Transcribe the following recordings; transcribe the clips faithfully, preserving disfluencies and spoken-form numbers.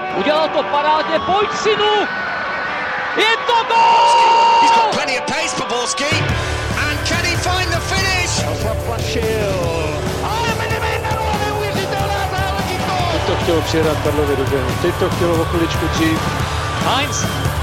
Udělal to parádně, pojď synu! Je to gól! He's got plenty of pace for Borski. And can he find the finish? Ale Mediménero, neuvěřitelná záležitost! Teď to chtělo přijedat Karlově do běhu, teď to chtělo o chviličku dřív. Heinz!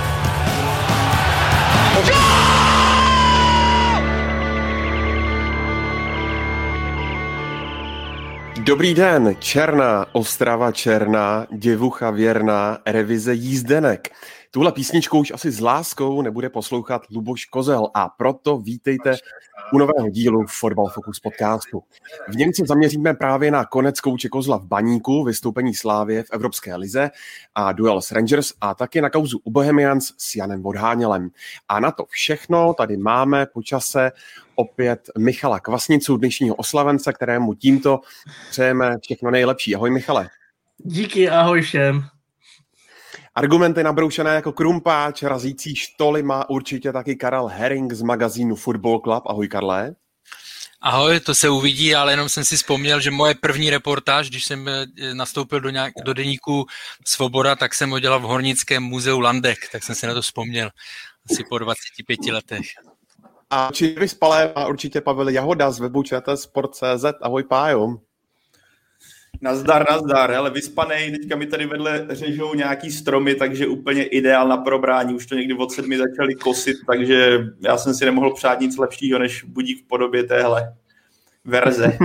Dobrý den, Černá, Ostrava černá, děvucha věrná, revize jízdenek. Tuhle písničku už asi s láskou nebude poslouchat Luboš Kozel a proto vítejte u nového dílu Fotbal Focus podcastu. V něm se zaměříme právě na konec kouče Kozla v Baníku, vystoupení Slávie v Evropské lize a duel s Rangers a taky na kauzu u Bohemians s Janem Vodhánělem. A na to všechno tady máme po čase opět Michala Kvasnicu, dnešního oslavence, kterému tímto přejeme všechno nejlepší. Ahoj Michale. Díky, ahoj všem. Argumenty nabroušené jako krumpáč, razící štoly má určitě taky Karel Herring z magazínu Football Club. Ahoj Karle. Ahoj, to se uvidí, ale jenom jsem si vzpomněl, že moje první reportáž, když jsem nastoupil do, nějak, do deníku Svoboda, tak jsem ho dělal v Hornickém muzeu Landek, tak jsem si na to vzpomněl asi po dvaceti pěti letech. A či vyspalé má určitě Pavel Jahoda z webu č t sport tečka cé zet. Ahoj Pájo. Nazdar, nazdar, ale vyspanej, teďka mi tady vedle řežou nějaký stromy, takže úplně ideál na probrání, už to někdy od sedmi začali kosit, takže já jsem si nemohl přát nic lepšího, než budík v podobě téhle verze.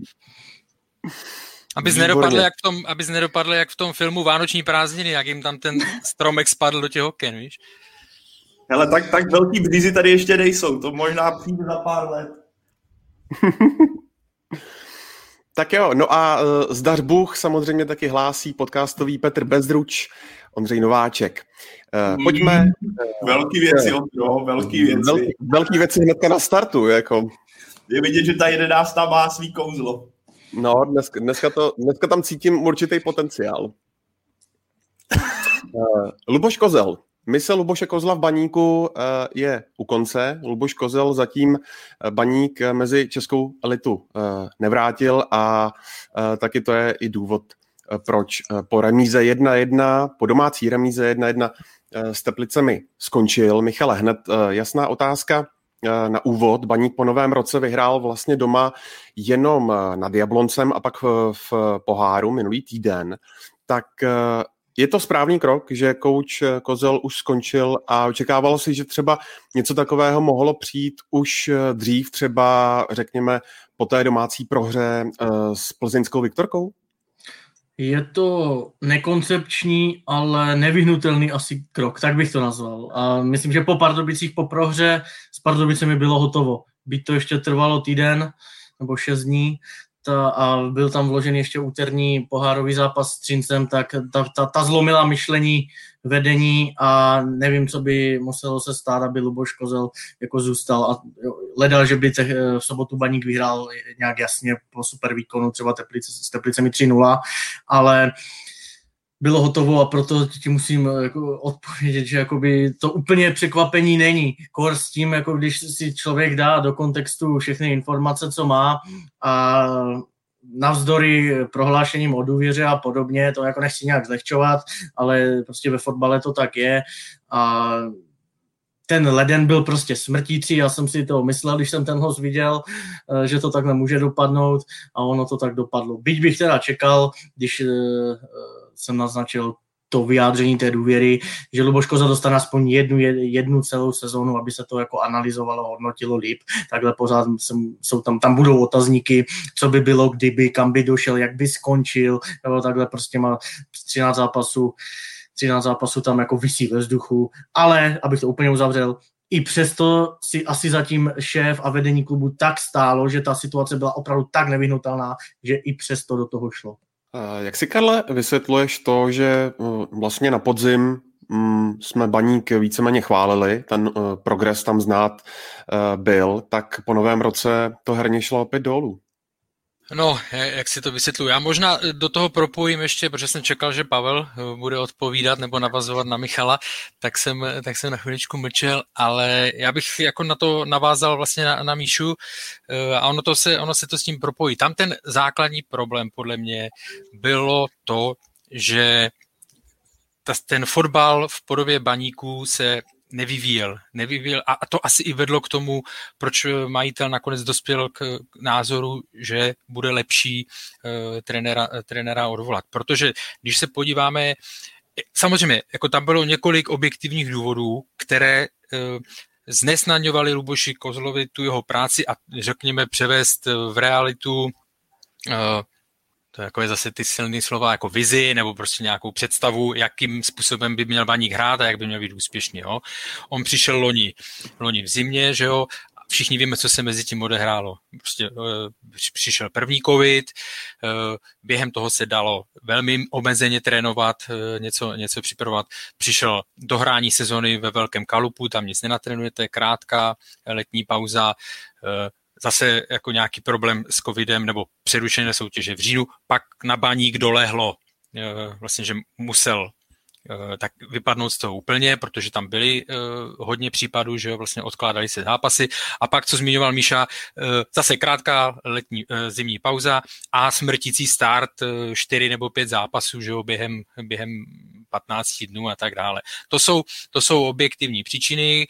Abys nedopadl, jak v tom, abys nedopadl jak v tom filmu Vánoční prázdniny, jak jim tam ten stromek spadl do těch oken, víš? Hele, tak, tak velký břízy tady ještě nejsou, to možná přijde za pár let. Tak jo, no a uh, zdař Bůh samozřejmě taky hlásí podcastový Petr Bezdruč, Ondřej Nováček. Uh, pojďme. Uh, velký věci, Ondro, velký věci. Velký, velký věci hnedka na startu, jako. Je vidět, že ta jedenáctá má svý kouzlo. No, dneska, dneska, to, dneska tam cítím určitý potenciál. Uh, Luboš Kozel. Mise Luboše Kozla v Baníku je u konce. Luboš Kozel zatím Baník mezi českou elitu nevrátil a taky to je i důvod, proč po remíze jedna jedna, po domácí remíze jedna jedna s Teplicemi skončil. Michale, hned jasná otázka na úvod. Baník po novém roce vyhrál vlastně doma jenom nad Jabloncem a pak v poháru minulý týden. Tak je to správný krok, že kouč Kozel už skončil a očekávalo si, že třeba něco takového mohlo přijít už dřív, třeba řekněme po té domácí prohře s plzeňskou Viktorkou? Je to nekoncepční, ale nevyhnutelný asi krok, tak bych to nazval. A myslím, že po Pardubicích po prohře s Pardubicemi bylo hotovo. Byť to ještě trvalo týden nebo šest dní, Ta, a byl tam vložen ještě úterní pohárový zápas s Třincem, tak ta, ta, ta zlomila myšlení vedení a nevím, co by muselo se stát, aby Luboš Kozel jako zůstal a hledal, že by te, v sobotu Baník vyhrál nějak jasně po super výkonu, třeba Teplice, s Teplicemi tři nula, ale bylo hotovo a proto ti musím jako odpovědět, že jakoby to úplně překvapení není. Kor s tím, jako když si člověk dá do kontextu všechny informace, co má a navzdory prohlášením o důvěře a podobně, to jako nechci nějak zlehčovat, ale prostě ve fotbale to tak je a ten leden byl prostě smrtící, já jsem si to myslel, když jsem ten host viděl, že to tak nemůže dopadnout a ono to tak dopadlo. Byť bych teda čekal, když jsem naznačil to vyjádření té důvěry, že Luboš Kozel dostane aspoň jednu, jednu celou sezónu, aby se to jako analyzovalo, hodnotilo líp. Takhle pořád jsou tam, tam budou otazníky, co by bylo, kdyby, kam by došel, jak by skončil, nebo takhle prostě má třináct zápasů, třináct zápasů tam jako visí ve vzduchu, ale, abych to úplně uzavřel, i přesto si asi zatím šéf a vedení klubu tak stálo, že ta situace byla opravdu tak nevyhnutelná, že i přesto do toho šlo. Jak si, Karle, vysvětluješ to, že vlastně na podzim jsme Baník víceméně chválili, ten progres tam znát byl, tak po novém roce to herně šlo opět dolů? No, jak si to vysvětluji. Já možná do toho propojím ještě, protože jsem čekal, že Pavel bude odpovídat nebo navazovat na Michala, tak jsem, tak jsem na chviličku mlčel, ale já bych jako na to navázal vlastně na, na Míšu a ono, to se, ono se to s tím propojí. Tam ten základní problém podle mě bylo to, že ta, ten fotbal v podobě Baníků se nevyvíjel. nevyvíjel a, a to asi i vedlo k tomu, proč majitel nakonec dospěl k názoru, že bude lepší uh, trenéra, trenéra odvolat. Protože když se podíváme, samozřejmě, jako tam bylo několik objektivních důvodů, které uh, znesnadňovali Luboši Kozlovi tu jeho práci a řekněme převést v realitu uh, to je jako zase ty silné slova jako vizi nebo prostě nějakou představu, jakým způsobem by měl Baník hrát a jak by měl být úspěšný. Jo. On přišel loni, loni v zimě, že jo, všichni víme, co se mezi tím odehrálo. Prostě uh, přišel první covid, uh, během toho se dalo velmi omezeně trénovat, uh, něco, něco připravovat. Přišel dohrání sezony ve velkém kalupu, tam nic nenatrénujete, krátká letní pauza, uh, zase jako nějaký problém s covidem nebo přerušené soutěže v říjnu, pak na Baník dolehlo, vlastně, že musel tak vypadnout z toho úplně, protože tam byly hodně případů, že vlastně odkládali se zápasy a pak, co zmiňoval Míša, zase krátká letní zimní pauza a smrtící start čtyři nebo pět zápasů, že jo, během, během patnáct dnů a tak dále. To jsou, to jsou objektivní příčiny.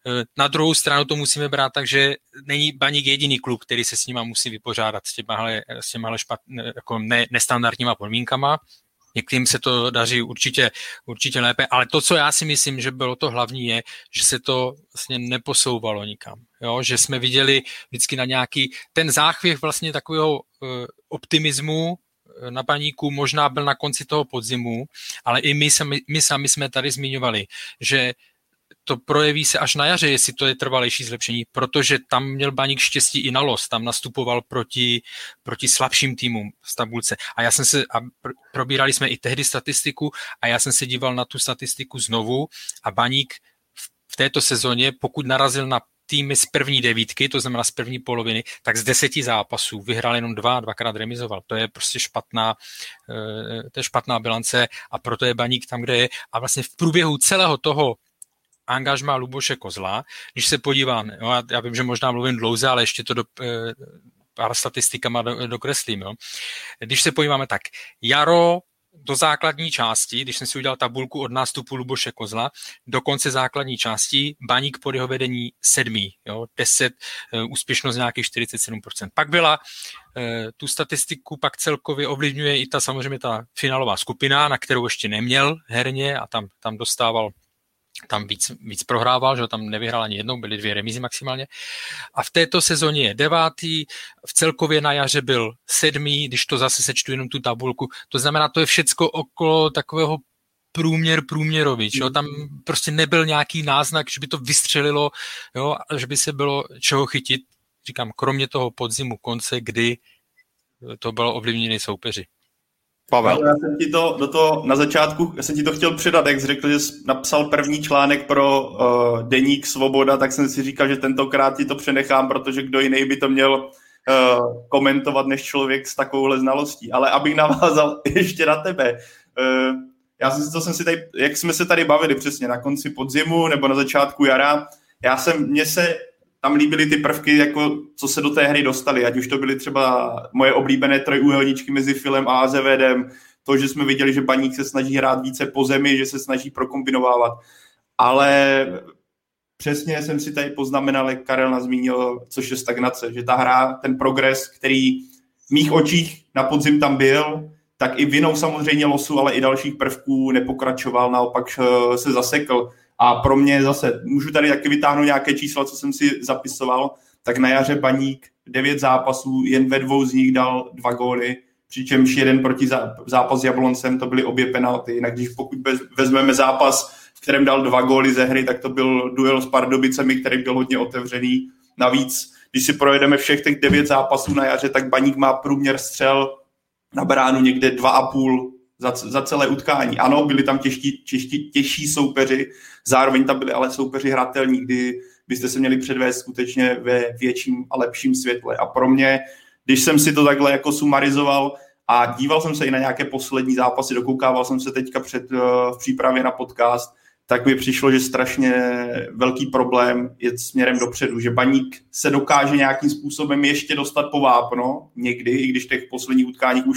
Na druhou stranu to musíme brát tak, že není Baník jediný klub, který se s nima musí vypořádat s těmahle, s těmahle špat, jako ne, nestandardníma podmínkama. Některým se to daří určitě, určitě lépe, ale to, co já si myslím, že bylo to hlavní, je, že se to vlastně neposouvalo nikam. Jo? Že jsme viděli vždycky na nějaký ten záchvěv vlastně takového uh, optimismu na Baníku možná byl na konci toho podzimu, ale i my sami, my sami jsme tady zmiňovali, že to projeví se až na jaře, jestli to je trvalejší zlepšení, protože tam měl Baník štěstí i na los, tam nastupoval proti, proti slabším týmům v tabulce. A já jsem se, a probírali jsme i tehdy statistiku a já jsem se díval na tu statistiku znovu a Baník v, v této sezóně, pokud narazil na týmy z první devítky, to znamená z první poloviny, tak z deseti zápasů vyhrál jenom dva, dvakrát remizoval. To je prostě špatná, to je špatná bilance a proto je Baník tam, kde je. A vlastně v průběhu celého toho angažmá Luboše Kozla, když se podívám, jo, já, já vím, že možná mluvím dlouze, ale ještě to do, e, pár statistikama do, dokreslím. Jo. Když se podíváme tak, jaro do základní části, když jsem si udělal tabulku od nástupu Luboše Kozla, do konce základní části, Baník pod jeho vedení sedmý, jo, deset, e, úspěšnost nějakých čtyřicet sedm procent. Pak byla e, tu statistiku pak celkově ovlivňuje i ta samozřejmě ta finálová skupina, na kterou ještě neměl herně a tam, tam dostával tam víc, víc prohrával, že tam nevyhrál ani jednou, byly dvě remízy maximálně. A v této sezóně je devátý, v celkově na jaře byl sedmý, když to zase sečtu jenom tu tabulku. To znamená, to je všecko okolo takového průměr průměrový, že? Tam prostě nebyl nějaký náznak, že by to vystřelilo, jo, že by se bylo čeho chytit, říkám, kromě toho podzimu konce, kdy to bylo ovlivněné soupeři. Pavel. Já jsem ti to, do toho, na začátku, já jsem ti to chtěl přidat, jak jsi řekl, že jsi napsal první článek pro uh, deník Svoboda, tak jsem si říkal, že tentokrát ti to přenechám, protože kdo jiný by to měl uh, komentovat než člověk s takovouhle znalostí. Ale abych navázal ještě na tebe. Uh, já jsem si to jsem si tady, jak jsme se tady bavili přesně na konci podzimu nebo na začátku jara, já jsem, mně se tam líbily ty prvky, jako co se do té hry dostali, ať už to byly třeba moje oblíbené trojúhelníčky mezi Filem a Azevedem, to, že jsme viděli, že Baník se snaží hrát více po zemi, že se snaží prokombinovávat. Ale přesně jsem si tady poznamenal, jak Karel nazmínil, což je stagnace, že ta hra, ten progres, který v mých očích na podzim tam byl, tak i vinou samozřejmě losu, ale i dalších prvků nepokračoval, naopak se zasekl. A pro mě zase, můžu tady taky vytáhnout nějaké čísla, co jsem si zapisoval, tak na jaře Baník devět zápasů, jen ve dvou z nich dal dva góly, přičemž jeden proti zápas s Jabloncem, to byly obě penalty. Jinak když pokud vezmeme zápas, v kterém dal dva góly ze hry, tak to byl duel s Pardubicemi, který byl hodně otevřený. Navíc, když si projedeme všech těch devět zápasů na jaře, tak Baník má průměr střel na bránu někde dva a půl za, za celé utkání. Ano, byli tam těžší, těžší, těžší soupeři, zároveň tam byli ale soupeři hratelní, kdy byste se měli předvést skutečně ve větším a lepším světle. A pro mě, když jsem si to takhle jako sumarizoval a díval jsem se i na nějaké poslední zápasy, dokoukával jsem se teďka před, v přípravě na podcast, tak mi přišlo, že strašně velký problém je směrem dopředu, že Baník se dokáže nějakým způsobem ještě dostat po vápno, někdy, i když těch posledních utkáních už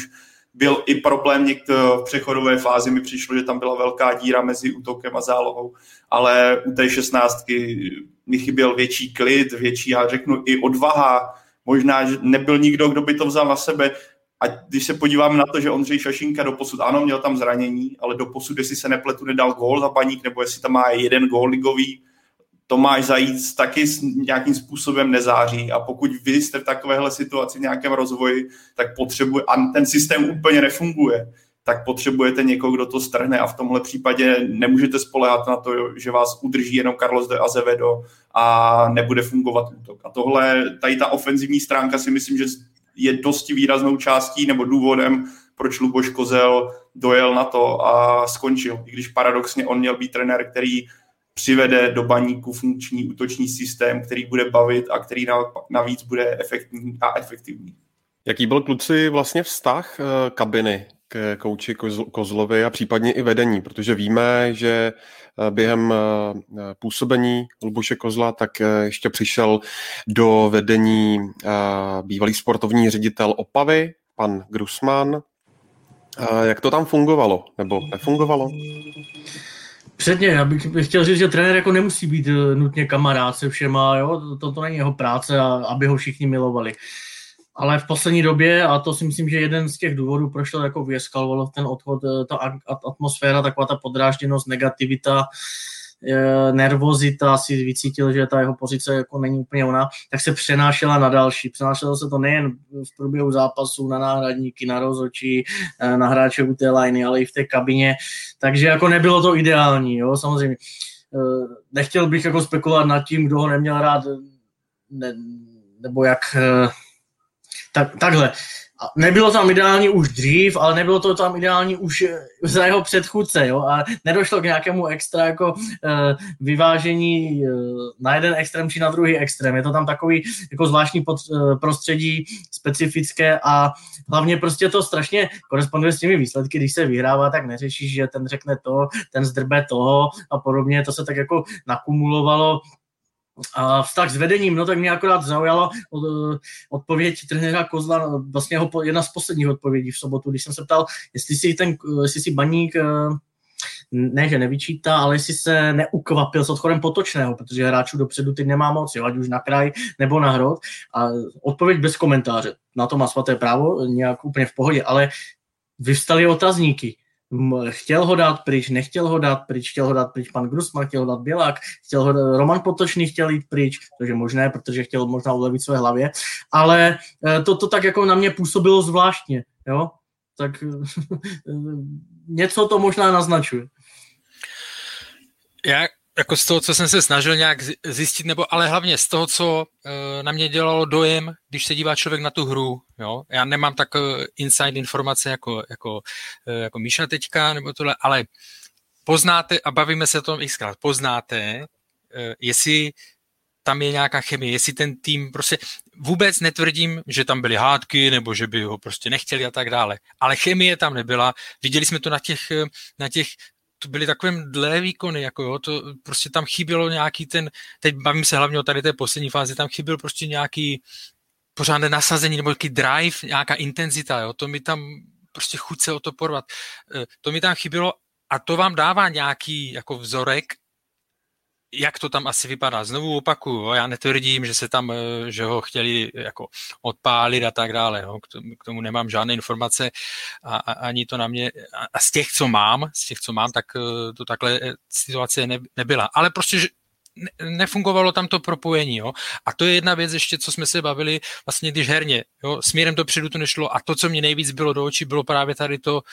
byl i problém někdo v přechodové fázi, mi přišlo, že tam byla velká díra mezi útokem a zálohou, ale u té šestnáctky mi chyběl větší klid, větší, já řeknu, i odvaha, možná, že nebyl nikdo, kdo by to vzal na sebe. A když se podíváme na to, že Ondřej Šašinka doposud, ano, měl tam zranění, ale doposud, jestli se nepletu, nedal gól za Baník, nebo jestli tam má jeden gól ligový, Tomáš Zajíc taky nějakým způsobem nezáří. A pokud vy jste v takovéhle situaci v nějakém rozvoji, tak potřebuje, a ten systém úplně nefunguje, tak potřebujete někoho, kdo to strhne a v tomhle případě nemůžete spoléhat na to, že vás udrží jenom Carlos de Azevedo a nebude fungovat útok. A tohle, tady ta ofenzivní stránka si myslím, že je dosti výraznou částí nebo důvodem, proč Luboš Kozel dojel na to a skončil. I když paradoxně on měl být trenér, který přivede do Baníku funkční útoční systém, který bude bavit a který navíc bude efektivní a efektivní. Jaký byl, kluci, vlastně vztah kabiny k kouči Kozlovi a případně i vedení? Protože víme, že během působení Luboše Kozla tak ještě přišel do vedení bývalý sportovní ředitel Opavy, pan Grusman. Jak to tam fungovalo? Nebo nefungovalo? Předně, já bych, bych chtěl říct, že trenér jako nemusí být nutně kamarád se všema, jo? To, to není jeho práce, a, aby ho všichni milovali. Ale v poslední době, a to si myslím, že jeden z těch důvodů, proč to jako vyeskalovalo ten odchod, ta atmosféra, taková ta podrážděnost, negativita, nervozita, si vycítil, že ta jeho pozice jako není úplně ona, tak se přenášela na další. Přenášelo se to nejen v průběhu zápasu na náhradníky, na rozhodčí, na hráče u té liney, ale i v té kabině. Takže jako nebylo to ideální, jo, samozřejmě. Nechtěl bych jako spekulovat nad tím, kdo ho neměl rád, ne, nebo jak... Tak, takhle. Nebylo tam ideální už dřív, ale nebylo to tam ideální už za jeho předchůdce, jo, a nedošlo k nějakému extra jako uh, vyvážení uh, na jeden extrém či na druhý extrém. Je to tam takový jako zvláštní pod, uh, prostředí, specifické a hlavně prostě to strašně koresponduje s těmi výsledky, když se vyhrává, tak neřešíš, že ten řekne to, ten zdrbe toho a podobně, to se tak jako nakumulovalo. A vztah s vedením, no tak mě akorát zaujalo odpověď trenéra Kozla, vlastně jeho, jedna z posledních odpovědí v sobotu, když jsem se ptal, jestli si ten, jestli si Baník ne, že nevyčítá, ale jestli se neukvapil s odchodem Potočného, protože hráčů dopředu teď nemá moc, jo, ať už na kraj nebo na hrot. A odpověď bez komentáře. Na to má svaté právo, nějak úplně v pohodě, ale vyvstaly otazníky. Chtěl ho dát pryč, nechtěl ho dát pryč, chtěl ho dát pryč pan Grusman, chtěl ho dát Bělák, chtěl ho dát, Roman Potočný chtěl jít pryč, což je možné, protože chtěl možná ulevit své hlavě, ale to, to tak jako na mě působilo zvláštně, jo, tak něco to možná naznačuje. Já jako z toho, co jsem se snažil nějak zjistit, nebo ale hlavně z toho, co uh, na mě dělalo dojem, když se dívá člověk na tu hru, jo. Já nemám tak uh, inside informace jako, jako, uh, jako Míša teďka, nebo tohle, ale poznáte, a bavíme se o tom xkrát, poznáte, uh, jestli tam je nějaká chemie, jestli ten tým prostě, vůbec netvrdím, že tam byly hádky, nebo že by ho prostě nechtěli a tak dále, ale chemie tam nebyla, viděli jsme to na těch, na těch to byly takové dlé výkony, jako jo, to prostě tam chybělo nějaký ten, teď bavím se hlavně o tady té poslední fázi, tam chyběl prostě nějaký pořádné nasazení, nebo nějaký drive, nějaká intenzita, jo, to mi tam prostě chuť se o to porvat, to mi tam chybělo a to vám dává nějaký jako vzorek, jak to tam asi vypadá. Znovu opakuju, já netvrdím, že se tam, že ho chtěli jako odpálit a tak dále. Jo. K tomu nemám žádné informace a, a ani to na mě, a z těch, co mám, z těch, co mám, tak to takhle situace ne, nebyla. Ale prostě, že nefungovalo tam to propojení. Jo. A to je jedna věc ještě, co jsme se bavili, vlastně když herně, jo, směrem dopředu to nešlo a to, co mě nejvíc bylo do očí, bylo právě tady to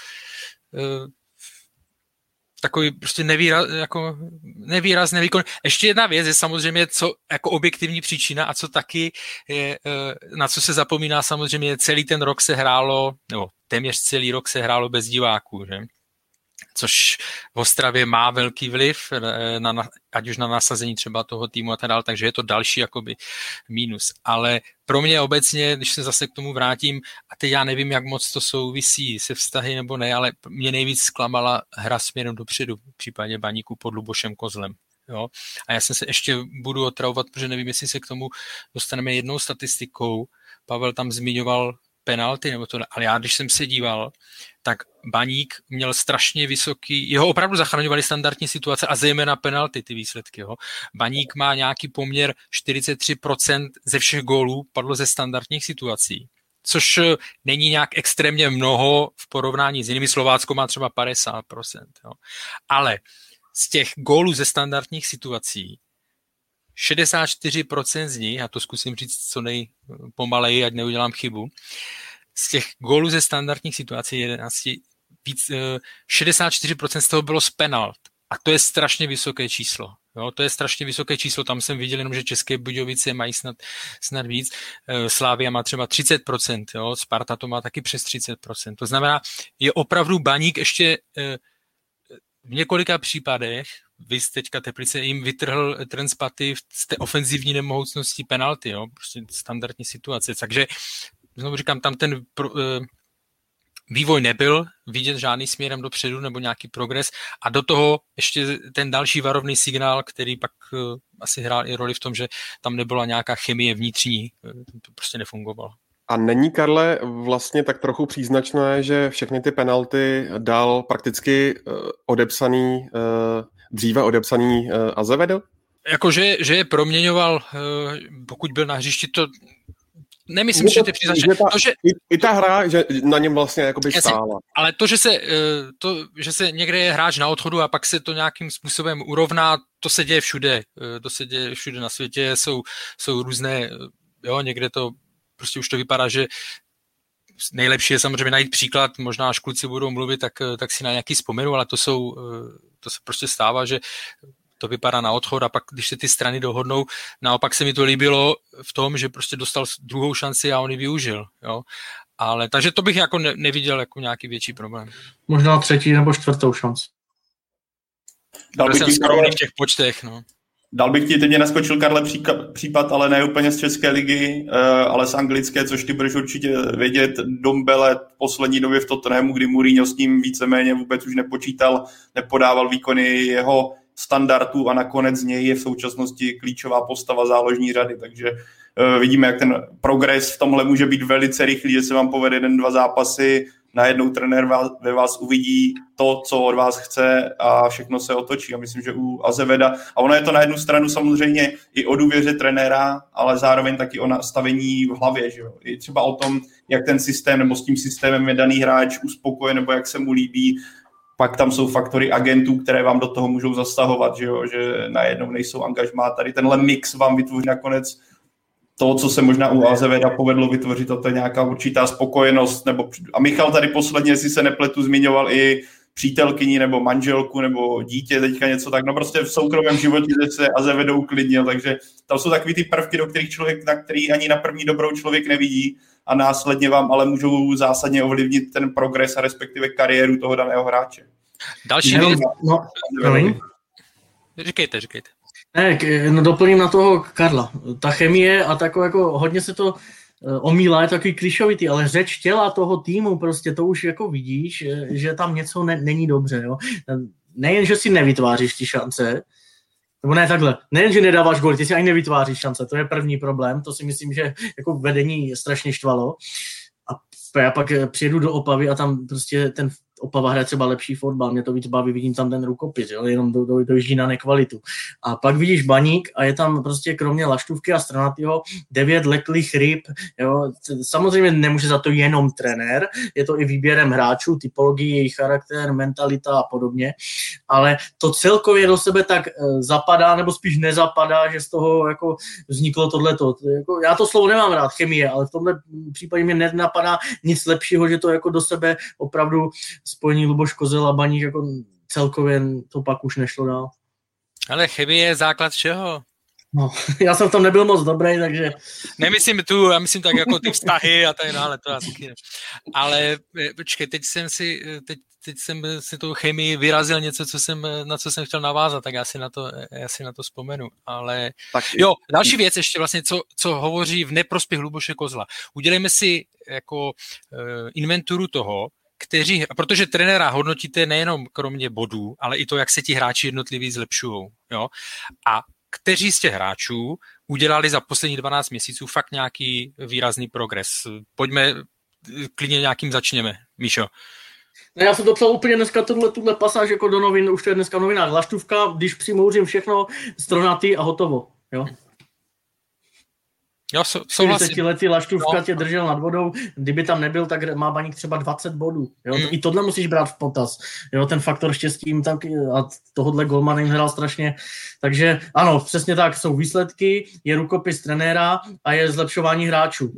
takový prostě nevýraz, jako nevýrazný výkon. Ještě jedna věc je samozřejmě, co jako objektivní příčina a co taky je, na co se zapomíná samozřejmě, celý ten rok se hrálo, nebo téměř celý rok se hrálo bez diváků, že? Což v Ostravě má velký vliv, na, na, ať už na nasazení třeba toho týmu a tak dále, takže je to další jakoby mínus. Ale pro mě obecně, když se zase k tomu vrátím, a teď já nevím, jak moc to souvisí se vztahy nebo ne, ale mě nejvíc zklamala hra směrem dopředu, v případě Baníku pod Lubošem Kozlem. Jo? A já jsem se ještě budu otravovat, protože nevím, jestli se k tomu dostaneme jednou statistikou. Pavel tam zmiňoval penalty, nebo to, ale já, když jsem se díval, tak Baník měl strašně vysoký, jeho opravdu zachraňovali standardní situace a zejména penalty, ty výsledky. Jo. Baník má nějaký poměr čtyřicet tři procent ze všech gólů padlo ze standardních situací, což není nějak extrémně mnoho v porovnání s jinými. Slovácko má třeba padesát procent. Jo. Ale z těch gólů ze standardních situací šedesát čtyři procent z nich, a to zkusím říct co nejpomaleji, ať neudělám chybu, z těch gólů ze standardních situací jedenáct, víc, šedesát čtyři procent z toho bylo z penalt. A to je strašně vysoké číslo. Jo? To je strašně vysoké číslo. Tam jsem viděl jenom, že České Budějovice mají snad, snad víc. Slavia má třeba třicet procent. Jo? Sparta to má taky přes třicet procent. To znamená, je opravdu Baník ještě v několika případech, vy teďka Teplice, jim vytrhl trend z paty z té ofenzivní nemohoucnosti penalty. Jo? Prostě standardní situace. Takže znovu říkám, tam ten pro, uh, vývoj nebyl vidět žádný směrem dopředu nebo nějaký progres a do toho ještě ten další varovný signál, který pak uh, asi hrál i roli v tom, že tam nebyla nějaká chemie vnitřní, uh, to prostě nefungovalo. A není, Karle, vlastně tak trochu příznačné, že všechny ty penalty dal prakticky uh, odepsaný, uh, dříve odepsaný uh, Azevedo? Jakože, že je proměňoval, uh, pokud byl na hřišti, to nemyslím, že ty příznačné. To, že, i, I ta hra, že na něm vlastně jakoby stála. Ale to že, se, to, že se někde je hráč na odchodu a pak se to nějakým způsobem urovná, to se děje všude. To se děje všude na světě, jsou, jsou různé, jo, někde to prostě už to vypadá, že nejlepší je samozřejmě najít příklad, možná až kluci budou mluvit, tak, tak si na nějaký vzpomenu, ale to jsou, to se prostě stává, že to vypadá na odchod a pak, když se ty strany dohodnou, naopak se mi to líbilo v tom, že prostě dostal druhou šanci a on ji využil, jo. Ale, takže to bych jako ne, neviděl jako nějaký větší problém. Možná třetí nebo čtvrtou šanci. Dal jsem skromný v těch počtech, no. Dal bych ti, teď mě naskočil, Karle, případ, ale ne úplně z České ligy, ale z anglické, což ty budeš určitě vědět. Dombele v poslední době v Tottenhamu, kdy Mourinho s ním víceméně vůbec už nepočítal, nepodával výkony jeho standardů a nakonec z něj je v současnosti klíčová postava záložní řady, takže uh, vidíme, jak ten progres v tomhle může být velice rychlý, že se vám povede jeden, dva zápasy, najednou trenér vás, ve vás uvidí to, co od vás chce a všechno se otočí. A myslím, že u Azeveda, a ono je to na jednu stranu samozřejmě i o důvěře trenéra, ale zároveň taky o nastavení v hlavě, že jo? I třeba o tom, jak ten systém nebo s tím systémem je daný hráč uspokojen nebo jak se mu líbí. Pak tam jsou faktory agentů, které vám do toho můžou zasahovat, že, jo? Že najednou nejsou angažmá. Tady tenhle mix vám vytvoří nakonec to, co se možná u Azeveda povedlo vytvořit, to je nějaká určitá spokojenost. Nebo, a Michal tady posledně, jestli se nepletu, zmiňoval i přítelkyni nebo manželku nebo dítě, teďka něco tak. No prostě v soukromém životě se Azevedo uklidnil, takže tam jsou takový ty prvky, do kterých člověk, na který ani na první dobrou člověk nevidí a následně vám ale můžou zásadně ovlivnit ten progres a respektive kariéru toho daného hráče. Další věc. No, no. Říkejte, říkejte. Ne, no doplním na toho Karla. Ta chemie a takové jako hodně se to omílá, je takový klišovitý, ale řeč těla toho týmu, prostě to už jako vidíš, že tam něco ne, není dobře. Jo? Nejen, že si nevytváříš ty šance, nebo ne takhle, nejen, že nedáváš góly, ty si ani nevytváříš šance, to je první problém, to si myslím, že jako vedení strašně štvalo. A já pak přijedu do Opavy a tam prostě ten Opava hraje třeba lepší fotbal, mě to víc baví, vidím tam ten rukopis, jo, jenom do, do, dojíždí na nekvalitu. A pak vidíš Baník a je tam prostě kromě Laštůvky a Stranatýho devět leklých ryb, jo. Samozřejmě nemůže za to jenom trenér, je to i výběrem hráčů, typologií, jejich charakter, mentalita a podobně, ale to celkově do sebe tak zapadá, nebo spíš nezapadá, že z toho jako vzniklo tohleto. Jako, já to slovo nemám rád, chemie, ale v tomhle případě mě nenapadá nic lepšího, že to jako do sebe opravdu spojení Luboš Kozel a Baník, jako celkově to pak už nešlo dál. Ale chemie je základ všeho. No, já jsem v tom nebyl moc dobrý, takže... Nemyslím tu, já myslím tak jako ty vztahy a tak dále, to asi ne. Ale počkej, teď jsem si, teď, teď jsem si tu chemii vyrazil něco, co jsem, na co jsem chtěl navázat, tak já si na to, já si na to vzpomenu. Ale tak jo, další věc ještě vlastně, co, co hovoří v neprospěch Luboše Kozla. Udělejme si jako uh, inventuru toho, kteří, protože trenéra hodnotíte nejenom kromě bodů, ale i to, jak se ti hráči jednotliví zlepšují. Jo? A kteří z těch hráčů udělali za poslední dvanáct měsíců fakt nějaký výrazný progres. Pojďme klidně nějakým začněme. Míšo. No já jsem to psal úplně dneska tuhle, tuhle pasáž jako do novin, už to je dneska v novinách. Laštůvka, když přimouřím všechno, stronatý a hotovo. Jo? Jo, souhlasím. čtyřicet letý Laštůvka no. tě držel nad vodou, kdyby tam nebyl, tak má Baník třeba dvacet bodů. Jo? Mm. I tohle musíš brát v potaz. Jo? Ten faktor štěstí jim tam a tohohle golmana jim hrál strašně. Takže ano, přesně tak, jsou výsledky, je rukopis trenéra a je zlepšování hráčů.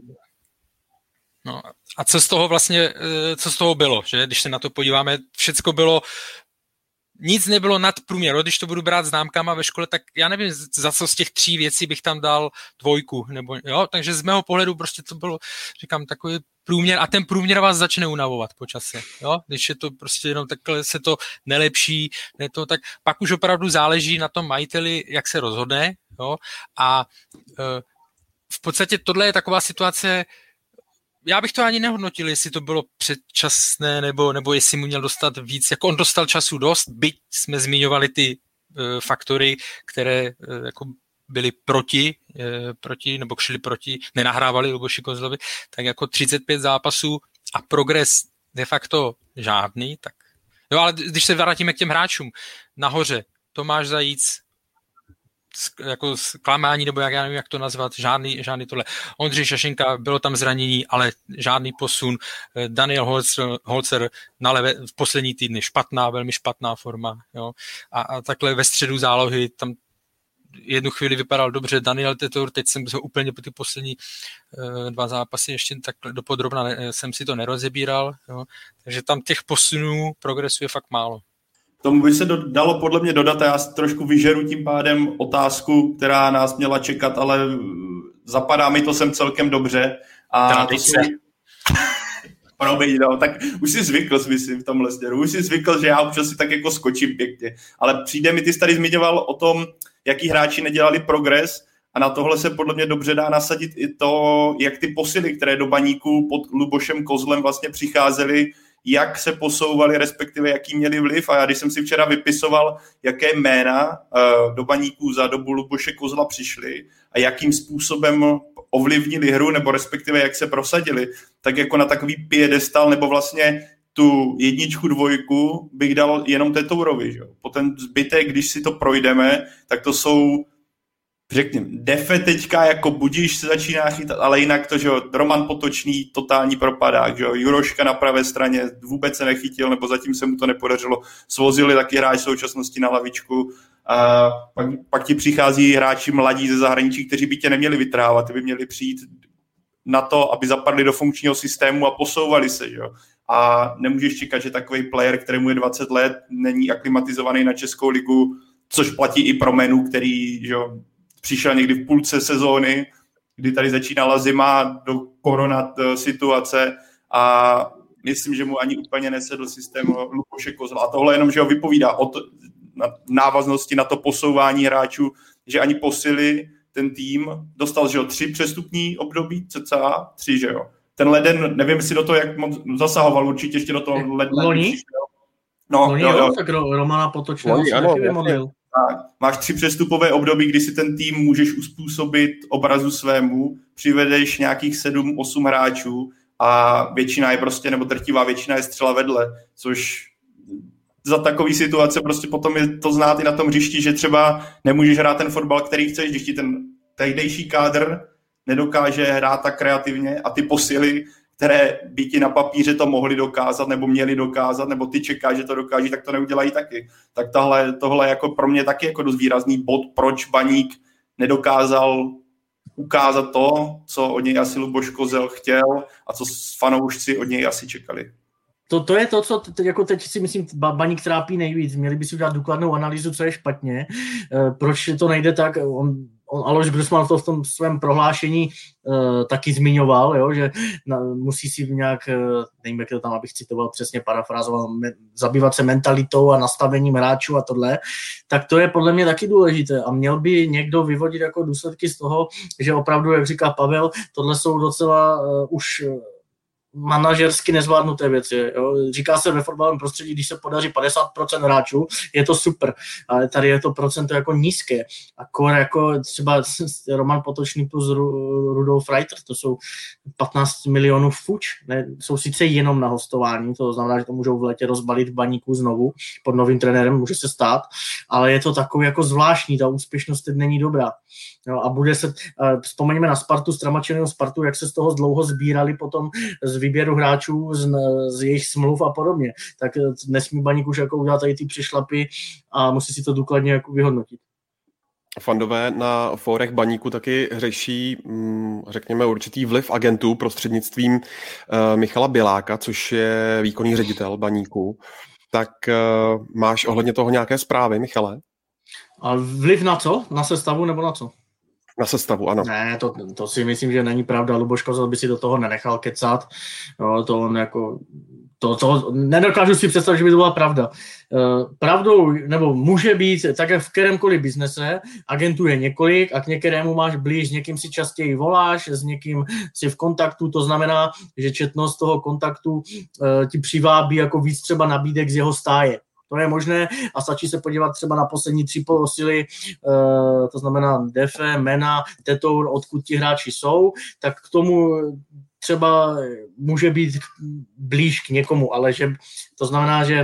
No a co z toho vlastně, co z toho bylo, že když se na to podíváme, všecko bylo, nic nebylo nad průměr, když to budu brát známkama ve škole, tak já nevím, za co z těch tří věcí bych tam dal dvojku, nebo jo, takže z mého pohledu prostě to bylo, říkám, takový průměr a ten průměr vás začne unavovat po čase, jo, když je to prostě jenom takhle se to nelepší, ne to, tak pak už opravdu záleží na tom majiteli, jak se rozhodne, jo, a e, v podstatě tohle je taková situace. Já bych to ani nehodnotil, jestli to bylo předčasné, nebo, nebo jestli mu měl dostat víc. Jako on dostal času dost, byť jsme zmiňovali ty uh, faktory, které uh, jako byly proti, uh, proti, nebo šli proti, nenahrávali Luboši Kozlovi, tak jako třicet pět zápasů a progres de facto žádný. Tak. Jo, ale když se vrátíme k těm hráčům, nahoře Tomáš Zajíc, jako zklamání, nebo jak, já nevím, jak to nazvat, žádný, žádný tohle. Ondřej Šašenka, bylo tam zranění, ale žádný posun. Daniel Holzer, Holzer na levé, v poslední týdny špatná, velmi špatná forma. Jo. A, a takhle ve středu zálohy, tam jednu chvíli vypadal dobře Daniel Tetur, teď jsem ho úplně po ty poslední uh, dva zápasy ještě tak dopodrobna ne, jsem si to nerozebíral. Jo. Takže tam těch posunů progresu je fakt málo. Tomu by se do, dalo podle mě dodat, a já trošku vyžeru tím pádem otázku, která nás měla čekat, ale zapadá mi to sem celkem dobře. A to jsou... Promiň, no, tak už jsi zvykl, myslím, v tomhle směru. Už jsi zvykl, že já občas si tak jako skočím pěkně. Ale přijde mi, ty jsi tady zmiňoval o tom, jaký hráči nedělali progres, a na tohle se podle mě dobře dá nasadit i to, jak ty posily, které do Baníku pod Lubošem Kozlem vlastně přicházely, jak se posouvali, respektive jaký měli vliv. A já když jsem si včera vypisoval, jaké jména uh, do Baníků za dobu Luboše Kozla přišly a jakým způsobem ovlivnili hru, nebo respektive jak se prosadili, tak jako na takový piedestal, nebo vlastně tu jedničku, dvojku bych dal jenom Tetourovi. Že? Po ten zbytek, když si to projdeme, tak to jsou, řekněme, Defe teďka jako budíš se začíná chytat, ale jinak to, že jo, Roman Potočný, totální propadák, že jo, Juroška na pravé straně vůbec se nechytil, nebo zatím se mu to nepodařilo, Svozili taky hráč v současnosti na lavičku, a pak, pak ti přichází hráči mladí ze zahraničí, kteří by tě neměli vytrávat, ty by měli přijít na to, aby zapadli do funkčního systému a posouvali se, že jo. A nemůžeš čekat, že takový player, kterému je dvacet let, není aklimatizovaný na Českou ligu, což platí i pro Menu, který, že jo, přišel někdy v půlce sezóny, kdy tady začínala zima do korona situace a myslím, že mu ani úplně nesedl systém Luboše Kozla. A tohle jenom, že ho vypovídá o to, na návaznosti na to posouvání hráčů, že ani posily ten tým dostal, že jo, tři přestupní období, cca tři, že jo. Ten leden, nevím, jestli do toho jak moc zasahoval, určitě ještě do toho ledna. Loni? No, Loni, jo, jo. Tak Romana Potočného si taky vymodlil. Tak, máš tři přestupové období, kdy si ten tým můžeš uspůsobit obrazu svému, přivedeš nějakých sedm, osm hráčů a většina je prostě, nebo drtivá většina je střela vedle, což za takový situace prostě potom je to znát i na tom hřišti, že třeba nemůžeš hrát ten fotbal, který chceš, když ti ten tehdejší kádr nedokáže hrát tak kreativně a ty posily, které by ti na papíře to mohli dokázat nebo měli dokázat, nebo ty čekáš, že to dokáží, tak to neudělají taky. Tak tohle, tohle jako pro mě taky jako dost výrazný bod, proč Baník nedokázal ukázat to, co od něj asi Luboš Kozel chtěl a co fanoušci od něj asi čekali. To, to je to, co teď, jako teď si myslím, Baník trápí nejvíc. Měli by si udělat důkladnou analýzu, co je špatně, proč to nejde tak. On, on Aleš Grossman to v tom svém prohlášení uh, taky zmiňoval, jo, že na, musí si nějak, uh, nevím, jak to tam, abych citoval přesně, parafrázoval, me, zabývat se mentalitou a nastavením hráčů a tohle, tak to je podle mě taky důležité a měl by někdo vyvodit jako důsledky z toho, že opravdu, jak říká Pavel, tohle jsou docela uh, už uh, manažersky nezvládnuté věci. Jo. Říká se ve fotbalovém prostředí, když se podaří padesát procent hráčů, je to super, ale tady je to procento jako nízké. A kor jako třeba Roman Potočný plus Rudolf Reiter, to jsou patnáct milionů fuč, ne, jsou sice jenom na hostování, to znamená, že to můžou v létě rozbalit v Baníku znovu pod novým trenérem, může se stát, ale je to takový jako zvláštní, ta úspěšnost teď není dobrá. Jo, a bude se, vzpomeňme na Spartu, Stramačeného Spartu, jak se z toho dlouho sbírali potom z výběru hráčů, z, z jejich smluv a podobně. Tak nesmí Baník už jako udělat tady ty přišlapy a musí si to důkladně jako vyhodnotit. Fandové na fórech Baníku taky řeší, řekněme, určitý vliv agentů prostřednictvím uh, Michala Běláka, což je výkonný ředitel Baníku. Tak uh, máš ohledně toho nějaké zprávy, Michale? A vliv na co? Na sestavu nebo na co? Na sestavu, ano. Ne, to, to si myslím, že není pravda. Luboš Kozel by si do toho nenechal kecat. No, to on jako... To, to nedokážu si představit, že by to byla pravda. Pravdou, nebo může být, tak jak v kterémkoliv biznese, agentů je několik a k některému máš blíž, s někým si častěji voláš, s někým si v kontaktu, to znamená, že četnost toho kontaktu ti přivábí jako víc třeba nabídek z jeho stáje. To je možné a stačí se podívat třeba na poslední tři posily, to znamená Defe, Mena, Tetour, odkud ti hráči jsou, tak k tomu třeba může být blíž k někomu, ale že to znamená, že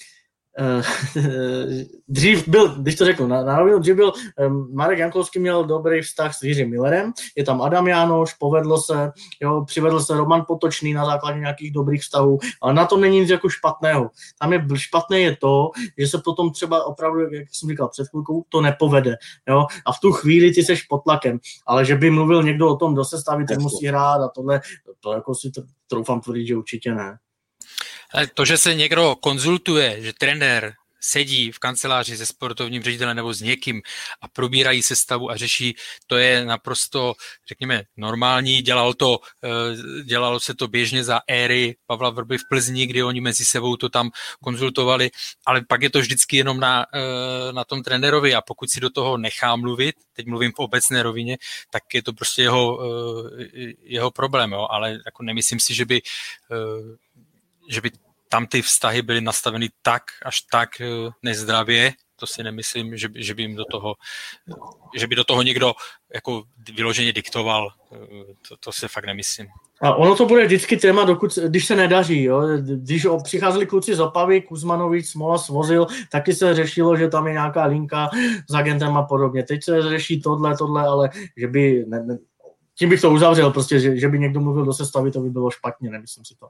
dřív byl, když to řeknu, na, na rovinu, dřív byl Marek Jankovský měl dobrý vztah s Jiřím Millerem, je tam Adam Jánoš, povedlo se, jo, přivedl se Roman Potočný na základě nějakých dobrých vztahů, ale na tom není nic jako špatného. Tam je špatné je to, že se potom třeba opravdu, jak jsem říkal před chvilkou, to nepovede, jo, a v tu chvíli ty seš pod tlakem, ale že by mluvil někdo o tom, kdo se staví, ten musí hrát a tohle, to jako si troufám tvrdit, že určitě ne. To, že se někdo konzultuje, že trenér sedí v kanceláři se sportovním ředitelem nebo s někým a probírají sestavu a řeší, to je naprosto, řekněme, normální. Dělalo, to, dělalo se to běžně za éry Pavla Vrby v Plzni, kdy oni mezi sebou to tam konzultovali, ale pak je to vždycky jenom na, na tom trenérovi a pokud si do toho nechá mluvit, teď mluvím v obecné rovině, tak je to prostě jeho, jeho problém, jo? Ale jako nemyslím si, že by že by tam ty vztahy byly nastaveny tak, až tak nezdravě, to si nemyslím, že by, že by jim do toho, že by do toho někdo jako vyloženě diktoval, to, to si fakt nemyslím. A ono to bude vždycky téma, dokud, když se nedaří, jo? Když přicházeli kluci z Opavy, Kuzmanovič, Smola svozil, taky se řešilo, že tam je nějaká linka s agentem a podobně. Teď se řeší tohle, tohle, ale že by, ne, ne, tím bych to uzavřel, prostě, že, že by někdo mluvil do sestavy, to by bylo špatně, nemyslím si to.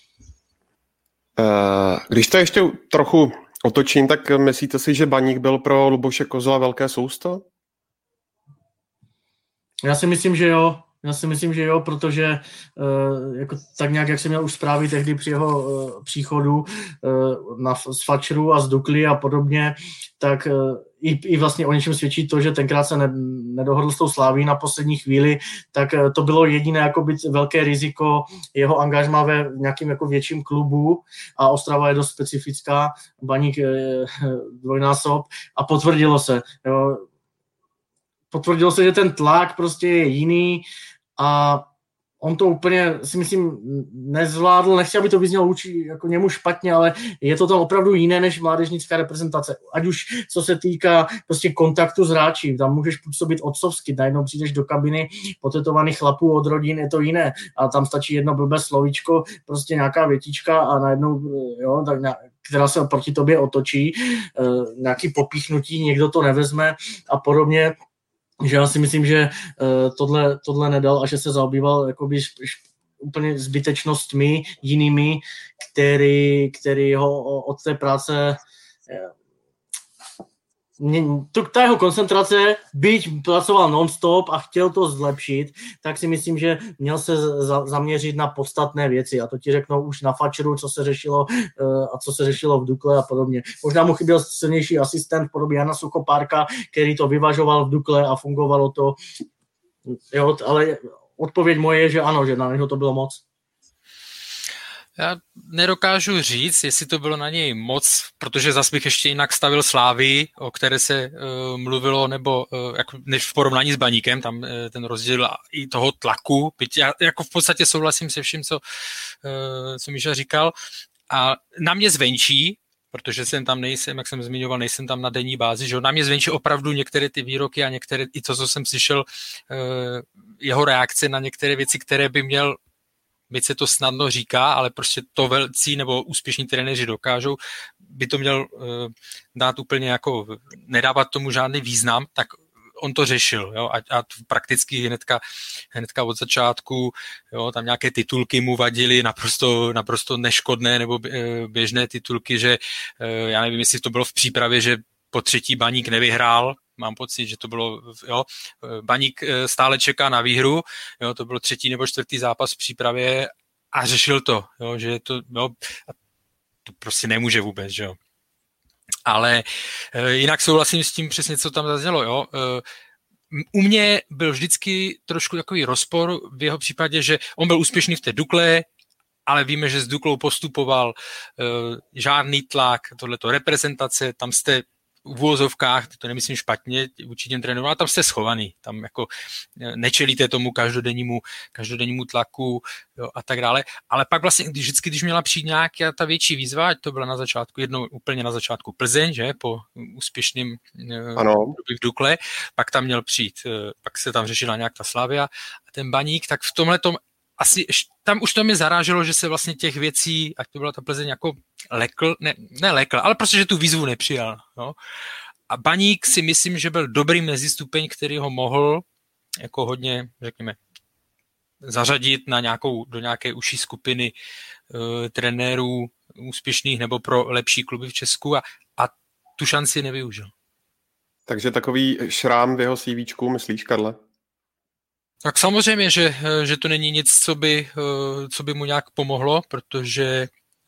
Když to ještě trochu otočím, tak myslíte si, že Baník byl pro Luboše Kozla velké sousto? Já si myslím, že jo. Já si myslím, že jo, protože uh, jako, tak nějak, jak jsem měl už zprávy tehdy při jeho uh, příchodu uh, na, z Fatscheru a z Dukly a podobně, tak uh, i, i vlastně o něčem svědčí to, že tenkrát se ne, nedohodl s tou Slaví na poslední chvíli, tak uh, to bylo jediné jako být velké riziko jeho angažmá ve nějakým jako větším klubu a Ostrava je dost specifická, Baník uh, dvojnásob a potvrdilo se, jo. Potvrdilo se, že ten tlak prostě je jiný a on to úplně, si myslím, nezvládl, nechci, aby to vyznělo vůči jako němu špatně, ale je to tam opravdu jiné než mládežnická reprezentace. Ať už co se týká prostě kontaktu s hráči, tam můžeš působit otcovsky, najednou přijdeš do kabiny potetovaných chlapů od rodin, je to jiné a tam stačí jedno blbé slovíčko, prostě nějaká větička a najednou, jo, tak na, která se proti tobě otočí, nějaký popíchnutí, někdo to nevezme a podobně. Že já si myslím, že uh, tohle, tohle nedal a že se zaobýval jakoby š, š, úplně zbytečnostmi jinými, který, který ho od té práce mě, to, ta jeho koncentrace, byť pracoval non-stop a chtěl to zlepšit, tak si myslím, že měl se za, zaměřit na podstatné věci a to ti řeknou už na Fatscheru, co se řešilo uh, a co se řešilo v Dukle a podobně. Možná mu chyběl silnější asistent v podobě Jana Suchopárka, který to vyvažoval v Dukle a fungovalo to. Jo, ale odpověď moje je, že ano, že na něho to bylo moc. Já nedokážu říct, jestli to bylo na něj moc, protože zas bych ještě jinak stavil Slávii, o které se uh, mluvilo, nebo uh, jako, než v porovnání s Baníkem, tam uh, ten rozdíl i toho tlaku. Byť já jako v podstatě souhlasím se vším, co, uh, co Míša říkal. A na mě zvenčí, protože jsem tam nejsem, jak jsem zmiňoval, nejsem tam na denní bázi, že na mě zvenčí opravdu některé ty výroky a některé, i to, co jsem slyšel, uh, jeho reakce na některé věci, které by měl, byť se to snadno říká, ale prostě to velcí nebo úspěšní trenéři dokážou, by to měl uh, dát úplně jako, nedávat tomu žádný význam, tak on to řešil, jo, a, a prakticky hnedka, hnedka od začátku, jo, tam nějaké titulky mu vadily, naprosto, naprosto neškodné nebo běžné titulky, že já nevím, jestli to bylo v přípravě, že po třetí Baník nevyhrál, mám pocit, že to bylo, jo, Baník stále čeká na výhru, jo, to bylo třetí nebo čtvrtý zápas v přípravě a řešil to, jo, že to, jo, to prostě nemůže vůbec, že jo. Ale e, jinak souhlasím s tím přesně, co tam zaznělo, jo. E, u mě byl vždycky trošku takový rozpor v jeho případě, že on byl úspěšný v té Dukle, ale víme, že s Duklou postupoval e, žádný tlak, tohleto reprezentace, tam jste v uvozovkách, to nemyslím špatně vůči těm trenérům, ale tam jste schovaný, tam jako nečelíte tomu každodennímu, každodennímu tlaku, jo, a tak dále. Ale pak vlastně když, vždycky, když měla přijít nějaká ta větší výzva, ať to byla na začátku, jednou úplně na začátku Plzeň, že, po úspěšným období v Dukle, pak tam měl přijít, pak se tam řešila nějak ta Slavia a ten Baník, tak v tomhletom asi, tam už to mě zaráželo, že se vlastně těch věcí, ať to byla ta Plzeň, jako lekl, ne, ne lekl, ale prostě, že tu výzvu nepřijal. No. A Baník si myslím, že byl dobrý mezistupeň, který ho mohl jako hodně, řekněme, zařadit na nějakou, do nějaké užší skupiny uh, trenérů úspěšných nebo pro lepší kluby v Česku a, a tu šanci nevyužil. Takže takový šrám v jeho CVčku, myslíš, Karle? Tak samozřejmě, že, že to není nic, co by, co by mu nějak pomohlo, protože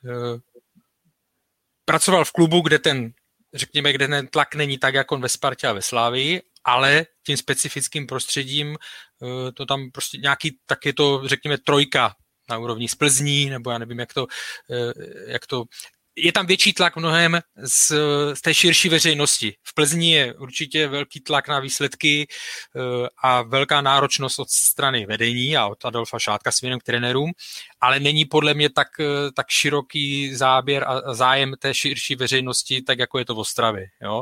pracoval v klubu, kde ten, řekněme, kde ten tlak není tak, jako on ve Spartě a ve Slávii, ale tím specifickým prostředím to tam prostě nějaký, tak je to, řekněme, trojka na úrovni z Plzní, nebo já nevím, jak to, jak to je tam větší tlak mnohem z, z té širší veřejnosti. V Plzni je určitě velký tlak na výsledky a velká náročnost od strany vedení a od Adolfa Šátka směrem k trenérům, ale není podle mě tak, tak široký záběr a zájem té širší veřejnosti, tak jako je to v Ostravě. Jo?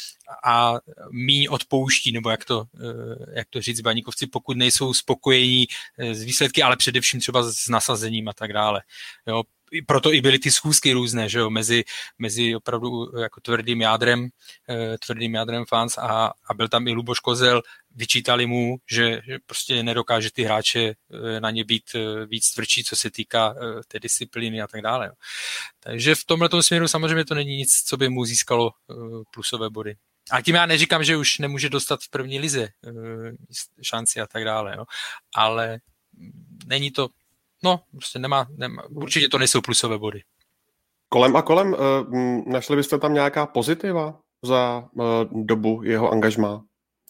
A míň odpouští, nebo jak to, jak to říct, baníkovci, pokud nejsou spokojení s výsledky, ale především třeba s nasazením a tak dále. Jo? Proto i byly ty schůzky různé, že jo, mezi, mezi opravdu jako tvrdým jádrem, tvrdým jádrem fans a, a byl tam i Luboš Kozel, vyčítali mu, že, že prostě nedokáže ty hráče na ně být víc tvrdší, co se týká té disciplíny a tak dále. Jo. Takže v tomhletom směru samozřejmě to není nic, co by mu získalo plusové body. A tím já neříkám, že už nemůže dostat v první lize šanci a tak dále, jo. Ale není to No, prostě nemá, nemá, určitě to nejsou plusové body. Kolem a kolem, uh, našli byste tam nějaká pozitiva za uh, dobu jeho angažmá?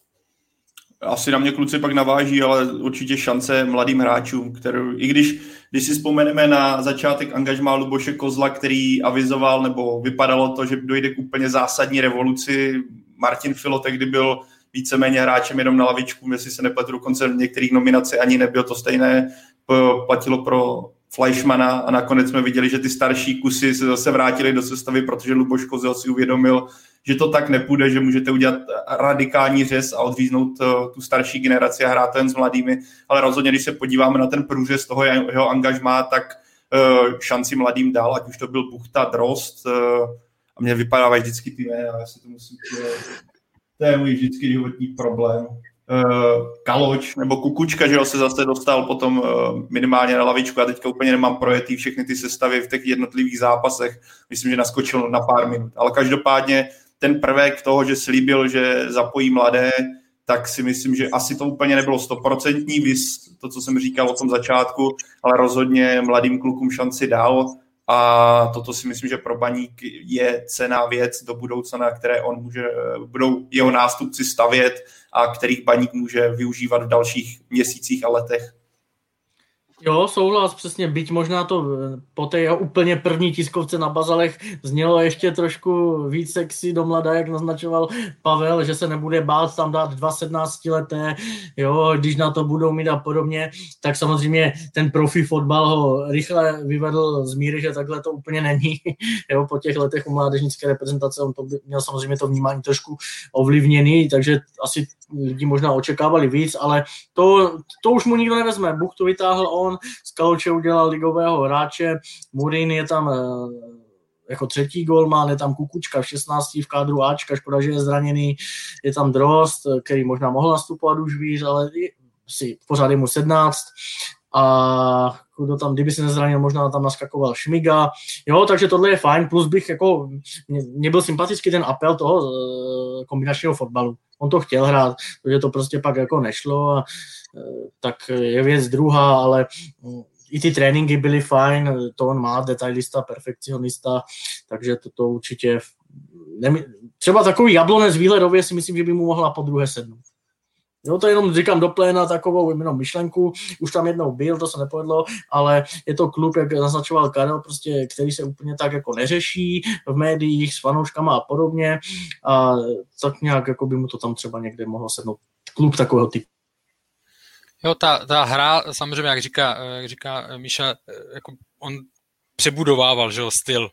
Asi na mě kluci pak naváží, ale určitě šance mladým hráčům, kterou, i když, když si vzpomeneme na začátek angažmá Luboše Kozla, který avizoval, nebo vypadalo to, že dojde k úplně zásadní revoluci. Martin Filo tehdy byl víceméně hráčem jenom na lavičku, jestli se nepletu, dokonce v některých nominací ani nebyl, to stejné platilo pro Fleischmana a nakonec jsme viděli, že ty starší kusy se zase vrátily do sestavy, protože Luboš Kozel si uvědomil, že to tak nepůjde, že můžete udělat radikální řez a odříznout tu starší generaci a hrát jen s mladými, ale rozhodně, když se podíváme na ten průřez toho jeho angažmá, tak šanci mladým dal, ať už to byl Buchta, Drost a mě vypadávají vždycky ty jména, já si to musím... To je můj vždycky životní problém. Kaloč nebo Kukučka, že ho se zase dostal potom minimálně na lavičku. Já teďka úplně nemám projetý všechny ty sestavy v těch jednotlivých zápasech. Myslím, že naskočil na pár minut. Ale každopádně ten prvek toho, že slíbil, že zapojí mladé, tak si myslím, že asi to úplně nebylo stoprocentní, vys to, co jsem říkal o tom začátku, ale rozhodně mladým klukům šanci dal. A toto si myslím, že pro Baník je cenná věc do budoucna, na které on může, budou jeho nástupci stavět a kterých Baník může využívat v dalších měsících a letech. Jo, souhlas, přesně, byť možná to po té jeho úplně první tiskovce na Bazalech znělo ještě trošku víc sexy do mladá, jak naznačoval Pavel, že se nebude bát tam dát dva sedmnáctileté, jo, když na to budou mít a podobně, tak samozřejmě ten profi fotbal ho rychle vyvedl z míry, že takhle to úplně není, jo, po těch letech u mládežnické reprezentace on to by měl samozřejmě to vnímání trošku ovlivněný, takže asi lidi možná očekávali víc, ale to, to už mu nikdo nevezme. Bůh to vytáhl on, z Kaloče udělal ligového hráče, Murín je tam jako třetí golman, je tam Kukučka v šestnácti v kádru Ačka, škoda, že je zraněný, je tam Drost, který možná mohl nastupovat už víc, ale si pořád je mu sedmnáct a kdo tam, kdyby se nezranil, možná tam naskakoval Šmiga, jo, takže tohle je fajn, plus bych jako, mě, mě byl sympatický ten apel toho uh, kombinačního fotbalu, on to chtěl hrát, protože to prostě pak jako nešlo, a, uh, tak je věc druhá, ale uh, i ty tréninky byly fajn, to on má, detailista, perfekcionista, takže to, to určitě, ne, třeba takový Jablonec výhledově si myslím, že by mu mohla po druhé sednout. Jo, to jenom říkám do pléna takovou jenom myšlenku, už tam jednou byl, to se nepovedlo, ale je to klub, jak naznačoval Karel, prostě, který se úplně tak jako neřeší v médiích s fanouškama a podobně a tak nějak jako by mu to tam třeba někde mohlo sednout klub takového typu. Jo, ta, ta hra, samozřejmě, jak říká, jak říká Míša, jako on přebudovával, že jo, styl.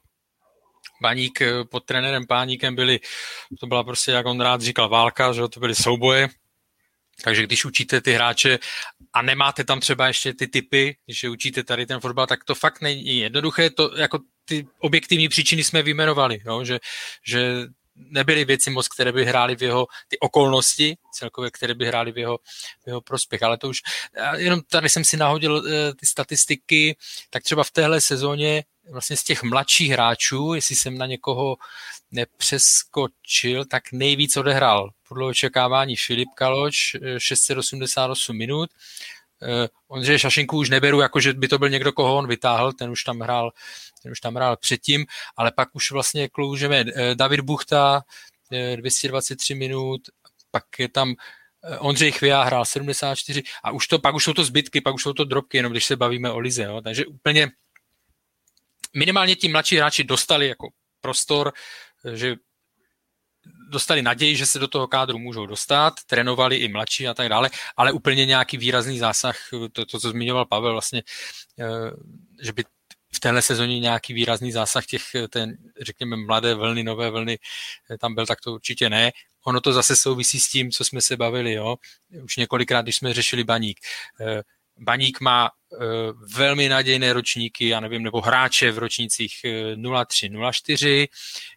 Baník pod trenérem Páníkem byli, to byla prostě, jak on rád říkal, válka, že jo, to byly souboje. Takže když učíte ty hráče a nemáte tam třeba ještě ty typy, když je učíte tady ten fotbal, tak to fakt není jednoduché. To, jako ty objektivní příčiny jsme vyjmenovali, jo? Že, že nebyly věci moc, které by hrály v jeho, ty okolnosti celkově, které by hrály v jeho, v jeho prospěch. Ale to už, jenom tady jsem si nahodil ty statistiky, tak třeba v téhle sezóně vlastně z těch mladších hráčů, jestli jsem na někoho nepřeskočil, tak nejvíc odehrál podle očekávání Filip Kaloč, šest set osmdesát osm minut. Ondřeje Šašinku už neberu, jako že by to byl někdo, koho on vytáhl, ten už tam hrál, ten už tam hrál předtím, ale pak už vlastně kloužeme David Buchta, dvě stě dvacet tři minut, pak je tam Ondřej Chvěja hrál sedmdesát čtyři a už to, pak už jsou to zbytky, pak už jsou to drobky, jenom když se bavíme o lize. Jo. Takže úplně minimálně ti mladší hráči dostali jako prostor, že dostali naději, že se do toho kádru můžou dostat, trénovali i mladší a tak dále, ale úplně nějaký výrazný zásah, to, to co zmiňoval Pavel vlastně, že by v téhle sezóně nějaký výrazný zásah těch, ten, řekněme, mladé vlny, nové vlny tam byl, tak to určitě ne. Ono to zase souvisí s tím, co jsme se bavili, jo. Už několikrát, když jsme řešili Baník. Baník má velmi nadějné ročníky, já nevím, nebo hráče v ročnících nula tři nula čtyři,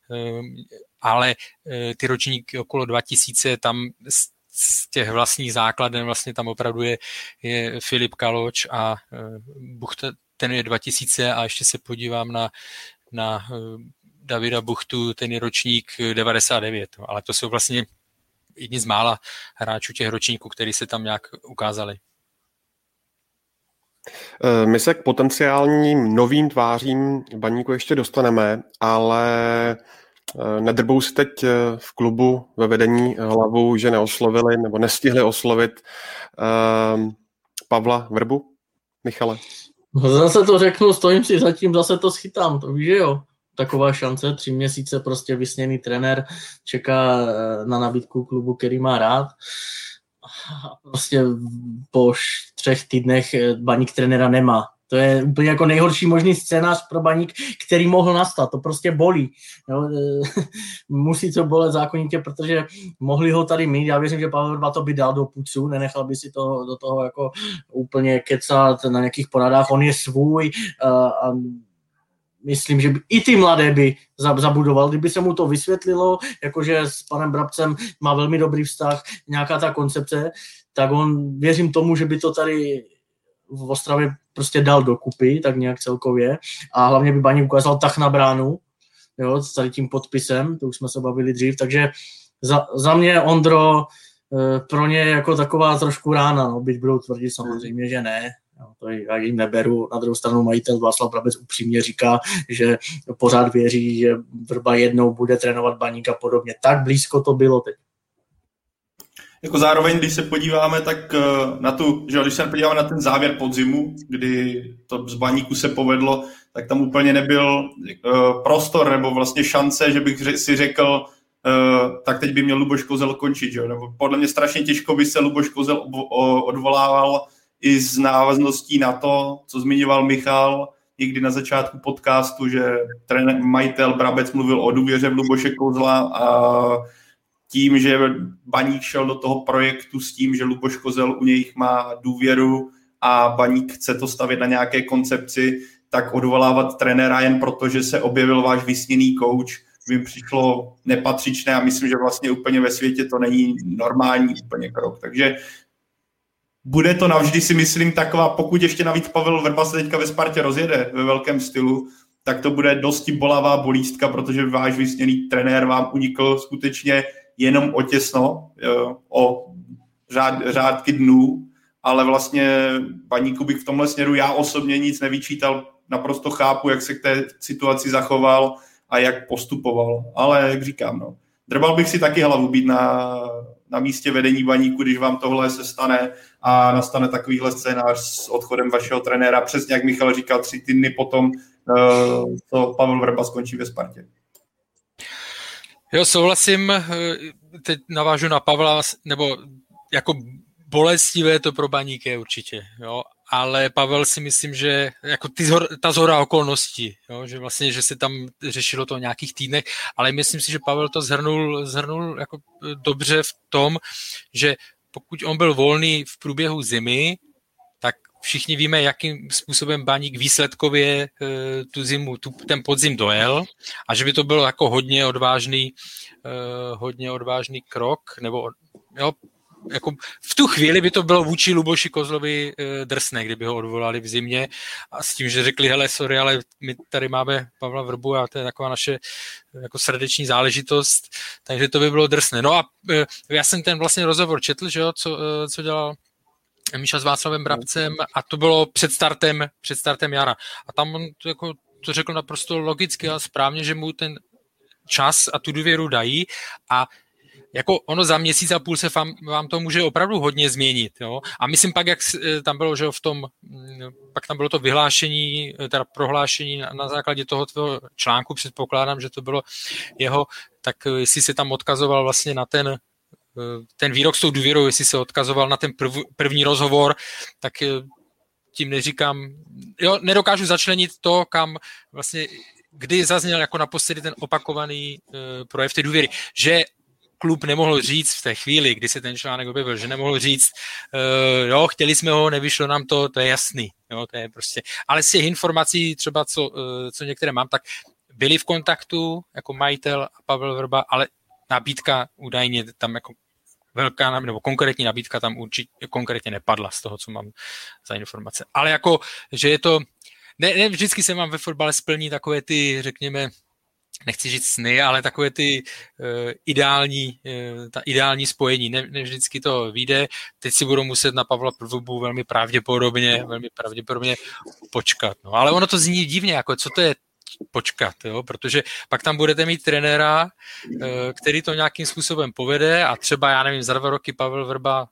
ale ty ročníky okolo dva tisíce, tam z těch vlastních základen vlastně tam opravdu je, je Filip Kaloč a Buchta, ten je dva tisíce a ještě se podívám na, na Davida Buchtu, ten je ročník devadesát devět, ale to jsou vlastně jedni z mála hráčů těch ročníků, který se tam nějak ukázali. My se k potenciálním novým tvářím Baníku ještě dostaneme, ale nedrbou si teď v klubu ve vedení hlavu, že neoslovili nebo nestihli oslovit uh, Pavla Vrbu? Michale? Zase to řeknu, stojím si zatím, zase to schytám, to víš, že jo. Taková šance, tři měsíce prostě vysněný trenér čeká na nabídku klubu, který má rád. A prostě po třech týdnech Baník trenéra nemá. To je úplně jako nejhorší možný scénář pro Baník, který mohl nastat. To prostě bolí. Jo? Musí to bolet zákonitě, protože mohli ho tady mít. Já věřím, že Pavel Vrba to by dal do pucu, nenechal by si to do toho jako úplně kecat na nějakých poradách. On je svůj a myslím, že by i ty mladé by zabudoval, kdyby se mu to vysvětlilo, jakože s panem Brabcem má velmi dobrý vztah, nějaká ta koncepce, tak on, věřím tomu, že by to tady v Ostravě prostě dal dokupy, tak nějak celkově. A hlavně by Baník ukázal tah na bránu, jo, s tady tím podpisem, to už jsme se bavili dřív, takže za, za mě Ondro pro ně jako taková trošku rána, no, byť budou tvrdit samozřejmě, že ne. No, to já jim neberu. Na druhou stranu majitel Václav Brabec upřímně říká, že pořád věří, že Vrba jednou bude trénovat Baník a podobně. Tak blízko to bylo teď. Jako zároveň, když se podíváme tak na tu, že když se podíváme na ten závěr podzimu, kdy to z Baníku se povedlo, tak tam úplně nebyl uh, prostor nebo vlastně šance, že bych si řekl, uh, tak teď by měl Luboš Kozel končit. Že? Nebo podle mě strašně těžko by se Luboš Kozel odvolával i z návazností na to, co zmiňoval Michal někdy na začátku podcastu, že trenér, majitel Brabec mluvil o důvěře v Luboše Kozla a tím, že Baník šel do toho projektu s tím, že Luboš Kozel u něj má důvěru a Baník chce to stavět na nějaké koncepci, tak odvolávat trenéra jen proto, že se objevil váš vysněný kouč, by přišlo nepatřičné a myslím, že vlastně úplně ve světě to není normální úplně krok. Takže bude to navždy, si myslím, taková, pokud ještě navíc Pavel Vrba se teďka ve Spartě rozjede ve velkém stylu, tak to bude dosti bolavá bolístka, protože váš vysněný trenér vám unikl skutečně jenom o těsno, o řád, řádky dnů, ale vlastně Baníku bych v tomhle směru já osobně nic nevyčítal, naprosto chápu, jak se k té situaci zachoval a jak postupoval, ale jak říkám, no, drbal bych si taky hlavu být na, na místě vedení Baníku, když vám tohle se stane a nastane takovýhle scénář s odchodem vašeho trenéra, přesně jak Michal říkal, tři týdny potom, co Pavel Vrba skončí ve Spartě. Jo, souhlasím, teď navážu na Pavla, nebo jako bolestivé to pro Baník je určitě, jo, ale Pavel si myslím, že jako ty zhor, ta zhora okolností, jo, že vlastně, že se tam řešilo to v nějakých týdnech, ale myslím si, že Pavel to zhrnul, zhrnul jako dobře v tom, že pokud on byl volný v průběhu zimy, tak všichni víme, jakým způsobem Baník výsledkově tu zimu, tu, ten podzim dojel a že by to bylo jako hodně odvážný, hodně odvážný krok, nebo jo, jako v tu chvíli by to bylo vůči Luboši Kozlovi drsné, kdyby ho odvolali v zimě a s tím, že řekli, hele, sorry, ale my tady máme Pavla Vrbu a to je taková naše jako srdeční záležitost, takže to by bylo drsné. No a já jsem ten vlastně rozhovor četl, že jo, co, co dělal Míša s Václavem Brabcem a to bylo před startem, před startem jara. A tam on to, jako, to řekl naprosto logicky a správně, že mu ten čas a tu důvěru dají a jako ono za měsíc a půl se vám, vám to může opravdu hodně změnit. Jo? A myslím pak, jak tam bylo, že v tom, pak tam bylo to vyhlášení, teda prohlášení na, na základě toho tvého článku, předpokládám, že to bylo jeho, tak jestli se tam odkazoval vlastně na ten ten výrok s tou důvěrou, jestli se odkazoval na ten prv, první rozhovor, tak tím neříkám, jo, nedokážu začlenit to, kam vlastně, kdy zazněl jako naposledy ten opakovaný uh, projev té důvěry, že klub nemohl říct v té chvíli, kdy se ten článek objevil, že nemohl říct, uh, jo, chtěli jsme ho, nevyšlo nám to, to je jasný, jo, to je prostě, ale z těch informací třeba, co, uh, co některé mám, tak byli v kontaktu jako majitel a Pavel Vrba, ale nabídka údajně tam jako velká, nebo konkrétní nabídka tam určitě konkrétně nepadla z toho, co mám za informace. Ale jako, že je to, ne, ne vždycky se vám ve fotbale splní takové ty, řekněme, nechci říct sny, ale takové ty uh, ideální, uh, ta ideální spojení. Ne, ne vždycky to vyjde. Teď si budou muset na Pavla Vrbu velmi pravděpodobně, velmi pravděpodobně počkat. No, ale ono to zní divně, jako co to je počkat, jo? Protože pak tam budete mít trenéra, který to nějakým způsobem povede a třeba, já nevím, za dva roky Pavel Vrba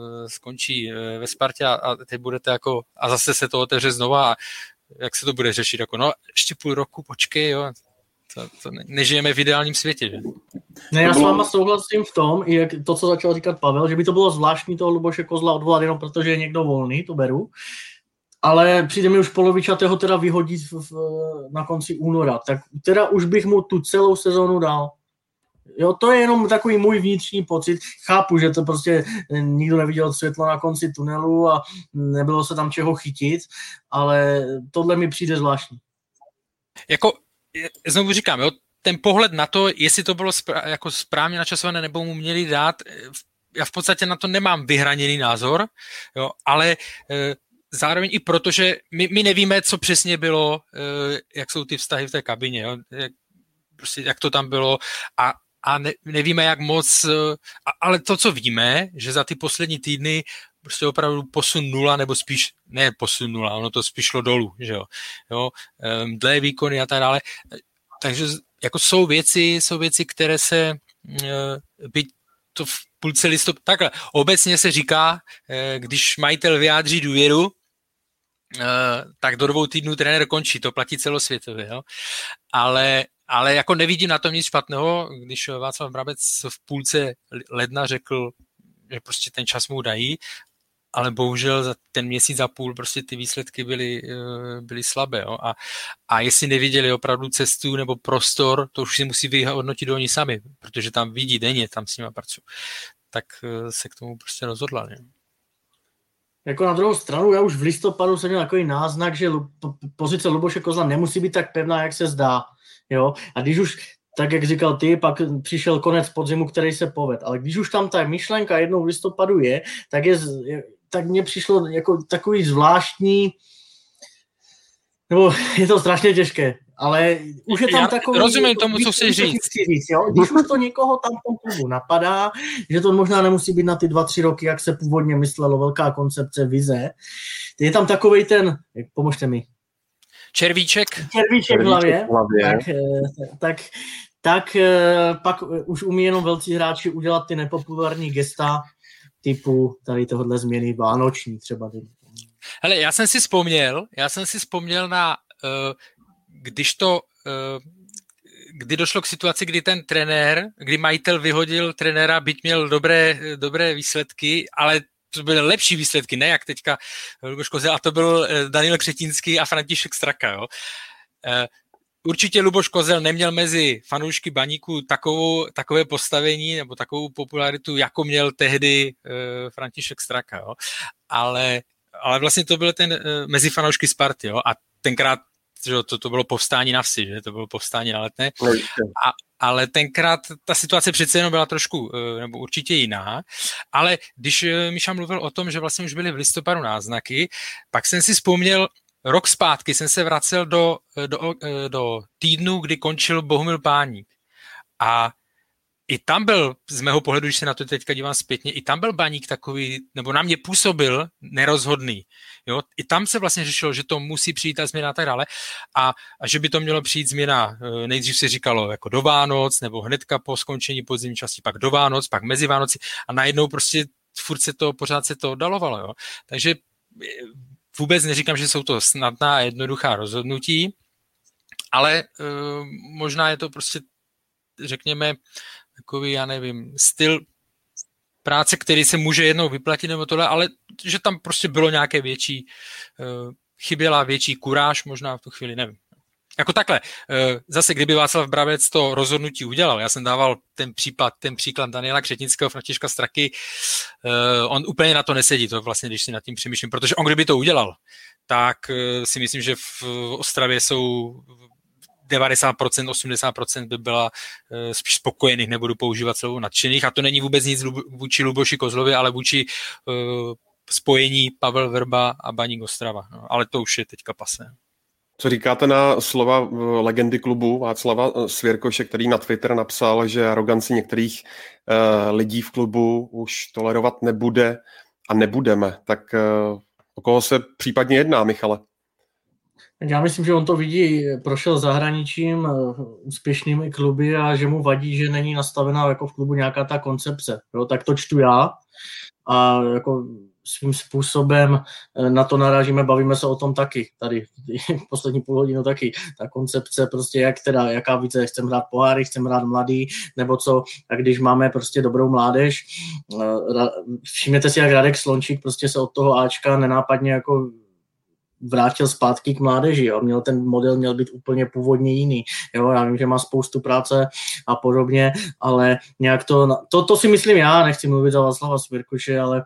skončí ve Spartě a teď budete jako, a zase se to otevře znova a jak se to bude řešit, jako no, ještě půl roku, počkej, jo, to, to ne, nežijeme v ideálním světě, že? Ne, já s váma souhlasím v tom, i jak to, co začal říkat Pavel, že by to bylo zvláštní toho Luboše Kozla odvolat jenom protože je někdo volný, to beru. Ale přijde mi už polovičatého teda vyhodit v, v, na konci února, tak teda už bych mu tu celou sezónu dal. Jo, to je jenom takový můj vnitřní pocit. Chápu, že to prostě nikdo neviděl světlo na konci tunelu a nebylo se tam čeho chytit, ale tohle mi přijde zvláštní. Jako, znovu říkám, jo, ten pohled na to, jestli to bylo spra- jako správně načasované, nebo mu měli dát, já v podstatě na to nemám vyhraněný názor, jo, ale zároveň i proto, že my, my nevíme, co přesně bylo, jak jsou ty vztahy v té kabině, jo? Jak, prostě, jak to tam bylo a, a ne, nevíme, jak moc, a, ale to, co víme, že za ty poslední týdny prostě opravdu posun nula, nebo spíš, ne posun nula, ono to spíš šlo dolů, že jo, jo? Dle výkony a tak dále, takže jako jsou věci, jsou věci, které se byť to v půlce listopadu, takhle, obecně se říká, když majitel vyjádří důvěru, tak do dvou týdnů trenér končí, to platí celosvětově, jo? Ale, ale jako nevidím na tom nic špatného, když Václav Brabec v půlce ledna řekl, že prostě ten čas mu dají, ale bohužel za ten měsíc a půl prostě ty výsledky byly, byly slabé. Jo? A, a jestli neviděli opravdu cestu nebo prostor, to už si musí vyhodnotit oni sami, protože tam vidí denně, tam s nima pracují. Tak se k tomu prostě rozhodla. Ne? Jako na druhou stranu, já už v listopadu jsem měl takový náznak, že pozice Luboše Kozla nemusí být tak pevná, jak se zdá. Jo? A když už, tak jak říkal ty, pak přišel konec podzimu, který se poved. Ale když už tam ta myšlenka jednou v listopadu je, tak, je, tak mně přišlo jako takový zvláštní, nebo je to strašně těžké, ale už je tam já takový... Rozumím tomu, co chceš říct. říct jo? Když už to někoho tam v tom klubu napadá, že to možná nemusí být na ty dva, tři roky, jak se původně myslelo, velká koncepce, vize, je tam takovej ten, pomožte mi, Červíček. Červíček v hlavě. Tak, tak, tak pak už umí jenom velcí hráči udělat ty nepopulární gesta typu tady tohohle změny vánoční třeba. Hele, já jsem si vzpomněl, já jsem si vzpomněl na, když to, kdy došlo k situaci, kdy ten trenér, kdy majitel vyhodil trenéra, byť měl dobré, dobré výsledky, ale to byly lepší výsledky, ne jak teďka Luboš Kozel, a to byl Daniel Křetínský a František Straka. Jo. Určitě Luboš Kozel neměl mezi fanoušky Baníku takovou, takové postavení nebo takovou popularitu, jako měl tehdy František Straka. Jo. Ale, ale vlastně to byl ten mezi fanoušky Sparty. Jo. A tenkrát že to, to bylo povstání na vsi, že to bylo povstání na Letné. A, ale tenkrát ta situace přece jenom byla trošku, nebo určitě jiná. Ale když Míša mluvil o tom, že vlastně už byly v listopadu náznaky, pak jsem si vzpomněl, rok zpátky jsem se vracel do, do, do týdnu, kdy končil Bohumil Páník. A i tam byl, z mého pohledu, když se na to teďka dívám zpětně, i tam byl Baník takový, nebo na mě působil nerozhodný. Jo? I tam se vlastně řešilo, že to musí přijít ta změna a tak dále. A, a že by to mělo přijít změna, nejdřív se říkalo jako do Vánoc, nebo hnedka po skončení podzimní části, pak do Vánoc, pak mezi Vánoci a najednou prostě furt se to, pořád se to oddalovalo. Jo? Takže vůbec neříkám, že jsou to snadná a jednoduchá rozhodnutí, ale e, možná je to prostě, řekněme, takový, já nevím, styl práce, který se může jednou vyplatit nebo tohle, ale že tam prostě bylo nějaké větší, uh, chyběla větší kuráž možná v tu chvíli, nevím. Jako takhle, uh, zase kdyby Václav Brabec to rozhodnutí udělal, já jsem dával ten případ, ten příklad Daniela Křetínského, Františka Straky, uh, on úplně na to nesedí, to vlastně, když si nad tím přemýšlím, protože on kdyby to udělal, tak uh, si myslím, že v Ostravě jsou devadesát procent, osmdesát procent by byla uh, spíš spokojených, nebudu používat slovo nadšených, a to není vůbec nic vůči Luboši Kozlovi, ale vůči uh, spojení Pavel Vrba a Baník Ostrava. No, ale to už je teďka pasé. Co říkáte na slova legendy klubu Václava Svěrkoše, který na Twitter napsal, že aroganci některých uh, lidí v klubu už tolerovat nebude a nebudeme. Tak uh, o koho se případně jedná, Michale? Já myslím, že on to vidí, prošel zahraničím, úspěšnými kluby a že mu vadí, že není nastavená jako v klubu nějaká ta koncepce. Jo, tak to čtu já a jako svým způsobem na to narážíme, bavíme se o tom taky, tady poslední půl hodinu taky. Ta koncepce prostě, jak teda, jaká více, chcem hrát poháry, chcem hrát mladý, nebo co, a když máme prostě dobrou mládež, všimněte si, jak Radek Slončík prostě se od toho Ačka nenápadně jako vrátil zpátky k mládeži, jo. Měl ten model měl být úplně původně jiný, jo. Já vím, že má spoustu práce a podobně, ale nějak to, to, to si myslím já, nechci mluvit za Václava Svěrkoše, ale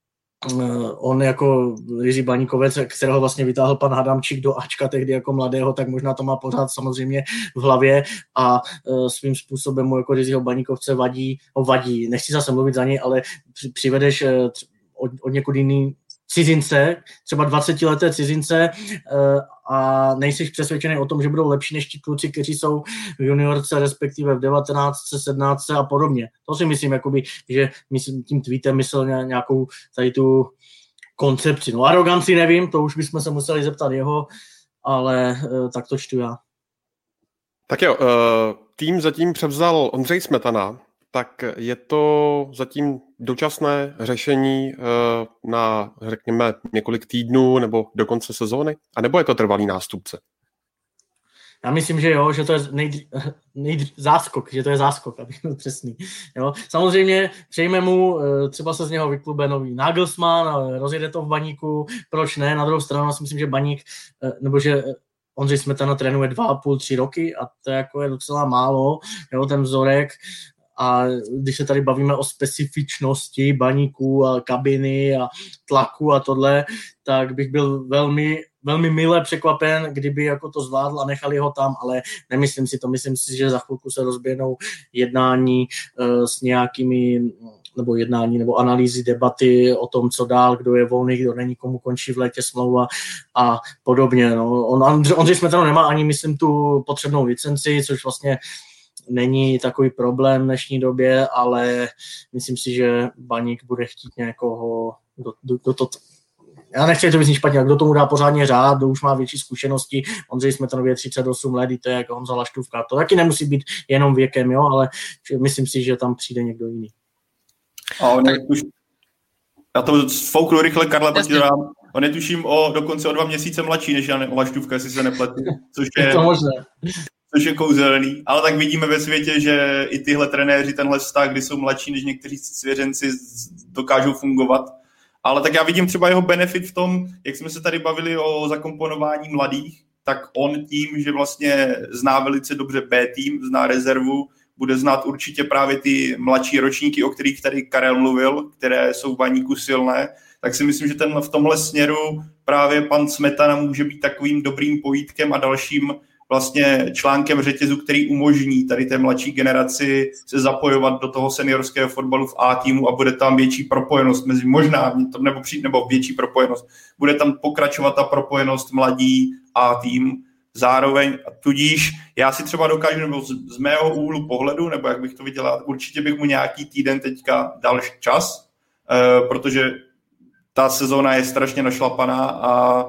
uh, on jako Jiří Baníkovec, kterého vlastně vytáhl pan Hadamčík do Ačka tehdy jako mladého, tak možná to má pořád samozřejmě v hlavě a uh, svým způsobem mu jako Jiřího Baníkovce vadí, ho vadí, nechci zase mluvit za něj, ale při, přivedeš uh, od, od někud jiný cizince, třeba dvacetileté cizince a nejsi přesvědčený o tom, že budou lepší než ti kluci, kteří jsou v juniorce, respektive v devatenáctce, sedmnáctce a podobně. To si myslím, jakoby, že myslím, tím tweetem myslel nějakou tady tu koncepci. No aroganci nevím, to už bychom se museli zeptat jeho, ale tak to čtu já. Tak jo, tým zatím převzal Ondřej Smetana, tak je to zatím dočasné řešení na, řekněme, několik týdnů nebo do konce sezóny? A nebo je to trvalý nástupce? Já myslím, že jo, že to je nejdřív, nejdřív, záskok, že to je záskok, abych byl přesný. Jo. Samozřejmě přejme mu, třeba se z něho vyklube nový Nagelsmann, rozjede to v Baníku, proč ne? Na druhou stranu si myslím, že Baník, nebo že Ondřej Smetana trénuje dva a půl, tři roky a to jako je docela málo, jo, ten vzorek. A když se tady bavíme o specifičnosti Baníku a kabiny a tlaku a tohle, tak bych byl velmi, velmi milé překvapen, kdyby jako to zvládl a nechali ho tam, ale nemyslím si to. Myslím si, že za chvilku se rozběhnou jednání uh, s nějakými, nebo jednání, nebo analýzy, debaty o tom, co dál, kdo je volný, kdo není, komu končí v létě smlouva a podobně. No. On, Ondřej Smetana nemá ani, myslím, tu potřebnou licenci, což vlastně není takový problém v dnešní době, ale myslím si, že Baník bude chtít někoho do, do, do to. Já nechci to vyznít špatně, kdo tomu dá pořádně řád, kdo už má větší zkušenosti. Ondřej Smetanovi je třicet osm let, to je jako Honza Laštůvka. To taky nemusí být jenom věkem, jo, ale myslím si, že tam přijde někdo jiný. A on je už... Já to sfouknu rychle, Karla, pak ti dám. On je tuším o, dokonce o dva měsíce mladší než Jan Laštůvka, jestli se nepletu. Což je, je to možné. Což je kouzelný, ale tak vidíme ve světě, že i tyhle trenéři, tenhle vztah, kdy jsou mladší než někteří svěřenci, dokážou fungovat. Ale tak já vidím třeba jeho benefit v tom, jak jsme se tady bavili o zakomponování mladých, tak on tím, že vlastně zná velice dobře B tým, zná rezervu, bude znát určitě právě ty mladší ročníky, o kterých tady Karel mluvil, které jsou v Baníku silné, tak si myslím, že ten v tomhle směru právě pan Smetana může být takovým dobrým pojítkem a dalším vlastně článkem řetězu, který umožní tady té mladší generaci se zapojovat do toho seniorského fotbalu v A týmu a bude tam větší propojenost mezi možná, nebo, nebo větší propojenost. Bude tam pokračovat ta propojenost mladí A tým. Zároveň, tudíž já si třeba dokážu, nebo z, z mého úhlu pohledu, nebo jak bych to viděla, určitě bych mu nějaký týden teďka dal čas, eh, protože ta sezóna je strašně našlapaná a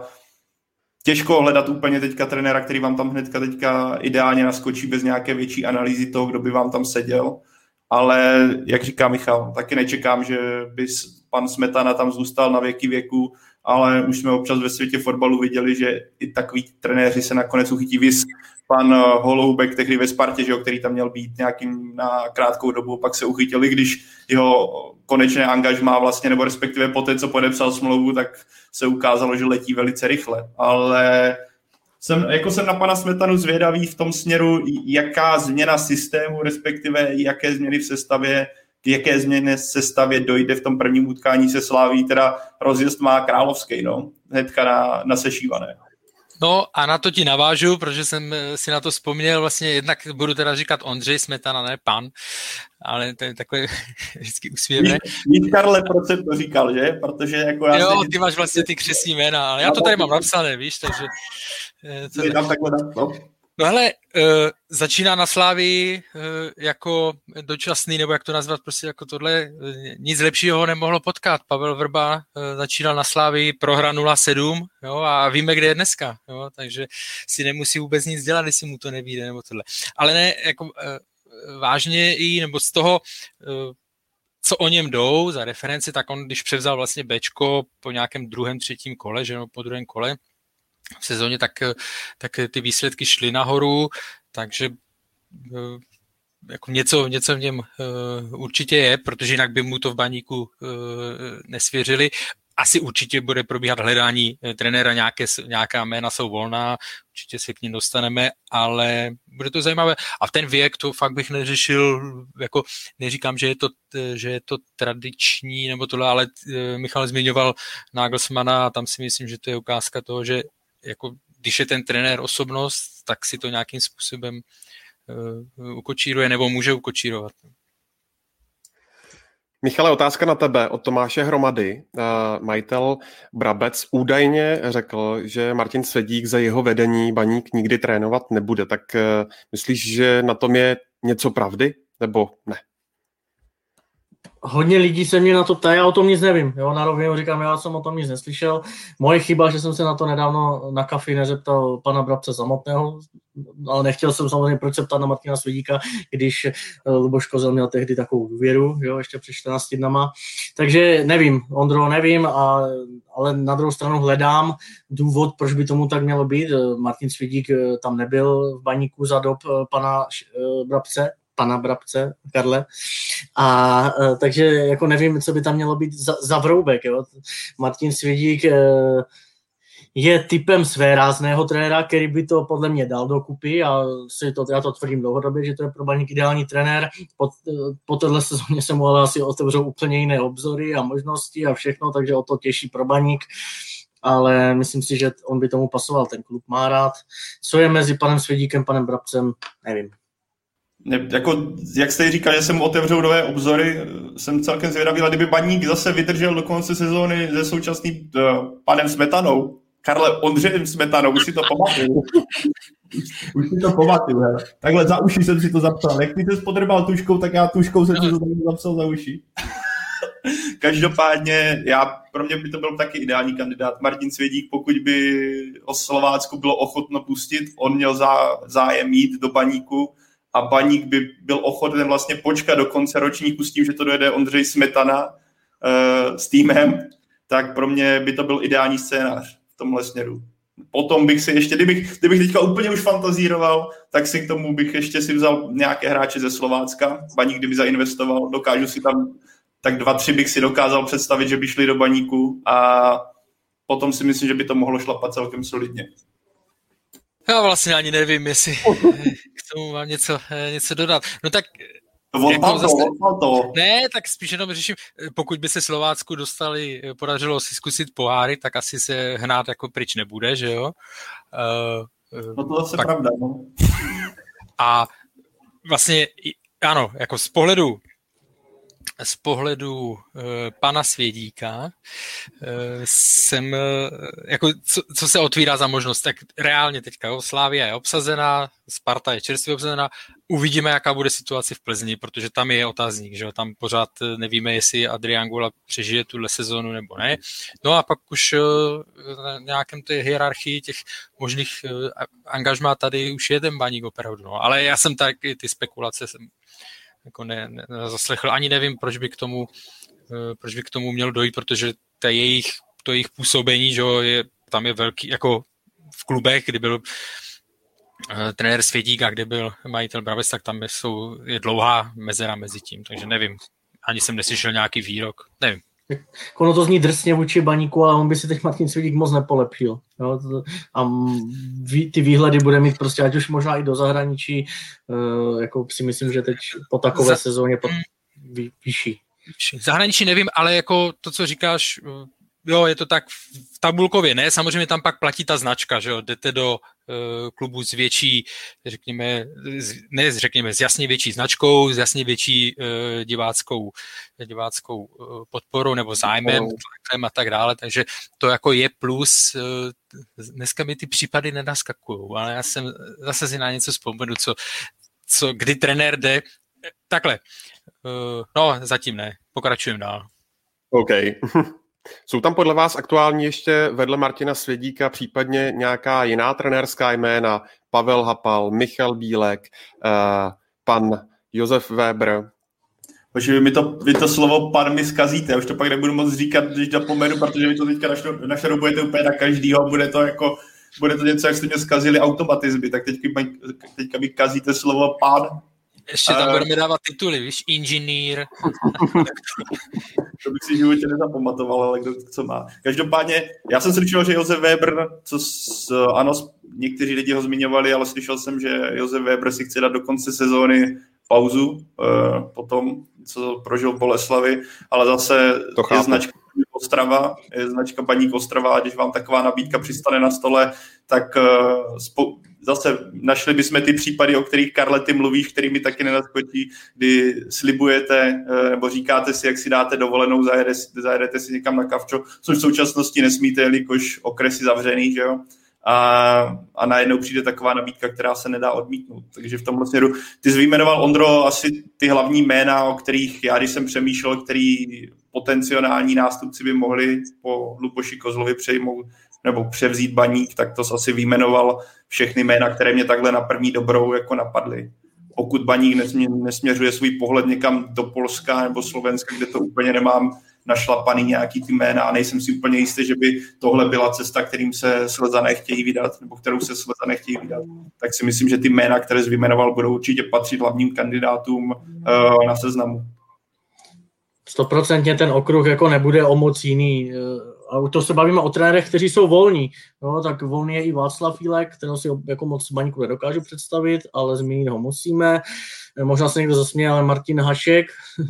těžko hledat úplně teďka trenéra, který vám tam hnedka teďka ideálně naskočí bez nějaké větší analýzy toho, kdo by vám tam seděl. Ale jak říká Michal, taky nečekám, že by pan Smetana tam zůstal na věky věku, ale už jsme občas ve světě fotbalu viděli, že i takový trenéři se nakonec uchytí. Vys pan Holoubek tehdy ve Spartě, že jo, který tam měl být nějakým na krátkou dobu, pak se uchytil, když jeho konečné angažmá vlastně, nebo respektive po té, co podepsal smlouvu, tak se ukázalo, že letí velice rychle. Ale jsem, jako jsem na pana Smetanu zvědavý v tom směru, jaká změna systému, respektive jaké změny v sestavě, k jaké změny v sestavě dojde v tom prvním utkání se Slaví, teda rozjezd má královský, no, hnedka na, na sešívané. No a na to ti navážu, protože jsem si na to vzpomněl, vlastně jednak budu teda říkat Ondřej Smetana, ne pan, ale to je takové vždycky úsměvné. Víš, Karle, proč jsem to říkal, že? Protože jako já jo, si... ty máš vlastně ty křestní jména, ale já to tady mám napsané, víš, takže... To... Tam takhle dám, no. No hele, uh, začíná na Slávii uh, jako dočasný, nebo jak to nazvat, prostě jako tohle, uh, nic lepšího nemohlo potkat. Pavel Vrba uh, začínal na Slávii, prohra nula sedm, jo, a víme, kde je dneska, jo, takže si nemusí vůbec nic dělat, jestli mu to nevíde, nebo tohle. Ale ne, jako uh, vážně i, nebo z toho, uh, co o něm jdou za referenci, tak on, když převzal vlastně Bčko po nějakém druhém, třetím kole, že no, po druhém kole, v sezóně, tak, tak ty výsledky šly nahoru, takže jako něco, něco v něm uh, určitě je, protože jinak by mu to v Baníku uh, nesvěřili. Asi určitě bude probíhat hledání trenéra, nějaké, nějaká jména jsou volná, určitě se k ním dostaneme, ale bude to zajímavé. A ten věk, to fakt bych neřešil, jako neříkám, že je to, že je to tradiční, nebo tohle, ale Michal zmiňoval Nagelsmana a tam si myslím, že to je ukázka toho, že jako když je ten trenér osobnost, tak si to nějakým způsobem uh, ukočíruje nebo může ukočírovat. Michale, otázka na tebe od Tomáše Hromady. Uh, majitel Brabec údajně řekl, že Martin Svědík za jeho vedení Baník nikdy trénovat nebude. Tak uh, myslíš, že na tom je něco pravdy, nebo ne? Hodně lidí se mě na to ptá, já o tom nic nevím. Jo, na rovinu říkám, já jsem o tom nic neslyšel. Moje chyba, že jsem se na to nedávno na kafi nezeptal pana Brabce samotného, ale nechtěl jsem samozřejmě, proč se ptát na Martina Svědíka, když Luboš Kozel měl tehdy takovou důvěru, jo, ještě před čtrnácti dnama. Takže nevím, Ondro, nevím, a, ale na druhou stranu hledám důvod, proč by tomu tak mělo být. Martin Svědík tam nebyl v Baníku za dob pana Brabce, pana Brabce, Karle. A e, takže jako nevím, co by tam mělo být za, za vroubek. Jo. Martin Svědík e, je typem svérázného trenéra, který by to podle mě dal dokupy a si to, já to tvrdím dlouhodobě, že to je pro Baník ideální trenér. Po, po téhle sezóně se mu ale asi otevřou úplně jiné obzory a možnosti a všechno, takže o to těší pro Baník. Ale myslím si, že on by tomu pasoval, ten klub má rád. Co je mezi panem Svědíkem a panem Brabcem, nevím. Ne, jako, jak jste říkal, že se mu otevřou nové obzory, jsem celkem zvědavý, ale kdyby Baník zase vydržel do konce sezóny se současným uh, panem Smetanou, Karle Ondřejem Smetanou, už si to pamatuju. Už si to pamatuju, hele. Takhle za uši jsem si to zapsal. Jak ty jsi podrbal tuškou, tak já tuškou jsem si to zapsal za uši. Každopádně, já, pro mě by to byl taky ideální kandidát. Martin Svědík, pokud by o Slovácku bylo ochotno pustit, on měl zá, zájem jít do Baníku, a Baník by byl ochoten vlastně počkat do konce ročníku s tím, že to dojede Ondřej Smetana uh, s týmem, tak pro mě by to byl ideální scénář v tomhle směru. Potom bych si ještě, kdybych, kdybych teďka úplně už fantazíroval, tak si k tomu bych ještě si vzal nějaké hráče ze Slovácka. Baník kdyby zainvestoval, dokážu si tam, tak dva, tři bych si dokázal představit, že by šli do Baníku a potom si myslím, že by to mohlo šlapat celkem solidně. Já vlastně ani nevím, jestli k tomu mám něco, něco dodat. No tak... Jako zase, to. Ne, tak spíš jenom řeším, pokud by se Slovácku dostali, podařilo si zkusit poháry, tak asi se hnát jako pryč nebude, že jo? Uh, no to zase pak... pravda, no. A vlastně, ano, jako z pohledu z pohledu uh, pana Svědíka uh, jsem, uh, jako co, co se otvírá za možnost, tak reálně teďka, jo, Slavia je obsazená, Sparta je čerstvě obsazená, uvidíme, jaká bude situace v Plzni, protože tam je otázník, že jo, tam pořád nevíme, jestli Adrián Gula přežije tuhle sezónu nebo ne. No a pak už uh, na nějakém té hierarchii těch možných uh, angažmá tady už je ten Baník opravdu, no. Ale já jsem tak, ty spekulace jsem jako ne, ne, zaslechl, ani nevím, proč by k tomu, proč by k tomu měl dojít, protože to jejich, to jejich působení, že je, tam je velký, jako v klubech, kdy byl uh, trenér Svědík a kde byl majitel Brabec, tak tam je, jsou, je dlouhá mezera mezi tím, takže nevím, ani jsem neslyšel nějaký výrok, nevím. Ono to zní drsně vůči Baníku, ale on by si teď Martin Svědík moc nepolepšil. Jo? A ty výhledy bude mít prostě, ať už možná i do zahraničí, jako si myslím, že teď po takové Za... sezóně pod... vy, vyšší. Zahraničí nevím, ale jako to, co říkáš, jo, je to tak v tabulkově, ne, samozřejmě tam pak platí ta značka, že jo, jdete do uh, klubu s větší, řekněme, ne, řekněme, s jasně větší značkou, s jasně větší uh, diváckou, diváckou uh, podporou nebo zájmem, tlakem a tak dále, takže to jako je plus. Uh, dneska mi ty případy nenaskakujou, ale já jsem zase si na něco vzpomenu, co, co kdy trenér jde, takhle, uh, no zatím ne, pokračujeme dál. OK. Jsou tam podle vás aktuálně ještě vedle Martina Svědíka případně nějaká jiná trenérská jména? Pavel Hapal, Michal Bílek, uh, pan Josef Weber? Protože vy mi to, vy to slovo pan mi zkazíte, už to pak nebudu moc říkat, když zapomenu, protože vy to teďka našarubujete úplně na každýho, bude to jako, bude to něco, jak jste mě zkazili automatizmy, tak teďka, teďka mi kazíte slovo pan. Ještě tam uh, budeme dávat tituly, víš, inženýr. To bych si v životě nezapamatoval, ale kdo co má. Každopádně, já jsem slyšel, že Josef Weber, co s, ano, někteří lidi ho zmiňovali, ale slyšel jsem, že Josef Weber si chce dát do konce sezóny pauzu, uh, potom, co prožil v Boleslavi, ale zase to je značka Ostrava, je značka Baník Ostrava a když vám taková nabídka přistane na stole, tak uh, spo- zase našli bychom ty případy, o kterých, Karle, ty mluvíš, který mi taky nenaskočí, kdy slibujete nebo říkáte si, jak si dáte dovolenou, zajede, zajedete si někam na kavčo, což v současnosti nesmíte, jelikož okres je zavřený, že jo? a, a najednou přijde taková nabídka, která se nedá odmítnout. Takže v tomhle směru ty jsi vyjmenoval, Ondro, asi ty hlavní jména, o kterých já, když jsem přemýšlel, který potenciální nástupci by mohli po Luboši Kozlovi přejmout nebo převzít Baník, tak to jsi asi vyjmenoval všechny jména, které mě takhle na první dobrou jako napadly. Pokud Baník nesmě, nesměřuje svůj pohled někam do Polska nebo Slovenska, kde to úplně nemám našlapaný nějaký ty jména a nejsem si úplně jistý, že by tohle byla cesta, kterým se Slezané chtějí vydat, nebo kterou se Slezané chtějí vydat, tak si myslím, že ty jména, které jsi vyjmenoval, budou určitě patřit hlavním kandidátům uh, na seznamu. Stoprocentně ten okruh jako nebude o moc jiný. A to se bavíme o trenérech, kteří jsou volní. No, tak volný je i Václav Jílek, kterého si jako moc Baníku nedokážu představit, ale zmínit ho musíme. Možná se někdo zasměje, ale Martin Hašek,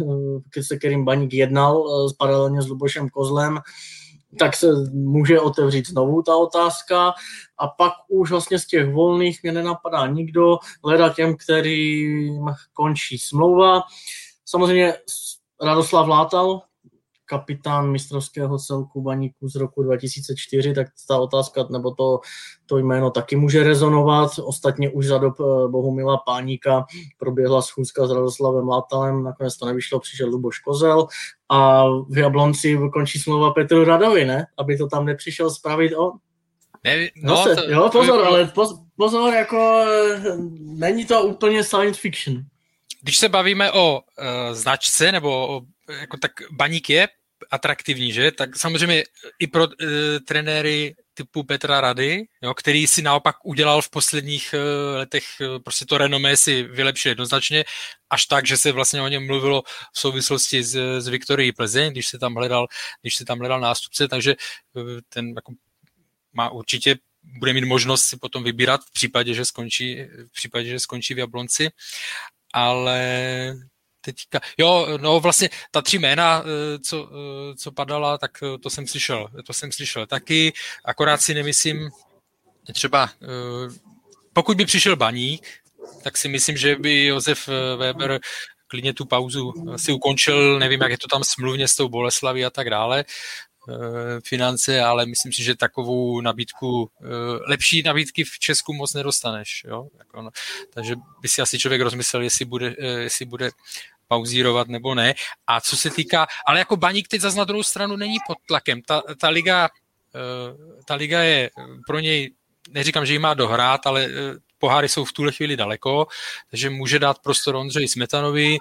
se kterým Baník jednal paralelně s Lubošem Kozlem, tak se může otevřít znovu ta otázka. A pak už vlastně z těch volných mě nenapadá nikdo, leda těm, kterým končí smlouva. Samozřejmě Radoslav Látal, kapitán mistrovského celku Baníku z roku dva tisíce čtyři, tak ta otázka nebo to, to jméno taky může rezonovat. Ostatně už za dob Bohumila Páníka proběhla schůzka s Radoslavem Látalem, nakonec to nevyšlo, přišel Luboš Kozel a v Jablonci končí smlouva Petru Radovi, ne? Aby to tam nepřišel spravit on. Ne, no, Zase, to, jo, pozor, to, ale pozor, jako není to úplně science fiction. Když se bavíme o uh, značce, nebo o, jako tak Baník je atraktivní, že? Tak samozřejmě i pro uh, trenéry typu Petra Rady, jo, který si naopak udělal v posledních uh, letech, uh, prostě to renomé si vylepšil jednoznačně, až tak, že se vlastně o něm mluvilo v souvislosti s, s Viktorií Plzeň, když se tam hledal, když se tam hledal nástupce, takže uh, ten jako, má určitě bude mít možnost si potom vybírat v případě, že skončí, v případě, že skončí v Jablonci. Ale teďka, jo, no vlastně ta tři jména, co, co padala, tak to jsem slyšel, to jsem slyšel taky, akorát si nemyslím, třeba pokud by přišel Baník, tak si myslím, že by Josef Weber klidně tu pauzu si ukončil, nevím, jak je to tam smluvně s tou Boleslaví a tak dále, finance, ale myslím si, že takovou nabídku, lepší nabídky v Česku moc nedostaneš. Jo? Jako no, takže by si asi člověk rozmyslel, jestli bude, jestli bude pauzírovat nebo ne. A co se týká, ale jako Baník teď zase na druhou stranu není pod tlakem. Ta, ta, liga, ta liga je pro něj, neříkám, že ji má dohrát, ale poháry jsou v tuhle chvíli daleko, takže může dát prostor Ondřeji Smetanovi.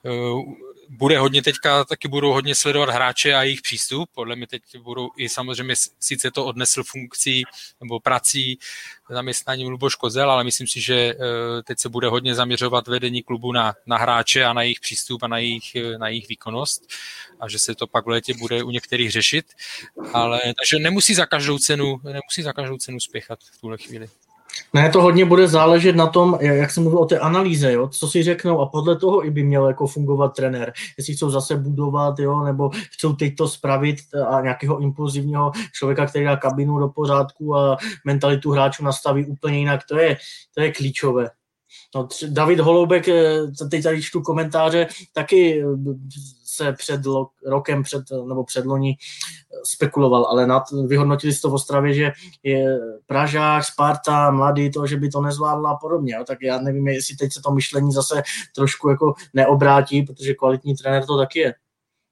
Bude hodně teďka, taky budou hodně sledovat hráče a jejich přístup. Podle mě teď budou i samozřejmě, sice to odnesl funkcí nebo prací zaměstnáním Luboš Kozel, ale myslím si, že teď se bude hodně zaměřovat vedení klubu na, na hráče a na jejich přístup a na jejich, na jejich výkonnost a že se to pak v létě bude u některých řešit. Ale, takže nemusí za každou cenu, nemusí za každou cenu spěchat v tuhle chvíli. Ne, to hodně bude záležet na tom, jak jsem mluvil o té analýze, jo, co si řeknou a podle toho i by měl jako fungovat trenér. Jestli chcou zase budovat, jo, nebo chcou teď to spravit a nějakého impulzivního člověka, který dá kabinu do pořádku a mentalitu hráčů nastaví úplně jinak, to je, to je klíčové. No, David Holoubek, teď tady čtu komentáře, taky se před rokem, před, nebo předloni spekuloval, ale nad, vyhodnotili to v Ostravě, že je Pražák, Sparta, mladý, to, že by to nezvládla a podobně. Jo. Tak já nevím, jestli teď se to myšlení zase trošku jako neobrátí, protože kvalitní trenér to taky je.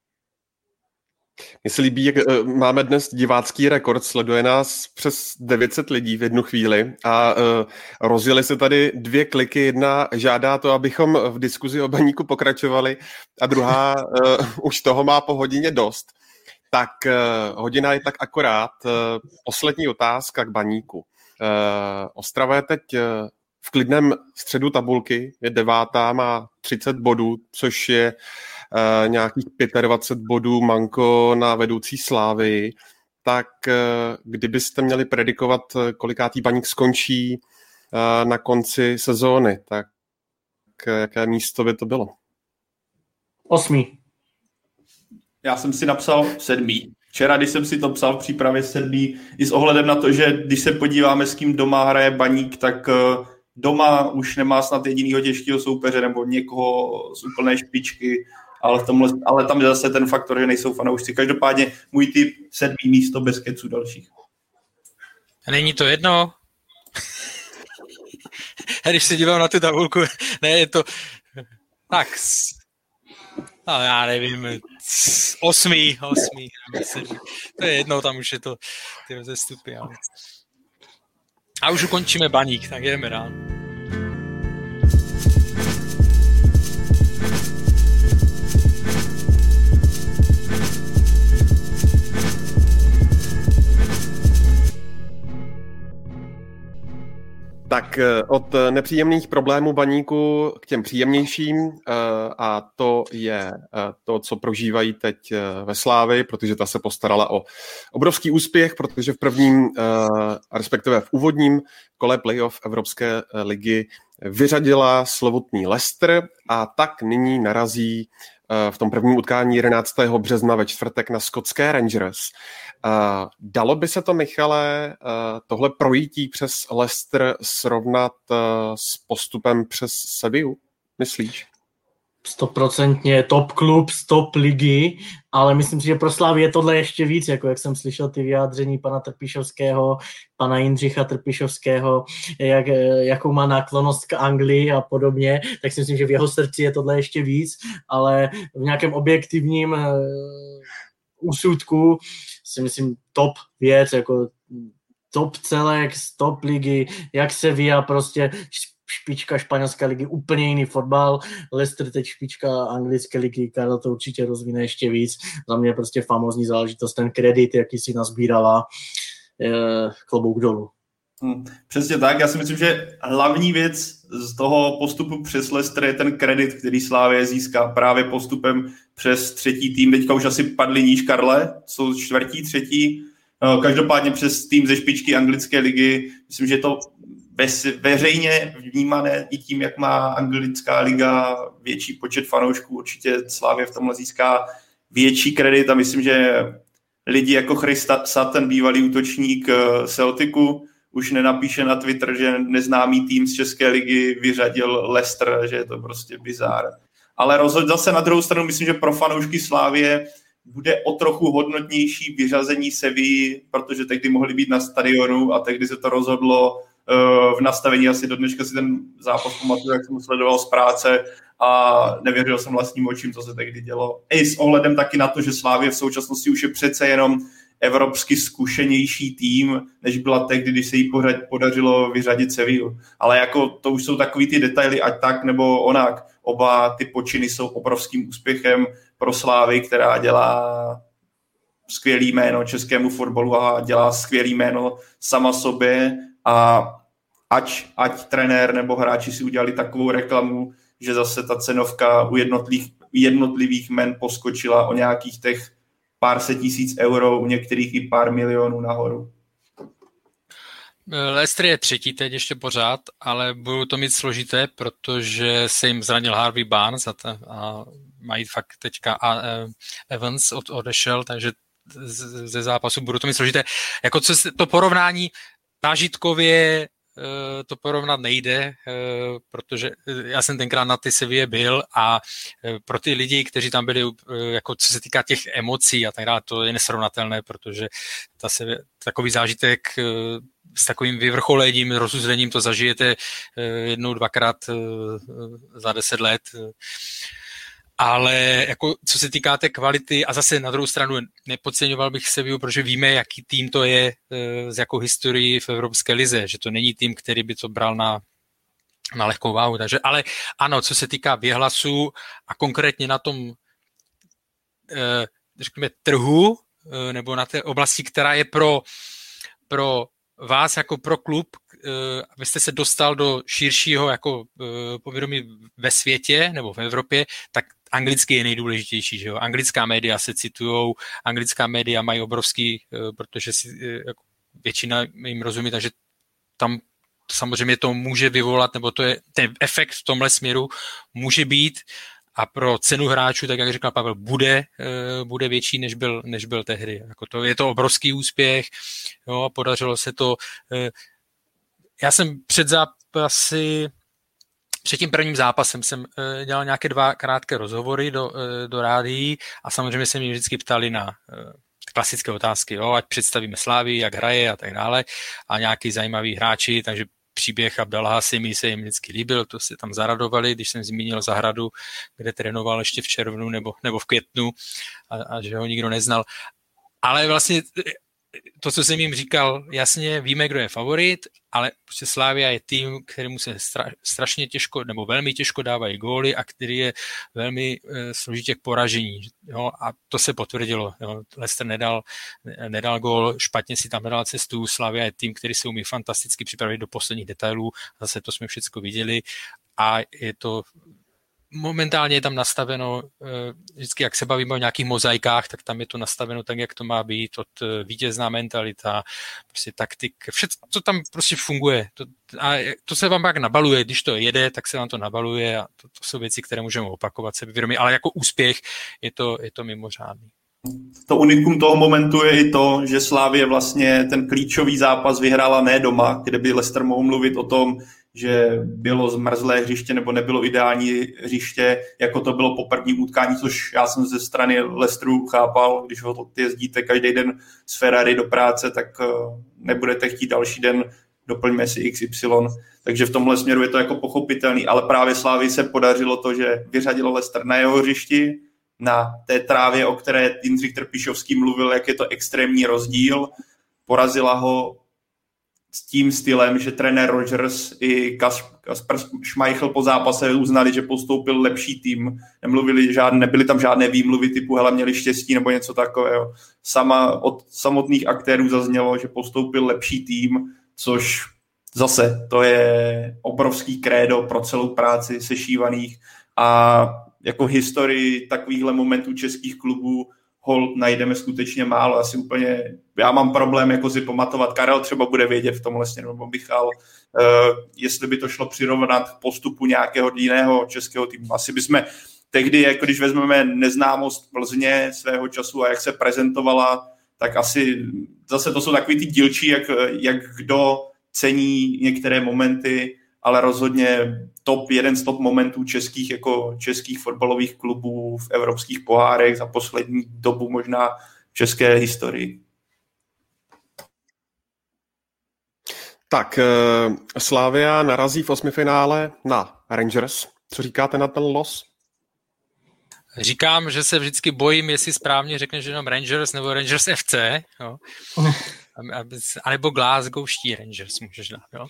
Mně se líbí, jak máme dnes divácký rekord, sleduje nás přes devět set lidí v jednu chvíli a uh, rozjeli se tady dvě kliky, jedna žádá to, abychom v diskuzi o Baníku pokračovali a druhá uh, už toho má po hodině dost. Tak uh, hodina je tak akorát. Uh, poslední otázka k Baníku. Uh, Ostrava je teď uh, v klidném středu tabulky, je devátá, má třicet bodů, což je Uh, nějakých dvacet pět bodů manko na vedoucí Slávy, tak uh, kdybyste měli predikovat, kolikátý Baník skončí uh, na konci sezóny, tak uh, jaké místo by to bylo? Osmý. Já jsem si napsal sedmý. Včera, když jsem si to psal v přípravě sedmý, i s ohledem na to, že když se podíváme, s kým doma hraje Baník, tak uh, doma už nemá snad jedinýho těžkého soupeře nebo někoho z úplné špičky, ale, v tomhle, ale tam je zase ten faktor, že nejsou fanoušci. Každopádně můj tip sedmý místo bez keců dalších. Není to jedno? Když se dívám na tu tabulku, ne, je to tak, no, já nevím, osmý, osmý, myslím, to je jedno, tam už je to ty rozestupy, ale... A už ukončíme Baník, tak jdeme dál. Tak od nepříjemných problémů Baníku k těm příjemnějším a to je to, co prožívají teď ve Slávii, protože ta se postarala o obrovský úspěch, protože v prvním, respektive v úvodním kole playoff Evropské ligy vyřadila slovutný Leicester a tak nyní narazí v tom prvním utkání jedenáctého března ve čtvrtek na skotské Rangers. Uh, dalo by se to, Michale, uh, tohle projítí přes Leicester srovnat uh, s postupem přes Sevillu, myslíš? Stoprocentně top klub z top ligy, ale myslím si, že pro Slávy je tohle ještě víc, jako jak jsem slyšel ty vyjádření pana Trpišovského, pana Jindřicha Trpišovského, jak, jakou má náklonnost k Anglii a podobně, tak si myslím, že v jeho srdci je tohle ještě víc, ale v nějakém objektivním uh, úsudku si myslím top věc, jako top celek z top ligy, jak se vyjá prostě špička španělské ligy, úplně jiný fotbal, Leicester teď špička anglické ligy, Karel to určitě rozvine ještě víc, za mě prostě famózní záležitost, ten kredit, jaký si nazbírala, klobouk dolů. Hmm, přesně tak, já si myslím, že hlavní věc z toho postupu přes Leicester je ten kredit, který Slavia získá právě postupem přes třetí tým. Teďka už asi padli níž, Karle, jsou čtvrtí, třetí, no, každopádně přes tým ze špičky anglické ligy. Myslím, že je to bez, veřejně vnímané i tím, jak má anglická liga větší počet fanoušků. Určitě Slavia v tomhle získá větší kredit a myslím, že lidi jako Chris Sutton, bývalý útočník Celticu, už nenapíše na Twitter, že neznámý tým z České ligy vyřadil Leicester, že je to prostě bizár. Ale rozhodně zase na druhou stranu myslím, že pro fanoušky Slávie bude o trochu hodnotnější vyřazení Sevilly, protože tehdy mohli být na stadionu a tehdy se to rozhodlo uh, v nastavení. Asi do dneška si ten zápas pamatuju, jak jsem ho sledoval z práce a nevěřil jsem vlastním očím, co se tehdy dělo. I s ohledem taky na to, že Slavia v současnosti už je přece jenom evropsky zkušenější tým, než byla tehdy, když se jí podařilo vyřadit Sevillu. Ale jako to už jsou takový ty detaily, ať tak nebo onak. Oba ty počiny jsou obrovským úspěchem pro Slávy, která dělá skvělý jméno českému fotbalu a dělá skvělý jméno sama sobě a ať, ať trenér nebo hráči si udělali takovou reklamu, že zase ta cenovka u jednotlivých, jednotlivých jmen poskočila o nějakých těch pár set tisíc euro, u některých i pár milionů nahoru. Leicester je třetí teď ještě pořád, ale budou to mít složité, protože se jim zranil Harvey Barnes a, ta, a mají fakt teďka a, a Evans od, odešel, takže ze zápasu budou to mít složité. Jako co to porovnání nážitkově to porovnat nejde, protože já jsem tenkrát na ty Sevilla byl a pro ty lidi, kteří tam byli, jako co se týká těch emocí a tak dále, to je nesrovnatelné, protože ta Sevilla, takový zážitek s takovým vyvrcholením, rozuzlením to zažijete jednou, dvakrát za deset let. Ale jako, co se týká té kvality, a zase na druhou stranu nepodceňoval bych Sevillu, protože víme, jaký tým to je, s jakou historií v Evropské lize, že to není tým, který by to bral na, na lehkou váhu. Takže, ale ano, co se týká věhlasu a konkrétně na tom řekněme, trhu, nebo na té oblasti, která je pro, pro vás jako pro klub, abyste se dostal do širšího jako povědomí ve světě nebo v Evropě, tak anglicky je nejdůležitější, že jo. Anglická média se citujou, anglická média mají obrovský, protože si jako většina jim rozumí, takže tam samozřejmě to může vyvolat, nebo to je ten efekt v tomhle směru může být a pro cenu hráčů, tak jak říkal Pavel, bude, bude větší, než byl, než byl tehdy. Jako to, je to obrovský úspěch, jo, podařilo se to. Já jsem před zápasy, před tím prvním zápasem jsem dělal nějaké dva krátké rozhovory do, do rádií a samozřejmě se mě vždycky ptali na klasické otázky, jo, ať představíme Slávii, jak hraje a tak dále a nějaký zajímavý hráči, takže příběh Abdallah mi se jim vždycky líbil, to se tam zaradovali, když jsem zmínil Zahradu, kde trénoval ještě v červnu nebo, nebo v květnu a, a že ho nikdo neznal. Ale vlastně to, co jsem jim říkal, jasně víme, kdo je favorit, ale prostě Slavia je tým, kterému se stra, strašně těžko nebo velmi těžko dávají góly a který je velmi e, složitě k poražení. Jo? A to se potvrdilo. Jo? Leicester nedal, nedal gól, špatně si tam nedal cestu. Slavia je tým, který se umí fantasticky připravit do posledních detailů. Zase to jsme všechno viděli a je to momentálně je tam nastaveno, vždycky jak se bavíme o nějakých mozaikách, tak tam je to nastaveno tak, jak to má být, od vítězná mentalita, prostě taktik, všechno, co tam prostě funguje. To, a to se vám pak nabaluje, když to jede, tak se vám to nabaluje a to, to jsou věci, které můžeme opakovat sebevědomě, ale jako úspěch je to, je to mimořádný. To unikum toho momentu je i to, že Slavie vlastně ten klíčový zápas vyhrála ne doma, kde by Leicester mohl mluvit o tom, že bylo zmrzlé hřiště nebo nebylo ideální hřiště, jako to bylo po prvním utkání, což já jsem ze strany Leicesteru chápal, když ho jezdíte každý den z Ferrari do práce, tak nebudete chtít další den, doplňme si iks ypsilon. Takže v tomhle směru je to jako pochopitelný, ale právě Slavii se podařilo to, že vyřadilo Leicester na jeho hřišti, na té trávě, o které Jindřich Trpišovský mluvil, jak je to extrémní rozdíl. Porazila ho s tím stylem, že trenér Rodgers i Kasper Schmeichel po zápase uznali, že postoupil lepší tým. Nemluvili žádné, nebyly tam žádné výmluvy typu hele, měli štěstí nebo něco takového. Sama od samotných aktérů zaznělo, že postoupil lepší tým, což zase to je obrovský krédo pro celou práci sešívaných a jako historii takovýchhle momentů českých klubů hol najdeme skutečně málo. Asi úplně, já mám problém jako si pamatovat, Karel třeba bude vědět v tomhle směru, nebo Michal, uh, jestli by to šlo přirovnat k postupu nějakého jiného českého týmu. Asi bychom tehdy, jako když vezmeme neznámost Plzně svého času a jak se prezentovala, tak asi zase to jsou takový ty dílčí, jak, jak kdo cení některé momenty, ale rozhodně top, jeden z top momentů českých, jako českých fotbalových klubů v evropských pohárech za poslední dobu možná v české historii. Tak, Slavia narazí v osmifinále na Rangers. Co říkáte na ten los? Říkám, že se vždycky bojím, jestli správně řekneš jenom Rangers nebo Rangers ef cé, jo. A nebo Glasgowští Rangers můžeš dát, jo.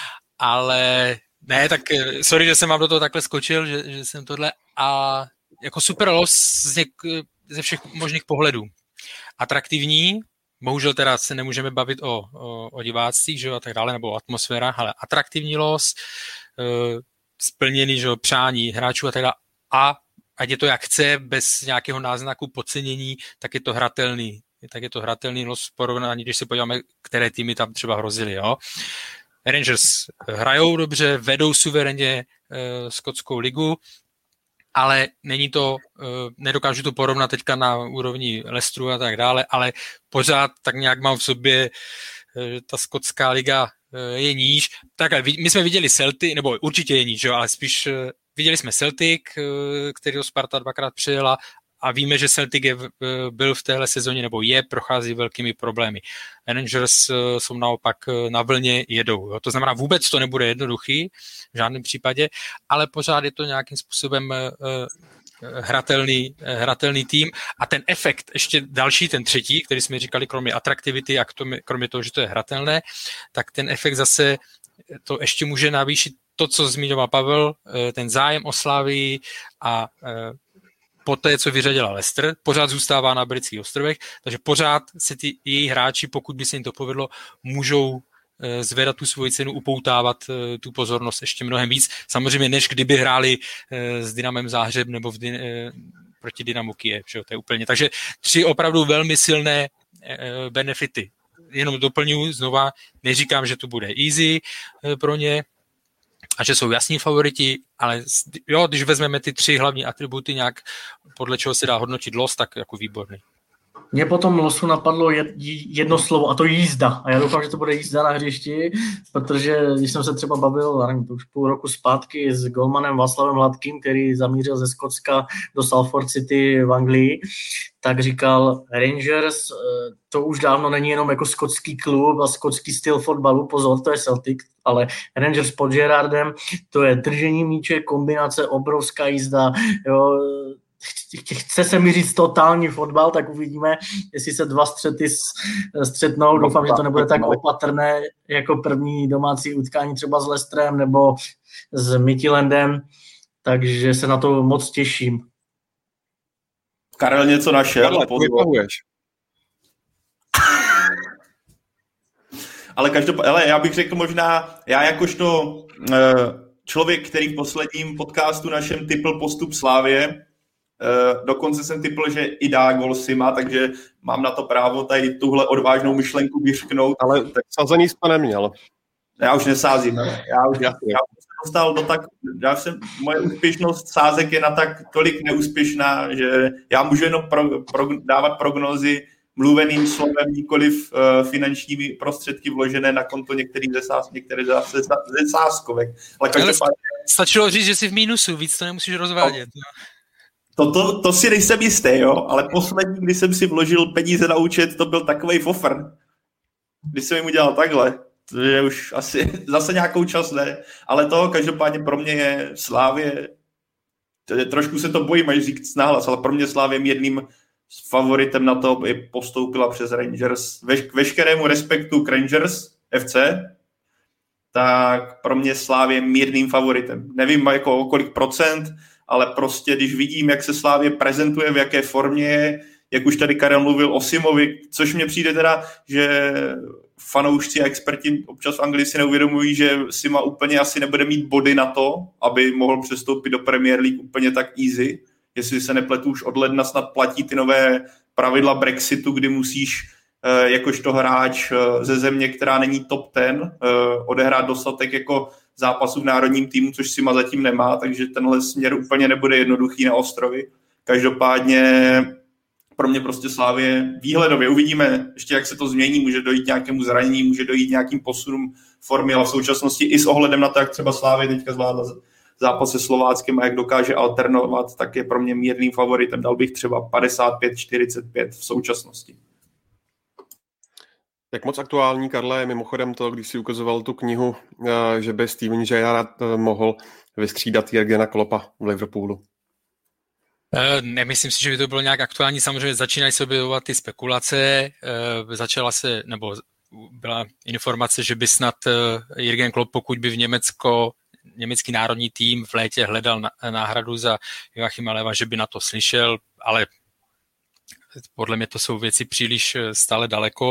Ale ne, tak sorry, že jsem vám do toho takhle skočil, že, že jsem tohle a jako super los z něk, ze všech možných pohledů. Atraktivní, bohužel teda se nemůžeme bavit o, o, o divácích, že jo, a tak dále, nebo o atmosférách, ale atraktivní los, e, splněný, že jo, přání hráčů a tak dále a ať je to jak chce, bez nějakého náznaku podcenění, tak je to hratelný. Tak je to hratelný los v porovnání, když se podíváme, které týmy tam třeba hrozily, jo. Rangers hrajou dobře, vedou suverénně uh, skotskou ligu, ale není to, uh, nedokážu to porovnat teďka na úrovni Leicesteru a tak dále, ale pořád tak nějak mám v sobě, uh, ta skotská liga uh, je níž. Tak my jsme viděli Celtic, nebo určitě je níž, jo, ale spíš uh, viděli jsme Celtic, uh, kterýho Sparta dvakrát přijela, a víme, že Celtic je, byl v téhle sezóně nebo je, prochází velkými problémy. Rangers jsou naopak na vlně, jedou. Jo. To znamená, vůbec to nebude jednoduchý v žádném případě, ale pořád je to nějakým způsobem hratelný, hratelný tým a ten efekt, ještě další, ten třetí, který jsme říkali, kromě atraktivity a kromě toho, že to je hratelné, tak ten efekt zase to ještě může navýšit to, co zmiňoval Pavel, ten zájem o Slavii a poté, co vyřadila Leicester, pořád zůstává na britských ostrovech, takže pořád se ty její hráči, pokud by se jim to povedlo, můžou zvedat tu svoji cenu, upoutávat tu pozornost ještě mnohem víc. Samozřejmě, než kdyby hráli s Dynamem Záhřeb nebo v Dyn- proti Dynamu Kyjev. To je úplně. Takže tři opravdu velmi silné benefity. Jenom doplňuji znova, neříkám, že to bude easy pro ně, a že jsou jasní favoriti, ale jo, když vezmeme ty tři hlavní atributy nějak, podle čeho se dá hodnotit los, tak jako výborný. Mě po tom losu napadlo jedno slovo, a to jízda. A já doufám, že to bude jízda na hřišti, protože když jsem se třeba bavil, nevím, to už půl roku zpátky s golmanem Václavem Hladkým, který zamířil ze Skotska do Salford City v Anglii, tak říkal, Rangers to už dávno není jenom jako skotský klub a skotský styl fotbalu, pozor, to je Celtic, ale Rangers pod Gerrardem, to je držení míče, kombinace, obrovská jízda, jo, chce se mi říct totální fotbal, tak uvidíme, jestli se dva střety střetnou. Doufám, že to nebude tak opatrné jako první domácí utkání třeba s Leicesterem nebo s Midtjyllandem, takže se na to moc těším. Karel něco našel. Karle, ale každopádně, ale já bych řekl možná, já jakožto člověk, který v posledním podcastu našem tipl postup Slávě, Uh, dokonce jsem typl, že i dá gol Sima, takže mám na to právo tady tuhle odvážnou myšlenku vyřknout. Ale tak sázení jste neměl. Já už nesázím. Ne? Já už já, já jsem dostal do tak... Já jsem, moje úspěšnost sázek je na tak tolik neúspěšná, že já můžu jenom pro, pro, dávat prognózy mluveným slovem, nikoliv uh, finančními prostředky vložené na konto některých ze sáz, některé ze, ze, ze sázkovek. Ale každopádně... Stačilo říct, že jsi v mínusu, víc to nemusíš rozvádět. No. To, to, to si nejsem jistý, jo, ale poslední, kdy jsem si vložil peníze na účet, to byl takovej fofr. Když jsem jim udělal takhle, že už asi zase nějakou čas ne, ale to každopádně pro mě je Slávě, trošku se to bojím, až říct nahlas, ale pro mě Slávě jedním favoritem na to, aby postoupila přes Rangers. Veš, k veškerému respektu k Rangers F C, tak pro mě Slávě mírným favoritem. Nevím jako o kolik procent, ale prostě když vidím, jak se Slávě prezentuje, v jaké formě je, jak už tady Karel mluvil o Simovi, což mně přijde teda, že fanoušci a experti občas v Anglii si neuvědomují, že Sima úplně asi nebude mít body na to, aby mohl přestoupit do Premier League úplně tak easy. Jestli se nepletu, už od ledna snad platí ty nové pravidla Brexitu, kdy musíš jakožto hráč ze země, která není top ten, odehrát dostatek jako zápasů v národním týmu, což Sima zatím nemá, takže tenhle směr úplně nebude jednoduchý na ostrovy. Každopádně pro mě prostě Slávě výhledově uvidíme ještě, jak se to změní, může dojít nějakému zranění, může dojít nějakým posunům formy, ale v současnosti i s ohledem na to, jak třeba Slávě teďka zvládla zápas se Slováckem a jak dokáže alternovat, tak je pro mě mírným favoritem. Dal bych třeba padesát pět čtyřicet pět v současnosti. Jak moc aktuální, Karle, je mimochodem to, když si ukazoval tu knihu, že by Steven Gerrard mohl vystřídat Jurgena Kloppa v Liverpoolu? Nemyslím si, že by to bylo nějak aktuální. Samozřejmě začínají se objevovat ty spekulace. Začala se, nebo byla informace, že by snad Jurgen Klopp, pokud by v Německo, německý národní tým v létě hledal náhradu za Joachima Löwa, že by na to slyšel, ale podle mě to jsou věci příliš stále daleko.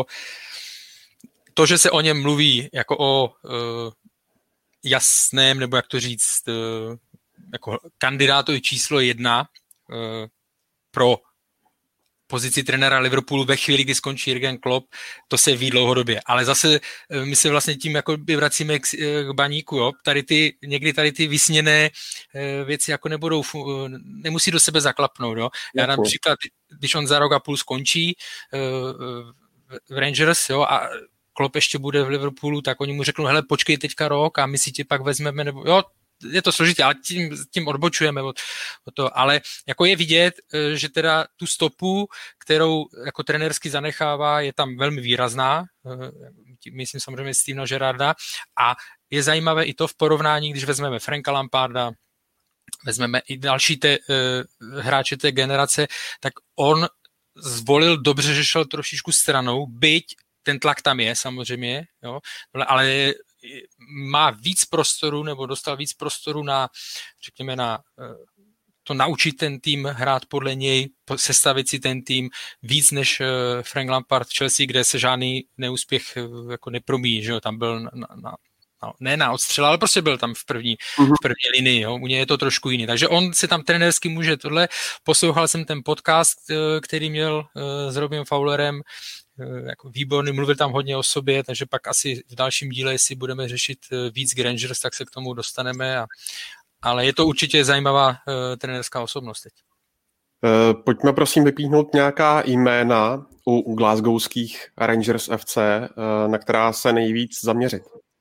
To, že se o něm mluví jako o uh, jasném, nebo jak to říct, uh, jako kandidátovi číslo jedna uh, pro pozici trenéra Liverpoolu ve chvíli, kdy skončí Jurgen Klopp, to se ví dlouhodobě. Ale zase uh, my se vlastně tím jako by vracíme k, k Baníku. Jo? Tady ty, někdy tady ty vysněné uh, věci jako nebudou, uh, nemusí do sebe zaklapnout. Jo? Já dám příklad, když on za rok a půl skončí uh, v Rangers, jo, a Klopp ještě bude v Liverpoolu, tak oni mu řeknou, hele, počkej teďka rok a my si tě pak vezmeme, nebo jo, je to složitě, ale tím, tím odbočujeme od, od toho. Ale jako je vidět, že teda tu stopu, kterou jako trenérsky zanechává, je tam velmi výrazná, myslím samozřejmě Stevena Gerrarda, a je zajímavé i to v porovnání, když vezmeme Franka Lamparda, vezmeme i další te, uh, hráče té generace, tak on zvolil dobře, že šel trošičku stranou, byť ten tlak tam je samozřejmě, jo, ale má víc prostoru, nebo dostal víc prostoru na, řekněme, na to naučit ten tým hrát podle něj, sestavit si ten tým víc než Frank Lampard v Chelsea, kde se žádný neúspěch jako nepromíjí, že jo, tam byl na, na, na No, ne na odstřel, ale prostě byl tam v první, uh-huh. v první linii, jo. U něj je to trošku jiný. Takže on se tam trenérsky může tohle. Poslouchal jsem ten podcast, který měl s Robin Fowlerem, jako výborný, mluvil tam hodně o sobě, takže pak asi v dalším díle, jestli budeme řešit víc Rangers, tak se k tomu dostaneme. A, ale je to určitě zajímavá uh, trenérská osobnost teď. Pojďme prosím vypíchnout nějaká jména u glasgowských Rangers F C, na která se nejvíc zaměřit.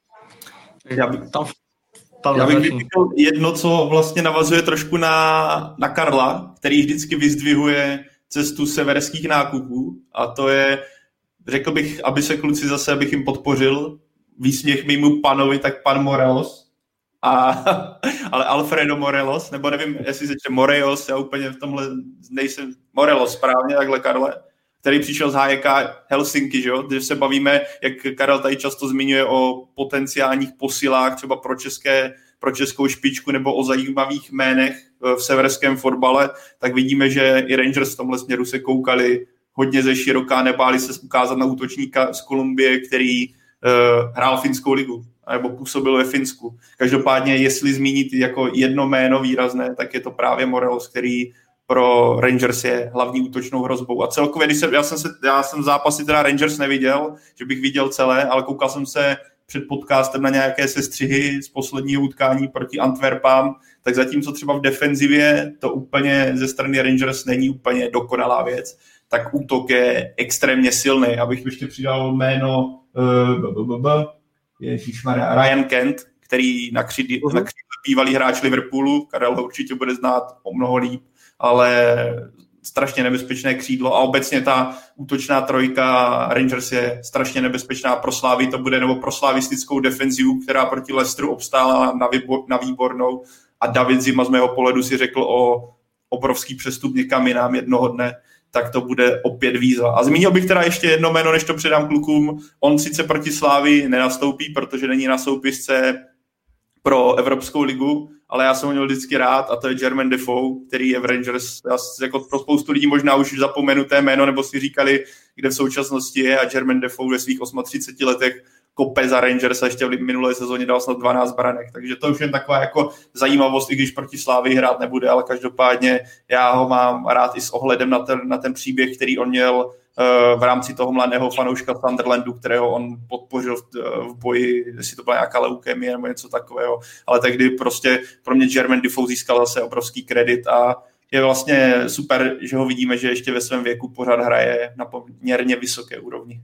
Já bych, já bych vypíchl jedno, co vlastně navazuje trošku na, na Karla, který vždycky vyzdvihuje cestu severských nákupů, a to je, řekl bych, aby se kluci zase, abych jim podpořil, výsměch mému panovi, tak pan Morelos, a, ale Alfredo Morelos, nebo nevím, jestli se čte Morelos, já úplně v tomhle nejsem, Morelos správně, takhle Karle, který přišel z H J K Helsinki, že jo? Když se bavíme, jak Karel tady často zmiňuje o potenciálních posilách třeba pro, české, pro českou špičku nebo o zajímavých jménech v severském fotbale, tak vidíme, že i Rangers v tomhle směru se koukali hodně ze široká, nebáli se ukázat na útočníka z Kolumbie, který uh, hrál finskou ligu nebo působil ve Finsku. Každopádně, jestli zmínit jako jedno jméno výrazné, tak je to právě Morelos, který pro Rangers je hlavní útočnou hrozbou. A celkově, když jsem, já, jsem se, já jsem zápasy teda Rangers neviděl, že bych viděl celé, ale koukal jsem se před podcastem na nějaké sestřihy z posledního utkání proti Antwerpám, tak zatímco třeba v defenzivě to úplně ze strany Rangers není úplně dokonalá věc, tak útok je extrémně silný. Abych ještě přidal jméno uh, Ježišmarja, Ryan Kent, který na křídle uh-huh. bývalý hráč Liverpoolu, Karel ho určitě bude znát o mnoho líp, ale strašně nebezpečné křídlo a obecně ta útočná trojka Rangers je strašně nebezpečná. Pro Slávy to bude, nebo pro slavistickou defenzivu, která proti Leicesteru obstála na, výbor, na výbornou, a David Zima z mého pohledu si řekl o obrovský přestup někam jinam jednoho dne, tak to bude opět výzva. A zmínil bych teda ještě jedno jméno, než to předám klukům. On sice proti Slávy nenastoupí, protože není na soupisce pro Evropskou ligu, ale já jsem ho měl vždycky rád, a to je Jermaine Defoe, který je v Rangers, jako pro spoustu lidí možná už zapomenuté jméno, nebo si říkali, kde v současnosti je, a Jermaine Defoe ve svých třiceti osmi letech kope za Rangers a ještě v minulé sezóně dal snad dvanáct branek, takže to už je taková jako zajímavost, i když proti Slávii hrát nebude, ale každopádně já ho mám rád i s ohledem na ten, na ten příběh, který on měl v rámci toho mladého fanouška Sunderlandu, kterého on podpořil v, v boji, jestli to byla nějaká leukemie nebo něco takového, ale tehdy prostě pro mě Jermaine Defoe získal zase obrovský kredit a je vlastně super, že ho vidíme, že ještě ve svém věku pořád hraje na poměrně vysoké úrovni.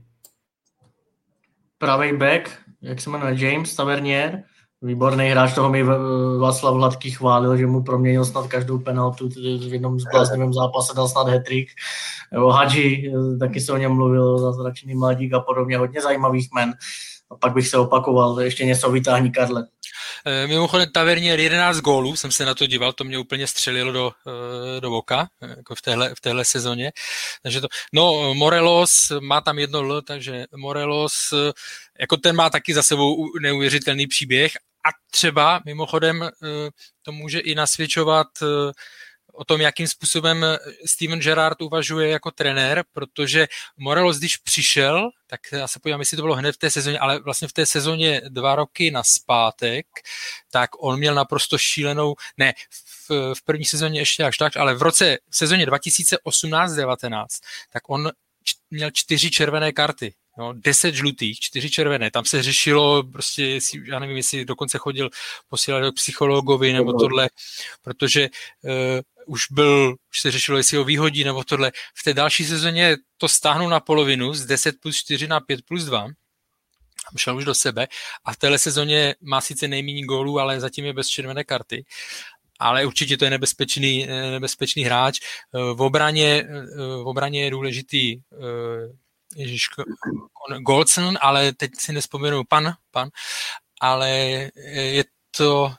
Pravý back, jak se jmenuje, James Tavernier, výborný hráč, toho mi Václav Hladký chválil, že mu proměnil snad každou penaltu, v jednom z bláznivém zápase dal snad hat-trick. Hadži, taky se o něm mluvil, zázračný mladík a podobně, hodně zajímavých jmen. A pak bych se opakoval, ještě něco vytáhní, Karle. Mimochodem Tavernier jedenáct gólů, jsem se na to díval, to mě úplně střelilo do, do oka, jako v téhle, v téhle sezóně. Takže to, no, Morelos má tam jedno L, takže Morelos, jako ten má taky za sebou neuvěřitelný příběh a třeba mimochodem to může i nasvědčovat o tom, jakým způsobem Steven Gerrard uvažuje jako trenér, protože Morelos, když přišel, tak já se podívám, jestli to bylo hned v té sezóně, ale vlastně v té sezóně dva roky naspátek, tak on měl naprosto šílenou, ne, v, v první sezóně ještě až tak, ale v roce, v sezóně dva tisíce osmnáct devatenáct, tak on č- měl čtyři červené karty. No, deset žlutých, čtyři červené. Tam se řešilo, prostě, jestli, já nevím, jestli dokonce chodil posílat do psychologovi nebo tohle, protože uh, už byl, už se řešilo, jestli ho výhodí nebo tohle. V té další sezóně to stáhnul na polovinu z deset plus čtyři na pět plus dva. Šel už do sebe a v téhle sezóně má sice nejméně gólů, ale zatím je bez červené karty. Ale určitě to je nebezpečný, nebezpečný hráč. V obraně, v obraně je důležitý Ježiš, Goldson, ale teď si nespomenu pan, pan, ale je to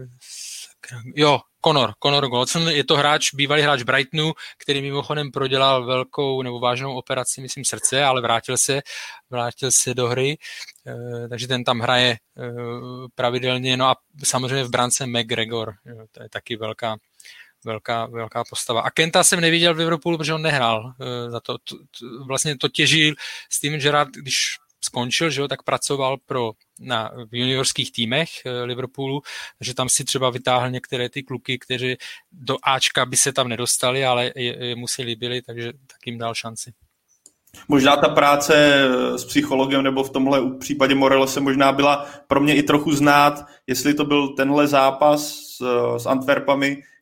jo, Conor, Conor Goldson, je to hráč, bývalý hráč Brightonu, který mimochodem prodělal velkou nebo vážnou operaci, myslím srdce, ale vrátil se, vrátil se do hry, takže ten tam hraje pravidelně, no a samozřejmě v brance McGregor, to je taky velká Velká, velká postava. A Kenta jsem neviděl v Liverpoolu, protože on nehrál. Za to, to, to, vlastně to těžil Steven Gerrard, když skončil, že jo, tak pracoval pro, na, v juniorských týmech Liverpoolu, takže tam si třeba vytáhl některé ty kluky, kteří do Ačka by se tam nedostali, ale je, je mu si líbili, takže tak jim dal šanci. Možná ta práce s psychologem nebo v tomhle případě Morelose možná byla pro mě i trochu znát, jestli to byl tenhle zápas s, s Antwerpami,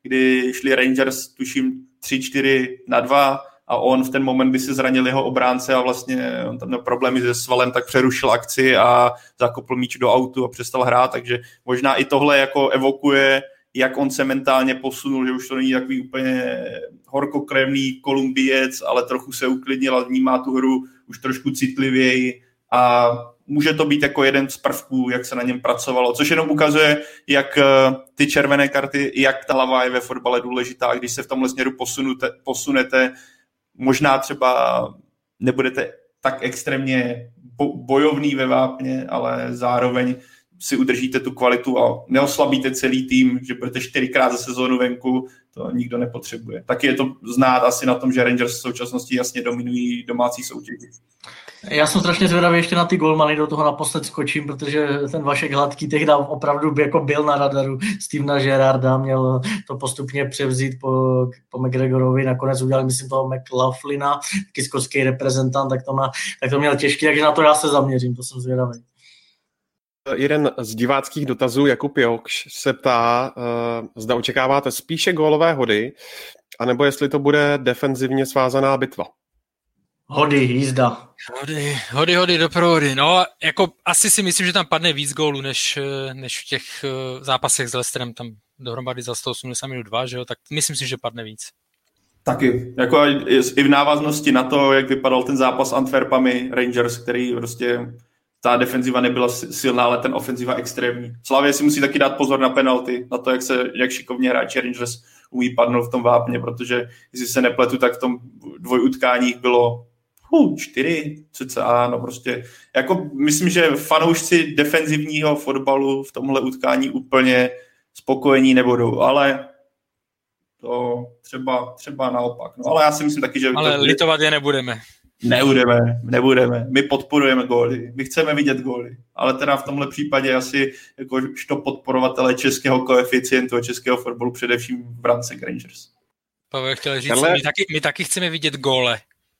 kdy šli Rangers, tuším, tři čtyři na dva a on v ten moment, kdy se zranil jeho obránce a vlastně on tam měl problémy se svalem, tak přerušil akci a zakopl míč do autu a přestal hrát, takže možná i tohle jako evokuje, jak on se mentálně posunul, že už to není takový úplně horkokrevný Kolumbiec, ale trochu se uklidnil a vnímá tu hru už trošku citlivěji a může to být jako jeden z prvků, jak se na něm pracovalo, což jenom ukazuje, jak ty červené karty, jak ta hlava je ve fotbale důležitá, když se v tomhle směru posunete, posunete, možná třeba nebudete tak extrémně bojovný ve vápně, ale zároveň si udržíte tu kvalitu a neoslabíte celý tým, že budete čtyřikrát za sezónu venku, to nikdo nepotřebuje. Taky je to znát asi na tom, že Rangers v současnosti jasně dominují domácí soutěži. Já jsem strašně zvědavý ještě na ty golmany, do toho naposled skočím, protože ten Vašek Hladký tehdy opravdu jako byl na radaru Stevena Gerrarda, měl to postupně převzít po, po McGregorovi, nakonec udělali, myslím, toho McLaughlina, taky skotský reprezentant, tak to, má, tak to měl těžký, takže na to já se zaměřím, to jsem zvědavý. Jeden z diváckých dotazů, Jakub Jokš, se ptá, uh, zda očekáváte spíše gólové hody, anebo jestli to bude defenzivně svázaná bitva. Hody, jízda. Hody, hody, hody, doprovody. No, jako asi si myslím, že tam padne víc gólů, než, než v těch zápasech s Leicesterem, tam dohromady za sto osmdesát minut dva, že jo, tak myslím si, že padne víc. Taky, jako i v návaznosti na to, jak vypadal ten zápas s Antwerpami Rangers, který prostě ta defenziva nebyla silná, ale ten ofenziva extrémní. Slavia si musí taky dát pozor na penalty, na to, jak se, jak šikovně hráči Rangers umí padnout v tom vápně, protože jestli se nepletu, tak v tom dvojutkáních bylo uh, čtyři cca, no prostě, jako myslím, že fanoušci defenzivního fotbalu v tomhle utkání úplně spokojení nebudou, ale to třeba, třeba naopak. No, ale já si myslím taky, že... Ale to... litovat je nebudeme. Nebudeme, nebudeme. My podporujeme góly. My chceme vidět góly. Ale teda v tomhle případě asi jakožto podporovatelé českého koeficientu a českého fotbalu, především v brance Rangers. Pavel chtěl říct, Karle, my, taky, my taky chceme vidět góle.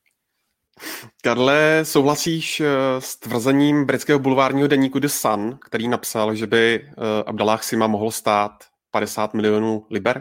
Karle, souhlasíš s tvrzením britského bulvárního deníku The Sun, který napsal, že by Abdallah Sima mohl stát padesát milionů liber?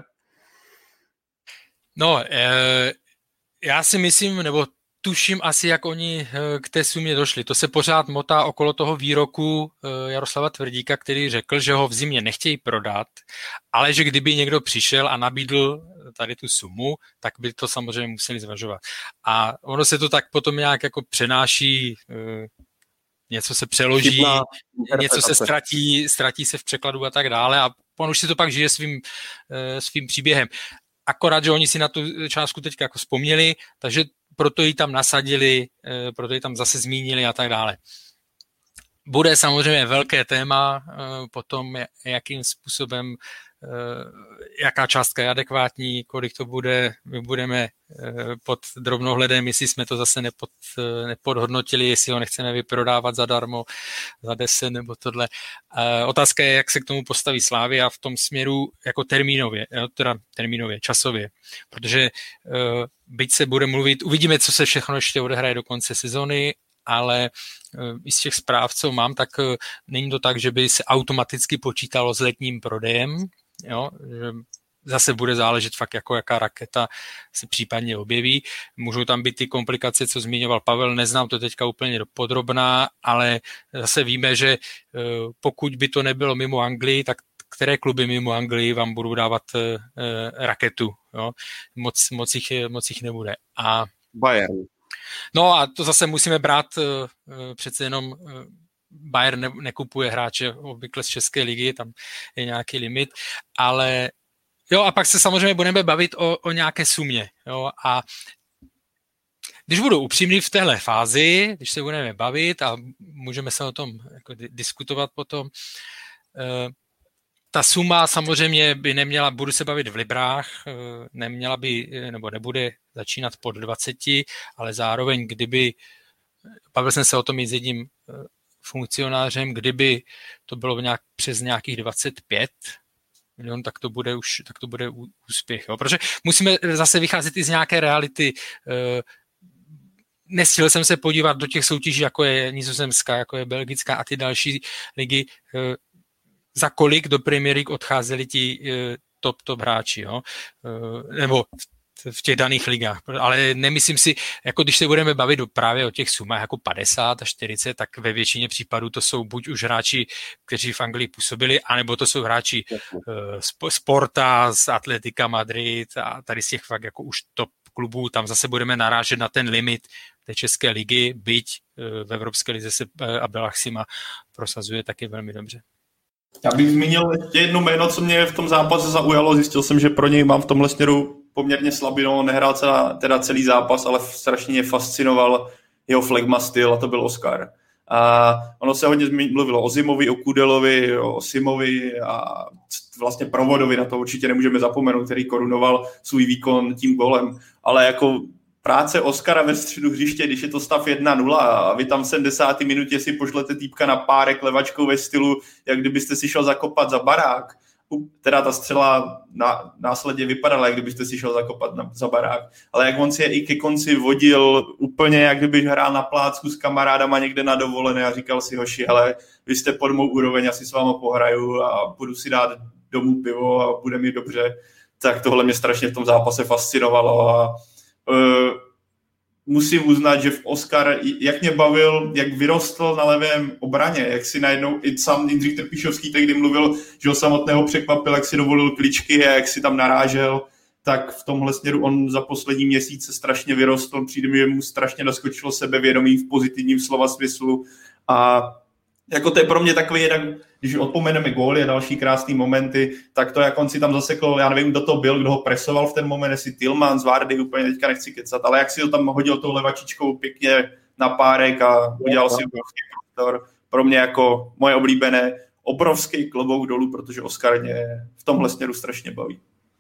No, e, já si myslím, nebo tuším asi, jak oni k té sumě došli. To se pořád motá okolo toho výroku Jaroslava Tvrdíka, který řekl, že ho v zimě nechtějí prodat, ale že kdyby někdo přišel a nabídl tady tu sumu, tak by to samozřejmě museli zvažovat. A ono se to tak potom nějak jako přenáší, něco se přeloží, něco se ztratí, ztratí se v překladu a tak dále a on už si to pak žije svým, svým příběhem. Akorát, že oni si na tu částku teďka jako vzpomněli, takže proto ji tam nasadili, proto ji tam zase zmínili a tak dále. Bude samozřejmě velké téma potom, jakým způsobem, jaká částka je adekvátní, kolik to bude, my budeme pod drobnohledem, jestli jsme to zase nepod, nepodhodnotili, jestli ho nechceme vyprodávat zadarmo, za deset nebo tohle. Otázka je, jak se k tomu postaví Slavia v tom směru jako termínově, teda termínově, časově, protože byť se bude mluvit, uvidíme, co se všechno ještě odehraje do konce sezony, ale i z těch zpráv, co mám, tak není to tak, že by se automaticky počítalo s letním prodejem, jo, že zase bude záležet fakt, jako jaká raketa se případně objeví. Můžou tam být ty komplikace, co zmiňoval Pavel, neznám to teďka úplně podrobná, ale zase víme, že pokud by to nebylo mimo Anglii, tak které kluby mimo Anglii vám budou dávat raketu, jo? Moc, moc, jich, moc jich nebude. A Bayern. No a to zase musíme brát přece jenom Bayern ne, nekupuje hráče obvykle z České ligy, tam je nějaký limit, ale jo a pak se samozřejmě budeme bavit o, o nějaké sumě, jo a když budu upřímný v téhle fázi, když se budeme bavit a můžeme se o tom jako diskutovat potom, ta suma samozřejmě by neměla, budu se bavit v librách, neměla by, nebo nebude začínat pod dvaceti, ale zároveň, kdyby, bavil jsem se o tom i s jedním funkcionářem, kdyby to bylo nějak přes nějakých dvacet pět milion, tak to bude už, tak to bude úspěch. Jo? Protože musíme zase vycházet i z nějaké reality. Nestihl jsem se podívat do těch soutěží, jako je nizozemská, jako je belgická a ty další ligy, za kolik do Premier League odcházeli ti, top, top hráči, jo? Nebo v těch daných ligách, ale nemyslím si, jako když se budeme bavit právě o těch sumách jako padesát a čtyřicet, tak ve většině případů to jsou buď už hráči, kteří v Anglii působili, anebo to jsou hráči uh, Sporta, z Atletica Madrid a tady z těch fakt jako už top klubů, tam zase budeme narážet na ten limit té české ligy, byť uh, v Evropské lize se uh, Abdel Achsima prosazuje taky velmi dobře. Já bych zmínil ještě jedno jméno, co mě v tom zápase zaujalo, zjistil jsem, že pro něj mám v tomhle směru poměrně slabinu, nehrál celá, teda celý zápas, ale strašně mě fascinoval jeho flegma styl a to byl Oscar. A ono se hodně mluvilo o Zimovi, o Kudelovi, o Simovi a vlastně Provodovi, na to určitě nemůžeme zapomenout, který korunoval svůj výkon tím golem, ale jako práce Oscara ve středu hřiště, když je to stav jedna nula a vy tam v sedmdesáté minutě si pošlete týpka na párek levačkou ve stylu, jak kdybyste si šel zakopat za barák. Teda ta střela na, následně vypadala, jak kdybyste si šel zakopat na, za barák. Ale jak on si je i ke konci vodil úplně, jak kdybyš hrál na plácku s kamarádama někde na dovolené a říkal si, hoši, hele, vy jste pod mou úroveň, já si s váma pohraju a budu si dát domů pivo a bude mi dobře. Tak tohle mě strašně v tom zápase fascinovalo a uh, musím uznat, že v Oscar, jak mě bavil, jak vyrostl na levém obraně, jak si najednou i sám Jindřich Trpišovský tehdy mluvil, že ho samotného překvapil, jak si dovolil kličky a jak si tam narážel, tak v tomhle směru on za poslední měsíce strašně vyrostl, přijde mi, že mu strašně naskočilo sebevědomí v pozitivním slova smyslu a jako to je pro mě takový jednak, když odpomeneme góly a další krásný momenty, tak to, jak on si tam zasekl, já nevím, kdo to byl, kdo ho presoval v ten moment, jestli Tillmans, Vardy, úplně teďka nechci kecat, ale jak si ho tam hodil tou levačičkou pěkně na párek a udělal si obrovský prostor. Pro mě jako moje oblíbené, obrovský klobouk dolů, protože Oscar mě v tomhle směru strašně baví.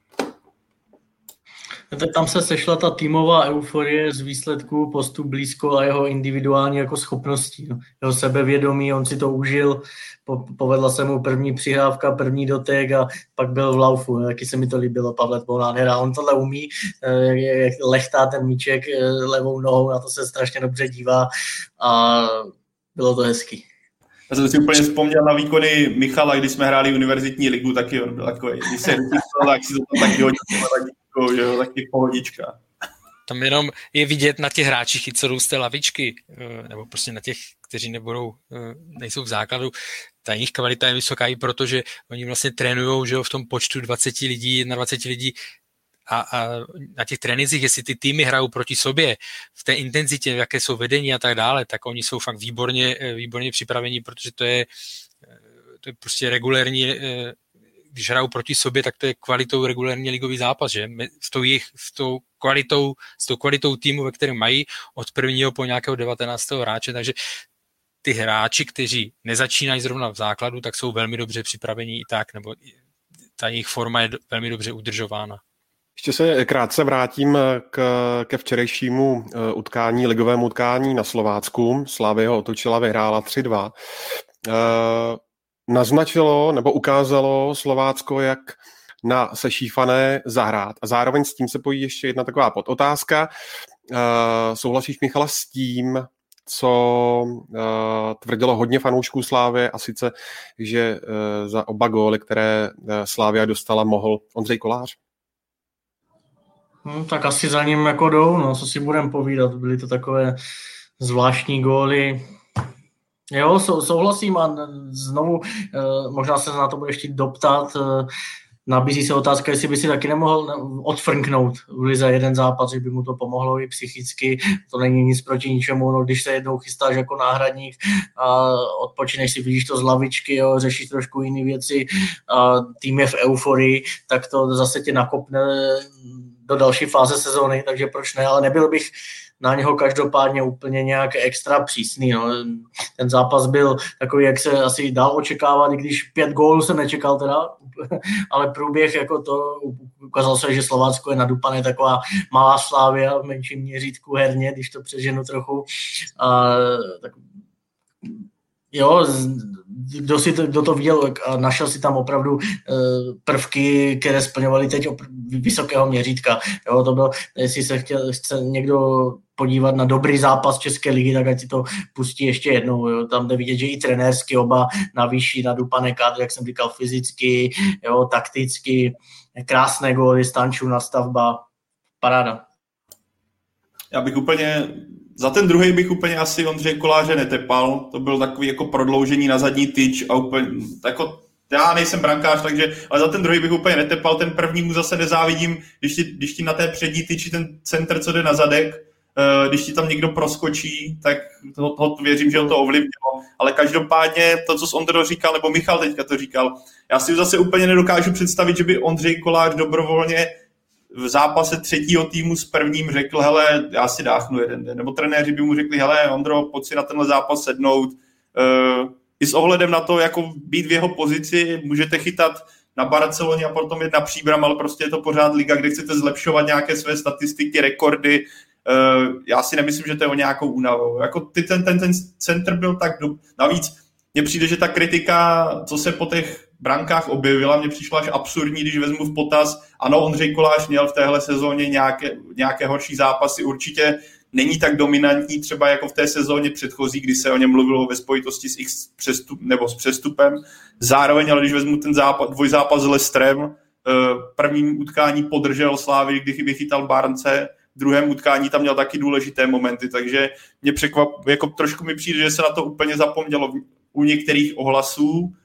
Tam se sešla ta týmová euforie z výsledků, postup blízko a jeho individuální jako schopností. No. Jeho sebevědomí, on si to užil, po, povedla se mu první přihrávka, první dotek a pak byl v laufu. No. Taky se mi to líbilo, Pavle Bolánera. On tohle umí, jak lechtá ten míček levou nohou, na to se strašně dobře dívá a bylo to hezký. Já jsem si úplně vzpomněl na výkony Michala, když jsme hráli univerzitní ligu, taky on byl takový, když se rychl, tak si to tam taky hodil, že jo, taky pohodička. Tam jenom je vidět na těch hráčích, co jdou z té lavičky, nebo prostě na těch, kteří nebudou, nejsou v základu, ta jejich kvalita je vysoká i proto, že oni vlastně trénujou, že jo, v tom počtu dvacet lidí, dvacet lidí a, a na těch trénincích, jestli ty týmy hrajou proti sobě, v té intenzitě, jaké jsou vedení a tak dále, tak oni jsou fakt výborně, výborně připraveni, protože to je, to je prostě regulérní, když hrajou proti sobě, tak to je kvalitou regulérní ligový zápas, že? S tou, jich, s tou kvalitou, s tou kvalitou týmu, ve kterém mají od prvního po nějakého devatenáctého hráče, takže ty hráči, kteří nezačínají zrovna v základu, tak jsou velmi dobře připraveni i tak, nebo ta jejich forma je velmi dobře udržována. Ještě se krátce vrátím k, ke včerejšímu utkání, ligovému utkání na Slovácku. Slavia ho otočila, vyhrála tři dva. Naznačilo nebo ukázalo Slovácko, jak na sešífané zahrát. A zároveň s tím se pojí ještě jedna taková podotázka. Souhlasíš, Michala, s tím, co tvrdilo hodně fanoušků Slávie, a sice, že za oba góly, které Slavia dostala, mohl Ondřej Kolář? No, tak asi za ním jako jdou, no, co si budeme povídat, byly to takové zvláštní góly. Jo, sou, souhlasím a znovu, možná se na to bude ještě doptat, nabízí se otázka, jestli by si taky nemohl odfrknout v lize jeden zápas, že by mu to pomohlo i psychicky, to není nic proti ničemu, no, když se jednou chystáš jako náhradník a odpočineš si, vidíš to z lavičky, jo, řešíš trošku jiné věci a tým je v euforii, tak to zase tě nakopne do další fáze sezóny, takže proč ne, ale nebyl bych na něho každopádně úplně nějak extra přísný. No. Ten zápas byl takový, jak se asi dal očekávat, i když pět gólů jsem nečekal teda, ale průběh jako to ukázalo se, že Slovácko je nadupané, taková malá Slavia v menším měřítku herně, když to přeženu trochu. A, tak jo, kdo, si to, kdo to viděl a našel si tam opravdu prvky, které splňovaly teď vysokého měřítka. Jo, to bylo, jestli se chtěl, chce někdo podívat na dobrý zápas České ligy, tak ať si to pustí ještě jednou. Jo. Tam jde vidět, že i trenérsky oba na vyšší, nadupané kádry, jak jsem říkal, fyzicky, jo, takticky, krásné góly, Stančů nastavba, paráda. Já bych úplně, za ten druhý bych úplně asi Ondřeje Koláře netepal, to byl takový jako prodloužení na zadní tyč a úplně, jako já nejsem brankář, takže, ale za ten druhý bych úplně netepal, ten první mu zase nezávidím, když ti, když ti na té přední tyči ten center, co jde na zadek, když ti tam někdo proskočí, tak to, to věřím, že ho to ovlivnilo. Ale každopádně to, co jsi Ondro říkal, nebo Michal teďka to říkal, já si zase úplně nedokážu představit, že by Ondřej Kolář dobrovolně v zápase třetího týmu s prvním řekl, hele, já si dáchnu jeden den. Nebo trenéři by mu řekli, hele, Ondro, pojď si na tenhle zápas sednout. Uh, I s ohledem na to, jako být v jeho pozici, můžete chytat na Barceloně a potom jít na Příbram, ale prostě je to pořád liga, kde chcete zlepšovat nějaké své statistiky, rekordy. Uh, já si nemyslím, že to je o nějakou únavu. Jako ty, ten, ten, ten center byl tak... Do... Navíc mně přijde, že ta kritika, co se po těch brankách objevila, mně přišla až absurdní, když vezmu v potaz. Ano, Ondřej Kolář měl v téhle sezóně nějaké, nějaké horší zápasy, určitě není tak dominantní třeba jako v té sezóně předchozí, kdy se o něm mluvilo ve spojitosti s X přestup, nebo s přestupem. Zároveň, ale když vezmu ten zápas, dvojzápas s Leicesterem, prvním utkání podržel Slávy, kdy vychytal Barnce, v druhém utkání tam měl taky důležité momenty, takže mě překvap, jako trošku mi přijde, že se na to úplně zapomnělo u některých ohlasů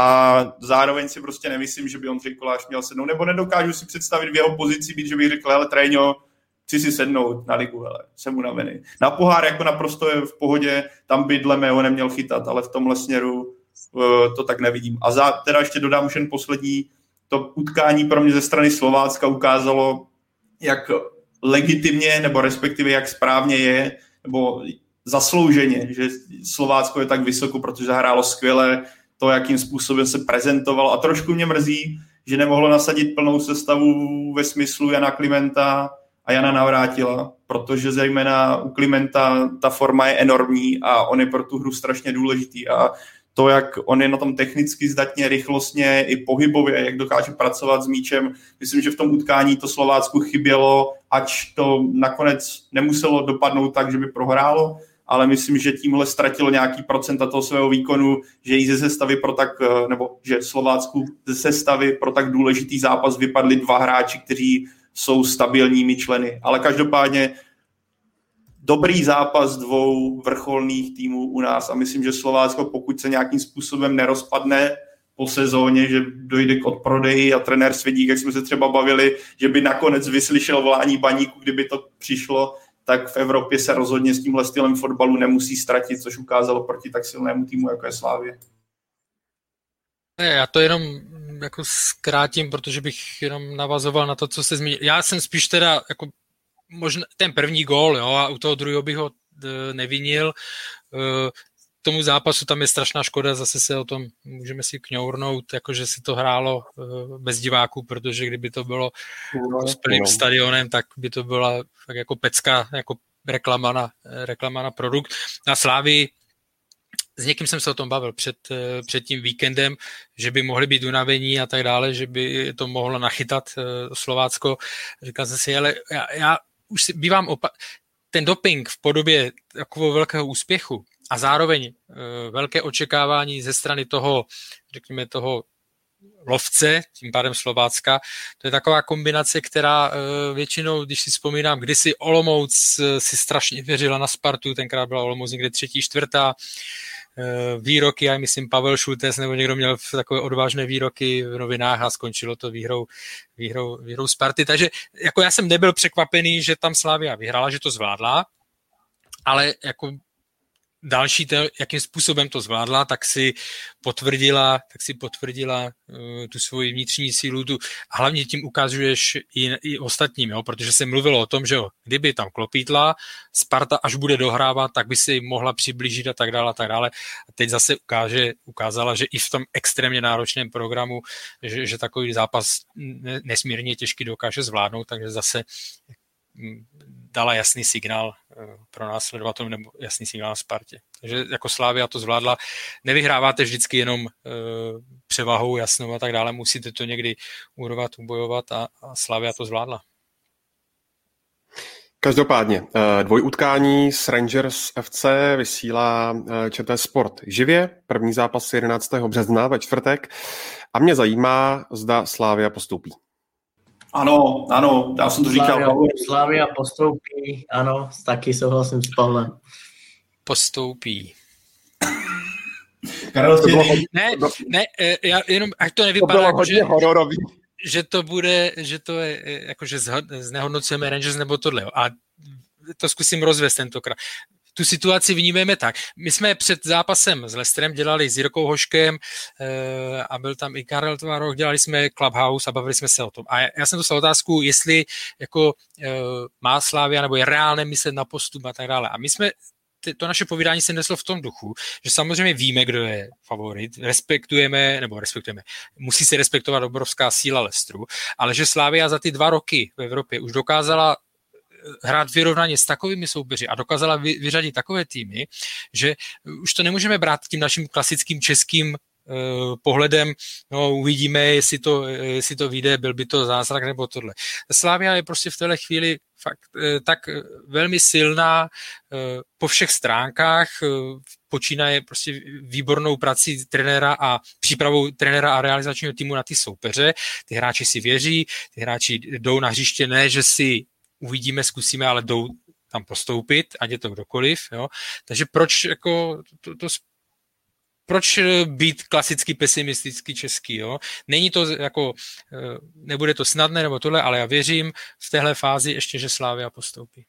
a zároveň si prostě nemyslím, že by Ondřej Kolář měl sednout, nebo nedokážu si představit v jeho pozici být, že bych řekl, hele, Tréňo, chci si sednout na ligu, hele, jsem unavený. Na pohár jako naprosto je v pohodě, tam by dle mého neměl chytat, ale v tomhle směru uh, to tak nevidím. A za, teda ještě dodám už jen poslední, to utkání pro mě ze strany Slovácka ukázalo, jak legitimně, nebo respektive jak správně je, nebo zaslouženě, že Slovácko je tak vysoko, protože zahrálo skvěle, to, jakým způsobem se prezentoval a trošku mě mrzí, že nemohlo nasadit plnou sestavu ve smyslu Jana Klimenta a Jana Navrátila, protože zejména u Klimenta ta forma je enormní a on je pro tu hru strašně důležitý a to, jak on je na tom technicky zdatně, rychlostně i pohybově, jak dokáže pracovat s míčem. Myslím, že v tom utkání to Slovácku chybělo, ač to nakonec nemuselo dopadnout tak, že by prohrálo, ale myslím, že tímhle ztratilo nějaký procenta toho svého výkonu, že jí ze sestavy pro tak, nebo že Slovácku ze sestavy pro tak důležitý zápas vypadli dva hráči, kteří jsou stabilními členy. Ale každopádně dobrý zápas dvou vrcholných týmů u nás a myslím, že Slovácko, pokud se nějakým způsobem nerozpadne po sezóně, že dojde k odprodeji a trenér Svědík, jak jsme se třeba bavili, že by nakonec vyslyšel volání Baníku, kdyby to přišlo, tak v Evropě se rozhodně s tímhle stylem fotbalu nemusí ztratit, což ukázalo proti tak silnému týmu, jako je Slavie. Já to jenom jako zkrátím, protože bych jenom navazoval na to, co se zmínil. Já jsem spíš teda jako možná ten první gól, jo, a u toho druhého bych ho nevinil. Tomu zápasu tam je strašná škoda, zase se o tom můžeme si kňournout, jakože si to hrálo bez diváků, protože kdyby to bylo no, s plným no. stadionem, tak by to byla tak jako pecka, jako reklama na, reklama na produkt. Na Slávii s někým jsem se o tom bavil před, před tím víkendem, že by mohli být unavení a tak dále, že by to mohlo nachytat Slovácko. Říkal jsem si, ale já, já už si bývám opa- ten doping v podobě takového velkého úspěchu a zároveň e, velké očekávání ze strany toho, řekněme, toho lovce, tím pádem Slovácka, to je taková kombinace, která e, většinou, když si vzpomínám, kdysi Olomouc si strašně věřila na Spartu, tenkrát byla Olomouc někde třetí, čtvrtá, výroky, já myslím Pavel Šultes nebo někdo měl takové odvážné výroky v novinách a skončilo to výhrou, výhrou, výhrou Sparty. Takže jako já jsem nebyl překvapený, že tam Slavia vyhrála, že to zvládla, ale jako další, to, jakým způsobem to zvládla, tak si potvrdila, tak si potvrdila uh, tu svoji vnitřní sílu, tu, a hlavně tím ukazuješ i, i ostatním, jo, protože se mluvilo o tom, že jo, kdyby tam klopítla, Sparta až bude dohrávat, tak by se jim mohla přiblížit a tak dále a tak dále. A teď zase ukáže, ukázala, že i v tom extrémně náročném programu, že, že takový zápas nesmírně těžký dokáže zvládnout, takže zase dala jasný signál pro následovatelům nebo jasný signál Spartě. Takže jako Slavia to zvládla. Nevyhráváte vždycky jenom převahou jasnou a tak dále, musíte to někdy urvat, ubojovat a, a Slavia to zvládla. Každopádně, dvojutkání s Rangers F C vysílá ČT Sport živě. První zápas jedenáctého března ve čtvrtek. A mě zajímá, zda Slavia postoupí. Ano, ano, já jsem to říkal. Slavia, Slavia postoupí, ano, taky souhlasím s Pavlem. Postoupí. Karel, ne, ne, já jenom, ať to nevypadá, to že, hororový. že to bude, že to je, jakože znehodnocujeme Rangers nebo tohle. A to zkusím rozvést tentokrát. Tu situaci vnímáme tak. My jsme před zápasem s Leicesterem dělali s Jirkou Hoškem e, a byl tam i Karel Tvaroch, dělali jsme Clubhouse a bavili jsme se o tom. A já jsem dostal otázku, jestli jako e, má Slavia nebo je reálné myslet na postup a tak dále. A my jsme to naše povídání se neslo v tom duchu, že samozřejmě víme, kdo je favorit, respektujeme, nebo respektujeme, musí se respektovat obrovská síla Leicesteru, ale že Slavia za ty dva roky v Evropě už dokázala hrát vyrovnaně s takovými soupeři a dokázala vy, vyřadit takové týmy, že už to nemůžeme brát tím naším klasickým českým uh, pohledem, no uvidíme, jestli to, jestli to vyjde, byl by to zázrak nebo tohle. Slavia je prostě v téhle chvíli fakt uh, tak velmi silná uh, po všech stránkách, uh, počínaje prostě výbornou prací trenéra a přípravou trenéra a realizačního týmu na ty soupeře. Ty hráči si věří, ty hráči jdou na hřiště, ne, že si uvidíme, zkusíme, ale jdou tam postoupit, ať je to kdokoliv. Jo. Takže proč, jako, to, to, proč být klasicky pesimistický český? Jo? Není to jako, nebude to snadné nebo tohle, ale já věřím v téhle fázi ještě, že Slavia postoupí.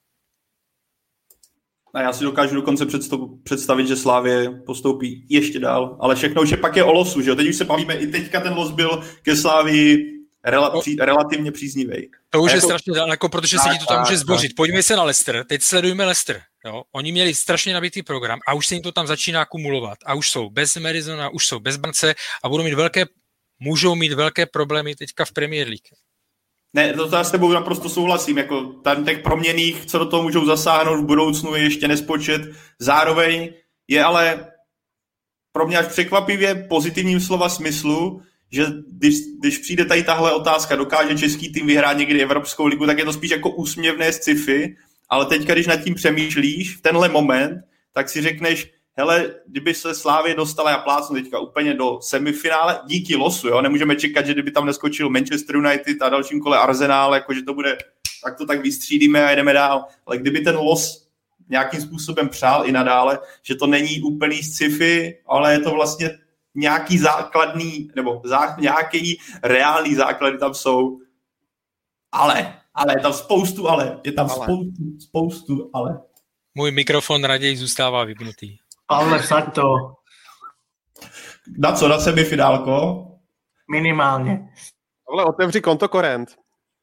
A já si dokážu dokonce představit, že Slavie postoupí ještě dál, ale všechno už je pak je o losu, že jo? Teď už se bavíme, i teďka ten los byl ke Slavii Rel- při- relativně příznivý. To už je jako strašně daleko, protože tak, se ti to tam může zbořit. Pojďme se na Leicester, teď sledujeme Leicester. Jo? Oni měli strašně nabitý program a už se jim to tam začíná kumulovat. A už jsou bez Madisona, už jsou bez Barnce a budou mít velké, můžou mít velké problémy teďka v Premier League. Ne, to já s tebou naprosto souhlasím. Jako tam těch proměnných, co do toho můžou zasáhnout v budoucnu, je ještě nespočet. Zároveň je ale pro mě až překvapivě pozitivním slova smyslu, že když, když přijde tady tahle otázka, dokáže český tým vyhrát někdy Evropskou ligu, tak je to spíš jako úsměvné sci-fi, ale teďka, když nad tím přemýšlíš v tenhle moment, tak si řekneš, hele, kdyby se Slavie dostala, já plácnu teďka úplně do semifinále, díky losu, jo, nemůžeme čekat, že kdyby tam neskočil Manchester United a dalším kole Arsenal, jakože to bude, tak to tak vystřídíme a jdeme dál, ale kdyby ten los nějakým způsobem přál i nadále, že to není úplný sci-fi, ale je to vlastně nějaký základný, nebo zá, nějaký reálný základy tam jsou. Ale, ale je tam spoustu ale. Je tam ale. spoustu, spoustu ale. Můj mikrofon raději zůstává vypnutý. Pavle, vsaď to. Na co? Na semifinálko? Minimálně. Pavle, otevři konto Korent.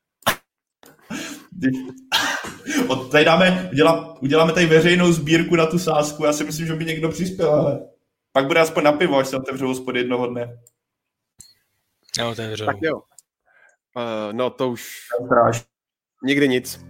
Od tady dáme, udělá, uděláme tady veřejnou sbírku na tu sázku. Já si myslím, že by někdo přispěl, ale pak bude aspoň na pivo, až se otevřou hospod jednoho dne. Neotevřou. Tak jo. Uh, no to už nikdy nic.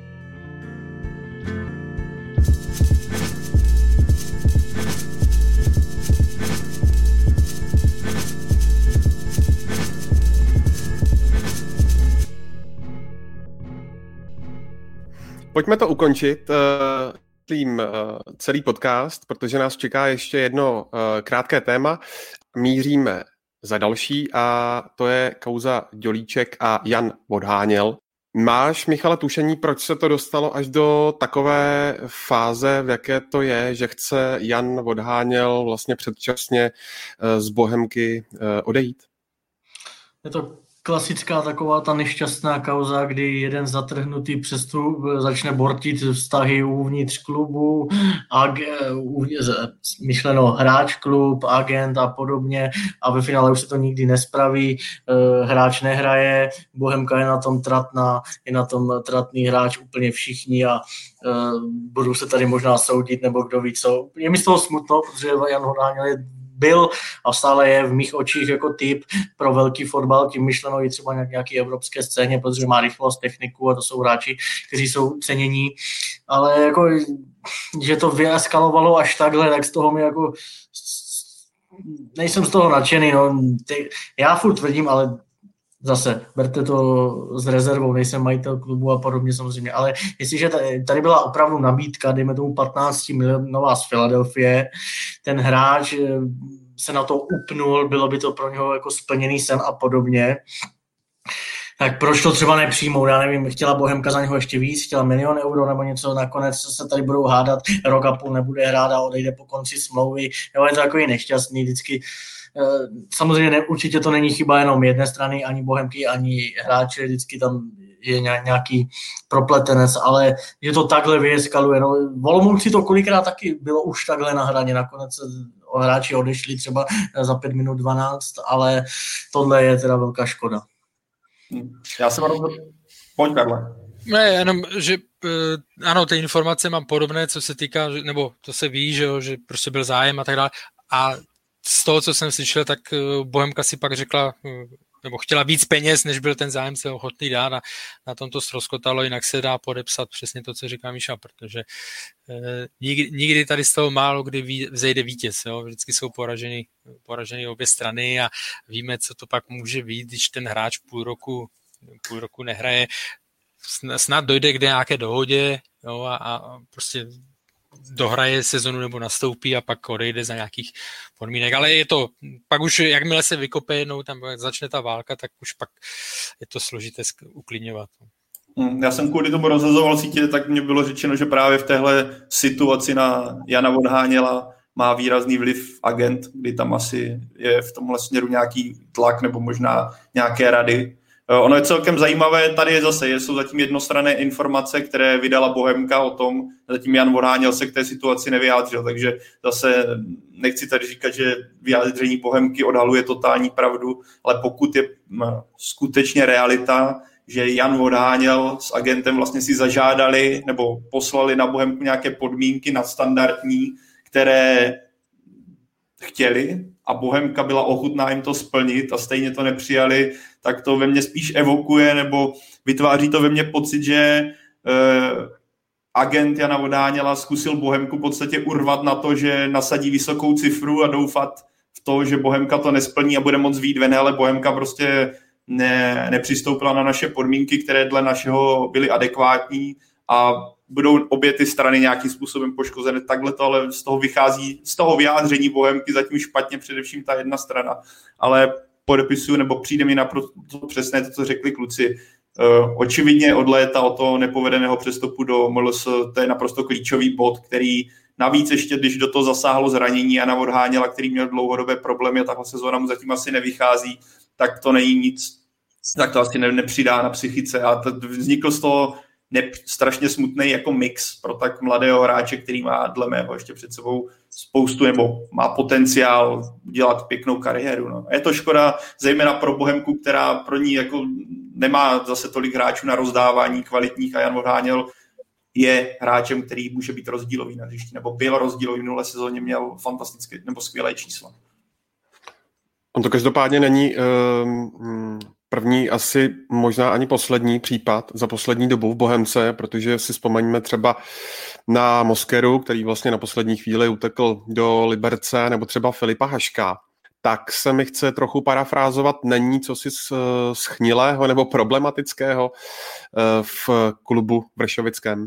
Pojďme to ukončit. Uh... celý podcast, protože nás čeká ještě jedno uh, krátké téma. Míříme za další a to je kauza Dělíček a Jan Vodháněl. Máš, Michale, tušení, proč se to dostalo až do takové fáze, v jaké to je, že chce Jan Vodháněl vlastně předčasně uh, z Bohemky uh, odejít? Je to klasická taková ta nešťastná kauza, kdy jeden zatrhnutý přestup začne bortit vztahy uvnitř klubu, ag, uvnitř, myšleno hráč klub, agent a podobně a ve finále už se to nikdy nespraví, hráč nehraje, Bohemka je na tom tratná, je na tom tratný hráč úplně všichni a budou se tady možná soudit nebo kdo ví co. Je mi z toho smutno, protože Jan Vodháněl je byl a stále je v mých očích jako typ pro velký fotbal, tím myšleno i třeba na nějaké evropské scéně, protože má rychlost, techniku a to jsou hráči, kteří jsou cenění, ale jako, že to vyeskalovalo až takhle, tak z toho mi jako nejsem z toho nadšený, no. Já furt tvrdím, ale zase, berte to s rezervou, nejsem majitel klubu a podobně samozřejmě, ale jestliže tady byla opravdu nabídka, dejme tomu patnáct milionová z Filadelfie, ten hráč se na to upnul, bylo by to pro něho jako splněný sen a podobně, tak proč to třeba nepřijmout, já nevím, chtěla Bohemka za něho ještě víc, chtěla milion euro nebo něco, nakonec se tady budou hádat, rok a půl nebude hrát a odejde po konci smlouvy, jo, je to takový nešťastný, vždycky. Samozřejmě ne, určitě to není chyba jenom jedné strany, ani Bohemky, ani hráče, vždycky tam je nějaký propletenec, ale že to takhle vyeskaluje. No, v Olomouci to kolikrát taky bylo už takhle na hraně, nakonec hráči odešli třeba za pět minut dvanáct, ale tohle je teda velká škoda. Já jsem rozhodl. Pojď, Karle. Ne, jenom, že ano, ty informace mám podobné, co se týká, nebo to se ví, že, že prostě byl zájem a tak dále. A z toho, co jsem slyšel, tak Bohemka si pak řekla, nebo chtěla víc peněz, než byl ten zájem se ochotný dát a na tom to ztroskotalo, jinak se dá podepsat přesně to, co říká Míša, protože eh, nikdy, nikdy tady z toho málo kdy ví, vzejde vítěz, jo? Vždycky jsou poražený, poražený obě strany a víme, co to pak může být, když ten hráč půl roku, půl roku nehraje, snad dojde k nějaké dohodě, jo? a, a prostě dohraje sezonu nebo nastoupí a pak odejde za nějakých podmínek, ale je to, pak už jakmile se vykope jednou, tam začne ta válka, tak už pak je to složité uklidňovat. Já jsem kvůli tomu rozhazoval sítě, tak mě bylo řečeno, že právě v téhle situaci na Jana Vodháněla má výrazný vliv agent, kdy tam asi je v tomhle směru nějaký tlak nebo možná nějaké rady. Ono je celkem zajímavé, tady je zase, jsou zatím jednostranné informace, které vydala Bohemka o tom, zatím Jan Vodháněl se k té situaci nevyjádřil, takže zase nechci tady říkat, že vyjádření Bohemky odhaluje totální pravdu, ale pokud je skutečně realita, že Jan Vodháněl s agentem vlastně si zažádali nebo poslali na Bohemku nějaké podmínky nadstandardní, které chtěli a Bohemka byla ochotná jim to splnit a stejně to nepřijali, tak to ve mně spíš evokuje nebo vytváří to ve mně pocit, že eh, agent Jana Vodháněla zkusil Bohemku v podstatě urvat na to, že nasadí vysokou cifru a doufat v to, že Bohemka to nesplní a bude moc vyjít ven, ale Bohemka prostě ne, nepřistoupila na naše podmínky, které dle našeho byly adekvátní a budou obě ty strany nějakým způsobem poškozené. Takhle to ale z toho vychází, z toho vyjádření Bohemky zatím špatně, především ta jedna strana. Ale podepisuju, nebo přijde mi naprosto přesné to, co řekli kluci. Uh, očividně od léta od toho nepovedeného přestupu do M L S, to je naprosto klíčový bod, který navíc ještě, když do toho zasáhlo zranění Jana Vodháněla, který měl dlouhodobé problémy a tahle sezóna mu zatím asi nevychází, tak to není nic, tak to asi ne, nepřidá na psychice a to vznikl z toho ne, strašně smutný jako mix pro tak mladého hráče, který má dle mého ještě před sebou spoustu nebo má potenciál dělat pěknou kariéru. No. A je to škoda, zejména pro Bohemku, která pro ní jako nemá zase tolik hráčů na rozdávání kvalitních a Jan Vodháněl je hráčem, který může být rozdílový na hřišti, nebo byl rozdílový v minulé sezóně, měl fantastické nebo skvělé čísla. On to každopádně není um, první, asi možná ani poslední případ za poslední dobu v Bohemce, protože si vzpomeňme třeba na Moskeru, který vlastně na poslední chvíli utekl do Liberce, nebo třeba Filipa Haška. Tak se mi chce trochu parafrázovat, není cosi schnilého nebo problematického v klubu vršovickém?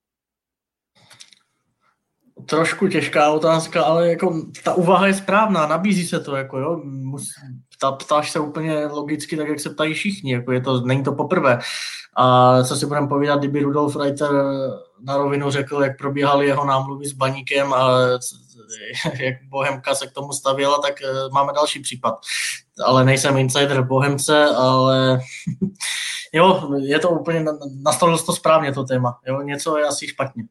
Trošku těžká otázka, ale jako ta úvaha je správná, nabízí se to, jako jo, ta, ptáš se úplně logicky tak, jak se ptají všichni, jako je to, není to poprvé. A co si budeme povídat, kdyby Rudolf Reiter na rovinu řekl, jak probíhaly jeho námluvy s Baníkem a jak Bohemka se k tomu stavěla, tak máme další případ. Ale nejsem insider v Bohemce, ale jo, je to úplně, nastavil to správně to téma, jo, něco je asi špatně.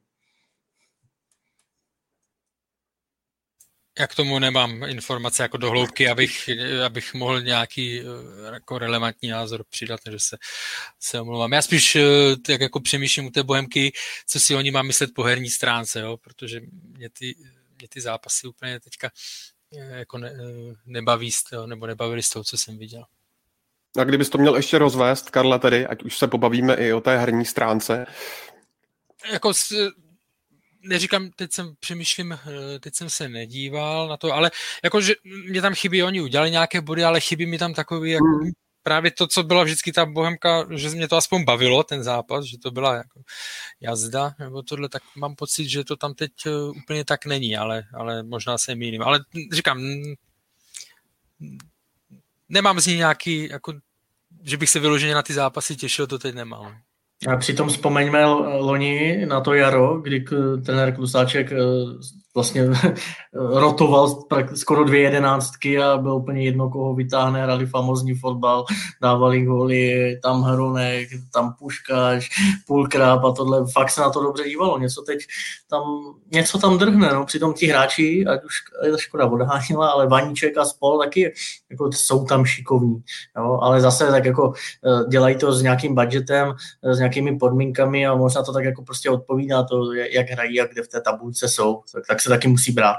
Já k tomu nemám informace jako do hloubky, abych, abych mohl nějaký jako relevantní názor přidat, takže se, se omlouvám. Já spíš tak jako přemýšlím u té Bohemky, co si oni má myslet po herní stránce, jo? Protože mě ty, mě ty zápasy úplně teďka jako ne, nebaví s to, nebo nebavili s tou, co jsem viděl. A kdybys to měl ještě rozvést, Karle, tedy, ať už se pobavíme i o té herní stránce. Jako s, neříkám, teď jsem přemýšlím, teď jsem se nedíval na to, ale jako, že mě tam chybí, oni udělali nějaké body, ale chybí mi tam takový, jako mm. právě to, co byla vždycky ta Bohemka, že mě to aspoň bavilo, ten zápas, že to byla jako jazda, nebo tohle, tak mám pocit, že to tam teď úplně tak není, ale, ale možná se mýlím. Ale říkám, nemám z ní nějaký, jako, že bych se vyloženě na ty zápasy těšil, to teď nemám. A přitom vzpomeňme loni na to jaro, kdy trenér Klusáček vlastně rotoval skoro dvě jedenáctky a bylo úplně jedno, koho vytáhne, hrali famózní fotbal, dávali góly, tam Hronek, tam Puškáš, Půlkráp a tohle, fakt se na to dobře dívalo, něco teď tam, něco tam drhne, no, přitom ti hráči, ať už je to Škoda odhánila, ale Vaníček a spol taky jako jsou tam šikovní, jo, ale zase tak jako dělají to s nějakým budgetem, s nějakými podmínkami a možná to tak jako prostě odpovídá to, jak hrají a kde v té tabulce jsou, tak, tak se taky musí brát.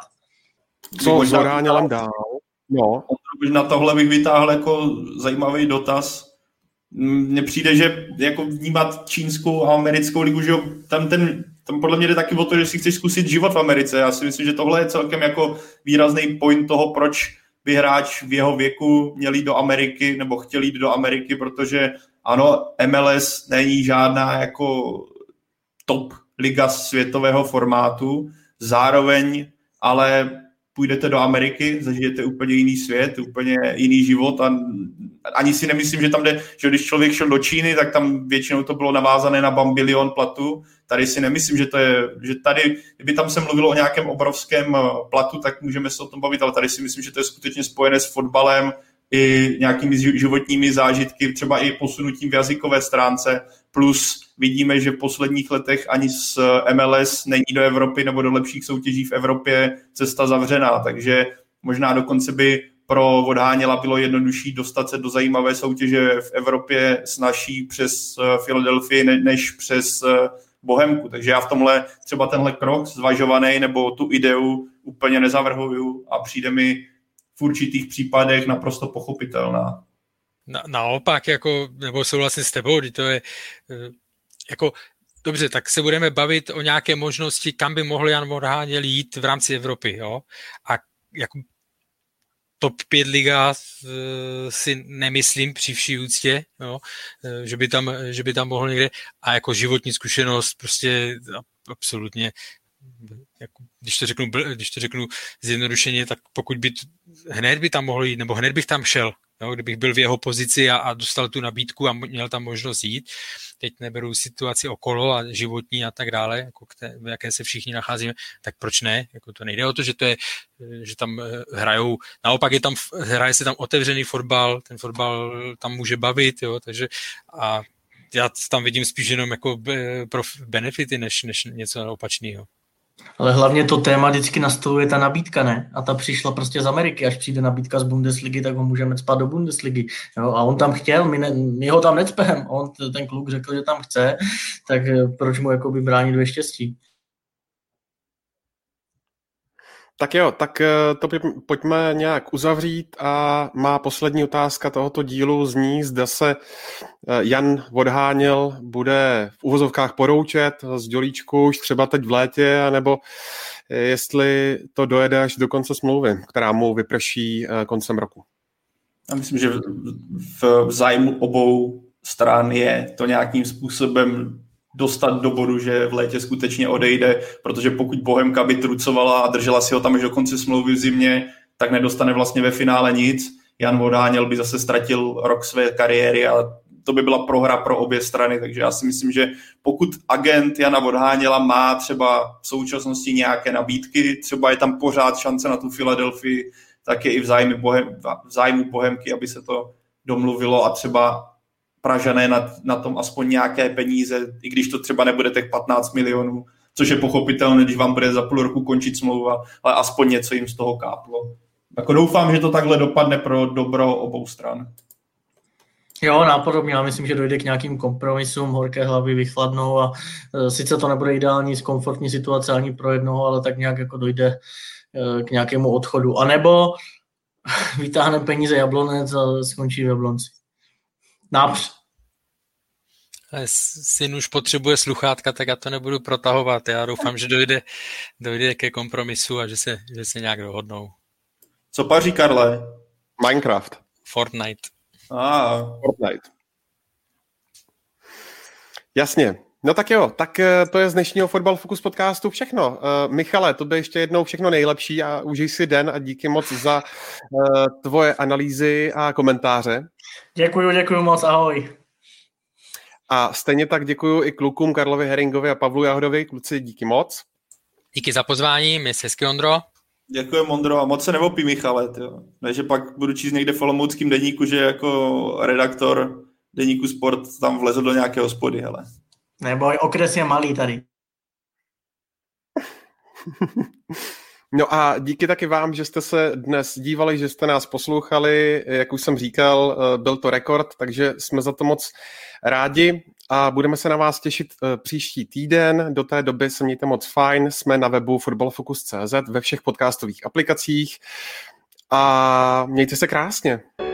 Co s Vodánělem dál? No. Na tohle bych vytáhl jako zajímavý dotaz. Mně přijde, že jako vnímat čínskou a americkou ligu, že tam, ten, tam podle mě jde taky o to, že si chceš zkusit život v Americe. Já si myslím, že tohle je celkem jako výrazný point toho, proč by hráč v jeho věku měl jít do Ameriky nebo chtěl jít do Ameriky, protože ano, M L S není žádná jako top liga světového formátu, zároveň ale půjdete do Ameriky, zažijete úplně jiný svět, úplně jiný život a ani si nemyslím, že tam jde, že když člověk šel do Číny, tak tam většinou to bylo navázané na bambilion platu. Tady si nemyslím, že to je, že tady, kdyby tam se mluvilo o nějakém obrovském platu, tak můžeme se o tom bavit, ale tady si myslím, že to je skutečně spojené s fotbalem i nějakými životními zážitky, třeba i posunutím v jazykové stránce, plus vidíme, že v posledních letech ani z M L S není do Evropy nebo do lepších soutěží v Evropě cesta zavřená, takže možná dokonce by pro Odháněla bylo jednodušší dostat se do zajímavé soutěže v Evropě snazší přes Philadelphii než přes Bohemku, takže já v tomhle třeba tenhle krok zvažovaný nebo tu ideu úplně nezavrhuju a přijde mi v určitých případech naprosto pochopitelná. Na, naopak, jako, nebo souhlasím s tebou, kdy to je jako, dobře, tak se budeme bavit o nějaké možnosti, kam by mohl Jan Odháněl jít v rámci Evropy, jo? A jako top pět liga si nemyslím při vší úctě, jo? Že by tam, že by tam mohl někde, a jako životní zkušenost prostě absolutně, jako, když to řeknu, když to řeknu zjednodušeně, tak pokud by hned by tam mohl jít, nebo hned bych tam šel, jo, kdybych byl v jeho pozici a, a dostal tu nabídku a měl tam možnost jít. Teď neberu situaci okolo a životní a tak dále, jako které, v jaké se všichni nacházíme, tak proč ne? Jako to nejde o to, že, to je, že tam hrajou, naopak je tam, hraje se tam otevřený fotbal, ten fotbal tam může bavit, jo, takže a já tam vidím spíš jenom jako pro benefity, než, než něco opačného. Ale hlavně to téma vždycky nastoluje ta nabídka, ne? A ta přišla prostě z Ameriky. Až přijde nabídka z Bundesligy, tak ho můžeme cpat do Bundesligy. Jo? A on tam chtěl, my, ne, my ho tam necpeme. On, ten kluk řekl, že tam chce, tak proč mu jakoby bránit ve štěstí? Tak jo, tak to pojďme nějak uzavřít a má poslední otázka tohoto dílu zní, zda se Jan Odháněl bude v uvozovkách poroučet z dělíčku už třeba teď v létě, anebo jestli to dojede až do konce smlouvy, která mu vyprší koncem roku. Já myslím, že v zájmu obou stran je to nějakým způsobem dostat do bodu, že v létě skutečně odejde, protože pokud Bohemka by trucovala a držela si ho tam až do konce smlouvy v zimě, tak nedostane vlastně ve finále nic. Jan Odháněl by zase ztratil rok své kariéry a to by byla prohra pro obě strany, takže já si myslím, že pokud agent Jana Odháněla má třeba v současnosti nějaké nabídky, třeba je tam pořád šance na tu Filadelfii, tak je i v zájmu, Bohem, v zájmu Bohemky, aby se to domluvilo a třeba Pražané na, na tom aspoň nějaké peníze, i když to třeba nebude těch patnáct milionů, což je pochopitelné, když vám bude za půl roku končit smlouva, ale aspoň něco jim z toho káplo. Jako doufám, že to takhle dopadne pro dobro obou stran. Jo, nápodobně. Já myslím, že dojde k nějakým kompromisům, horké hlavy vychladnou a e, sice to nebude ideální z komfortní situace ani pro jednoho, ale tak nějak jako dojde e, k nějakému odchodu. A nebo vytáhne peníze Jablonec a skončí v Jablonci. Např. Syn už potřebuje sluchátka, tak já to nebudu protahovat. Já doufám, že dojde, dojde ke kompromisu a že se, že se nějak dohodnou. Co paří, Karle? Minecraft. Fortnite. Ah. Fortnite. Jasně. No tak jo, tak to je z dnešního Fotbal Focus podcastu všechno. Uh, Michale, to by ještě jednou všechno nejlepší a užij si den a díky moc za uh, tvoje analýzy a komentáře. Děkuju, děkuju moc, ahoj. A stejně tak děkuju i klukům Karlovi Heringovi a Pavlu Jahodovi. Kluci, díky moc. Díky za pozvání, měj se hezky, Ondro. Děkuji, Mondro, a moc se neopí, Michale. Tyjo. Ne, že pak budu číst někde v olomouckém deníku, že jako redaktor deníku Sport tam vlezl do nějaké hospody, hele. Neboj, okres je malý tady. No a díky taky vám, že jste se dnes dívali, že jste nás poslouchali. Jak už jsem říkal, byl to rekord, takže jsme za to moc rádi a budeme se na vás těšit příští týden. Do té doby se mějte moc fajn. Jsme na webu fotbalfocus tečka cé zet ve všech podcastových aplikacích a mějte se krásně.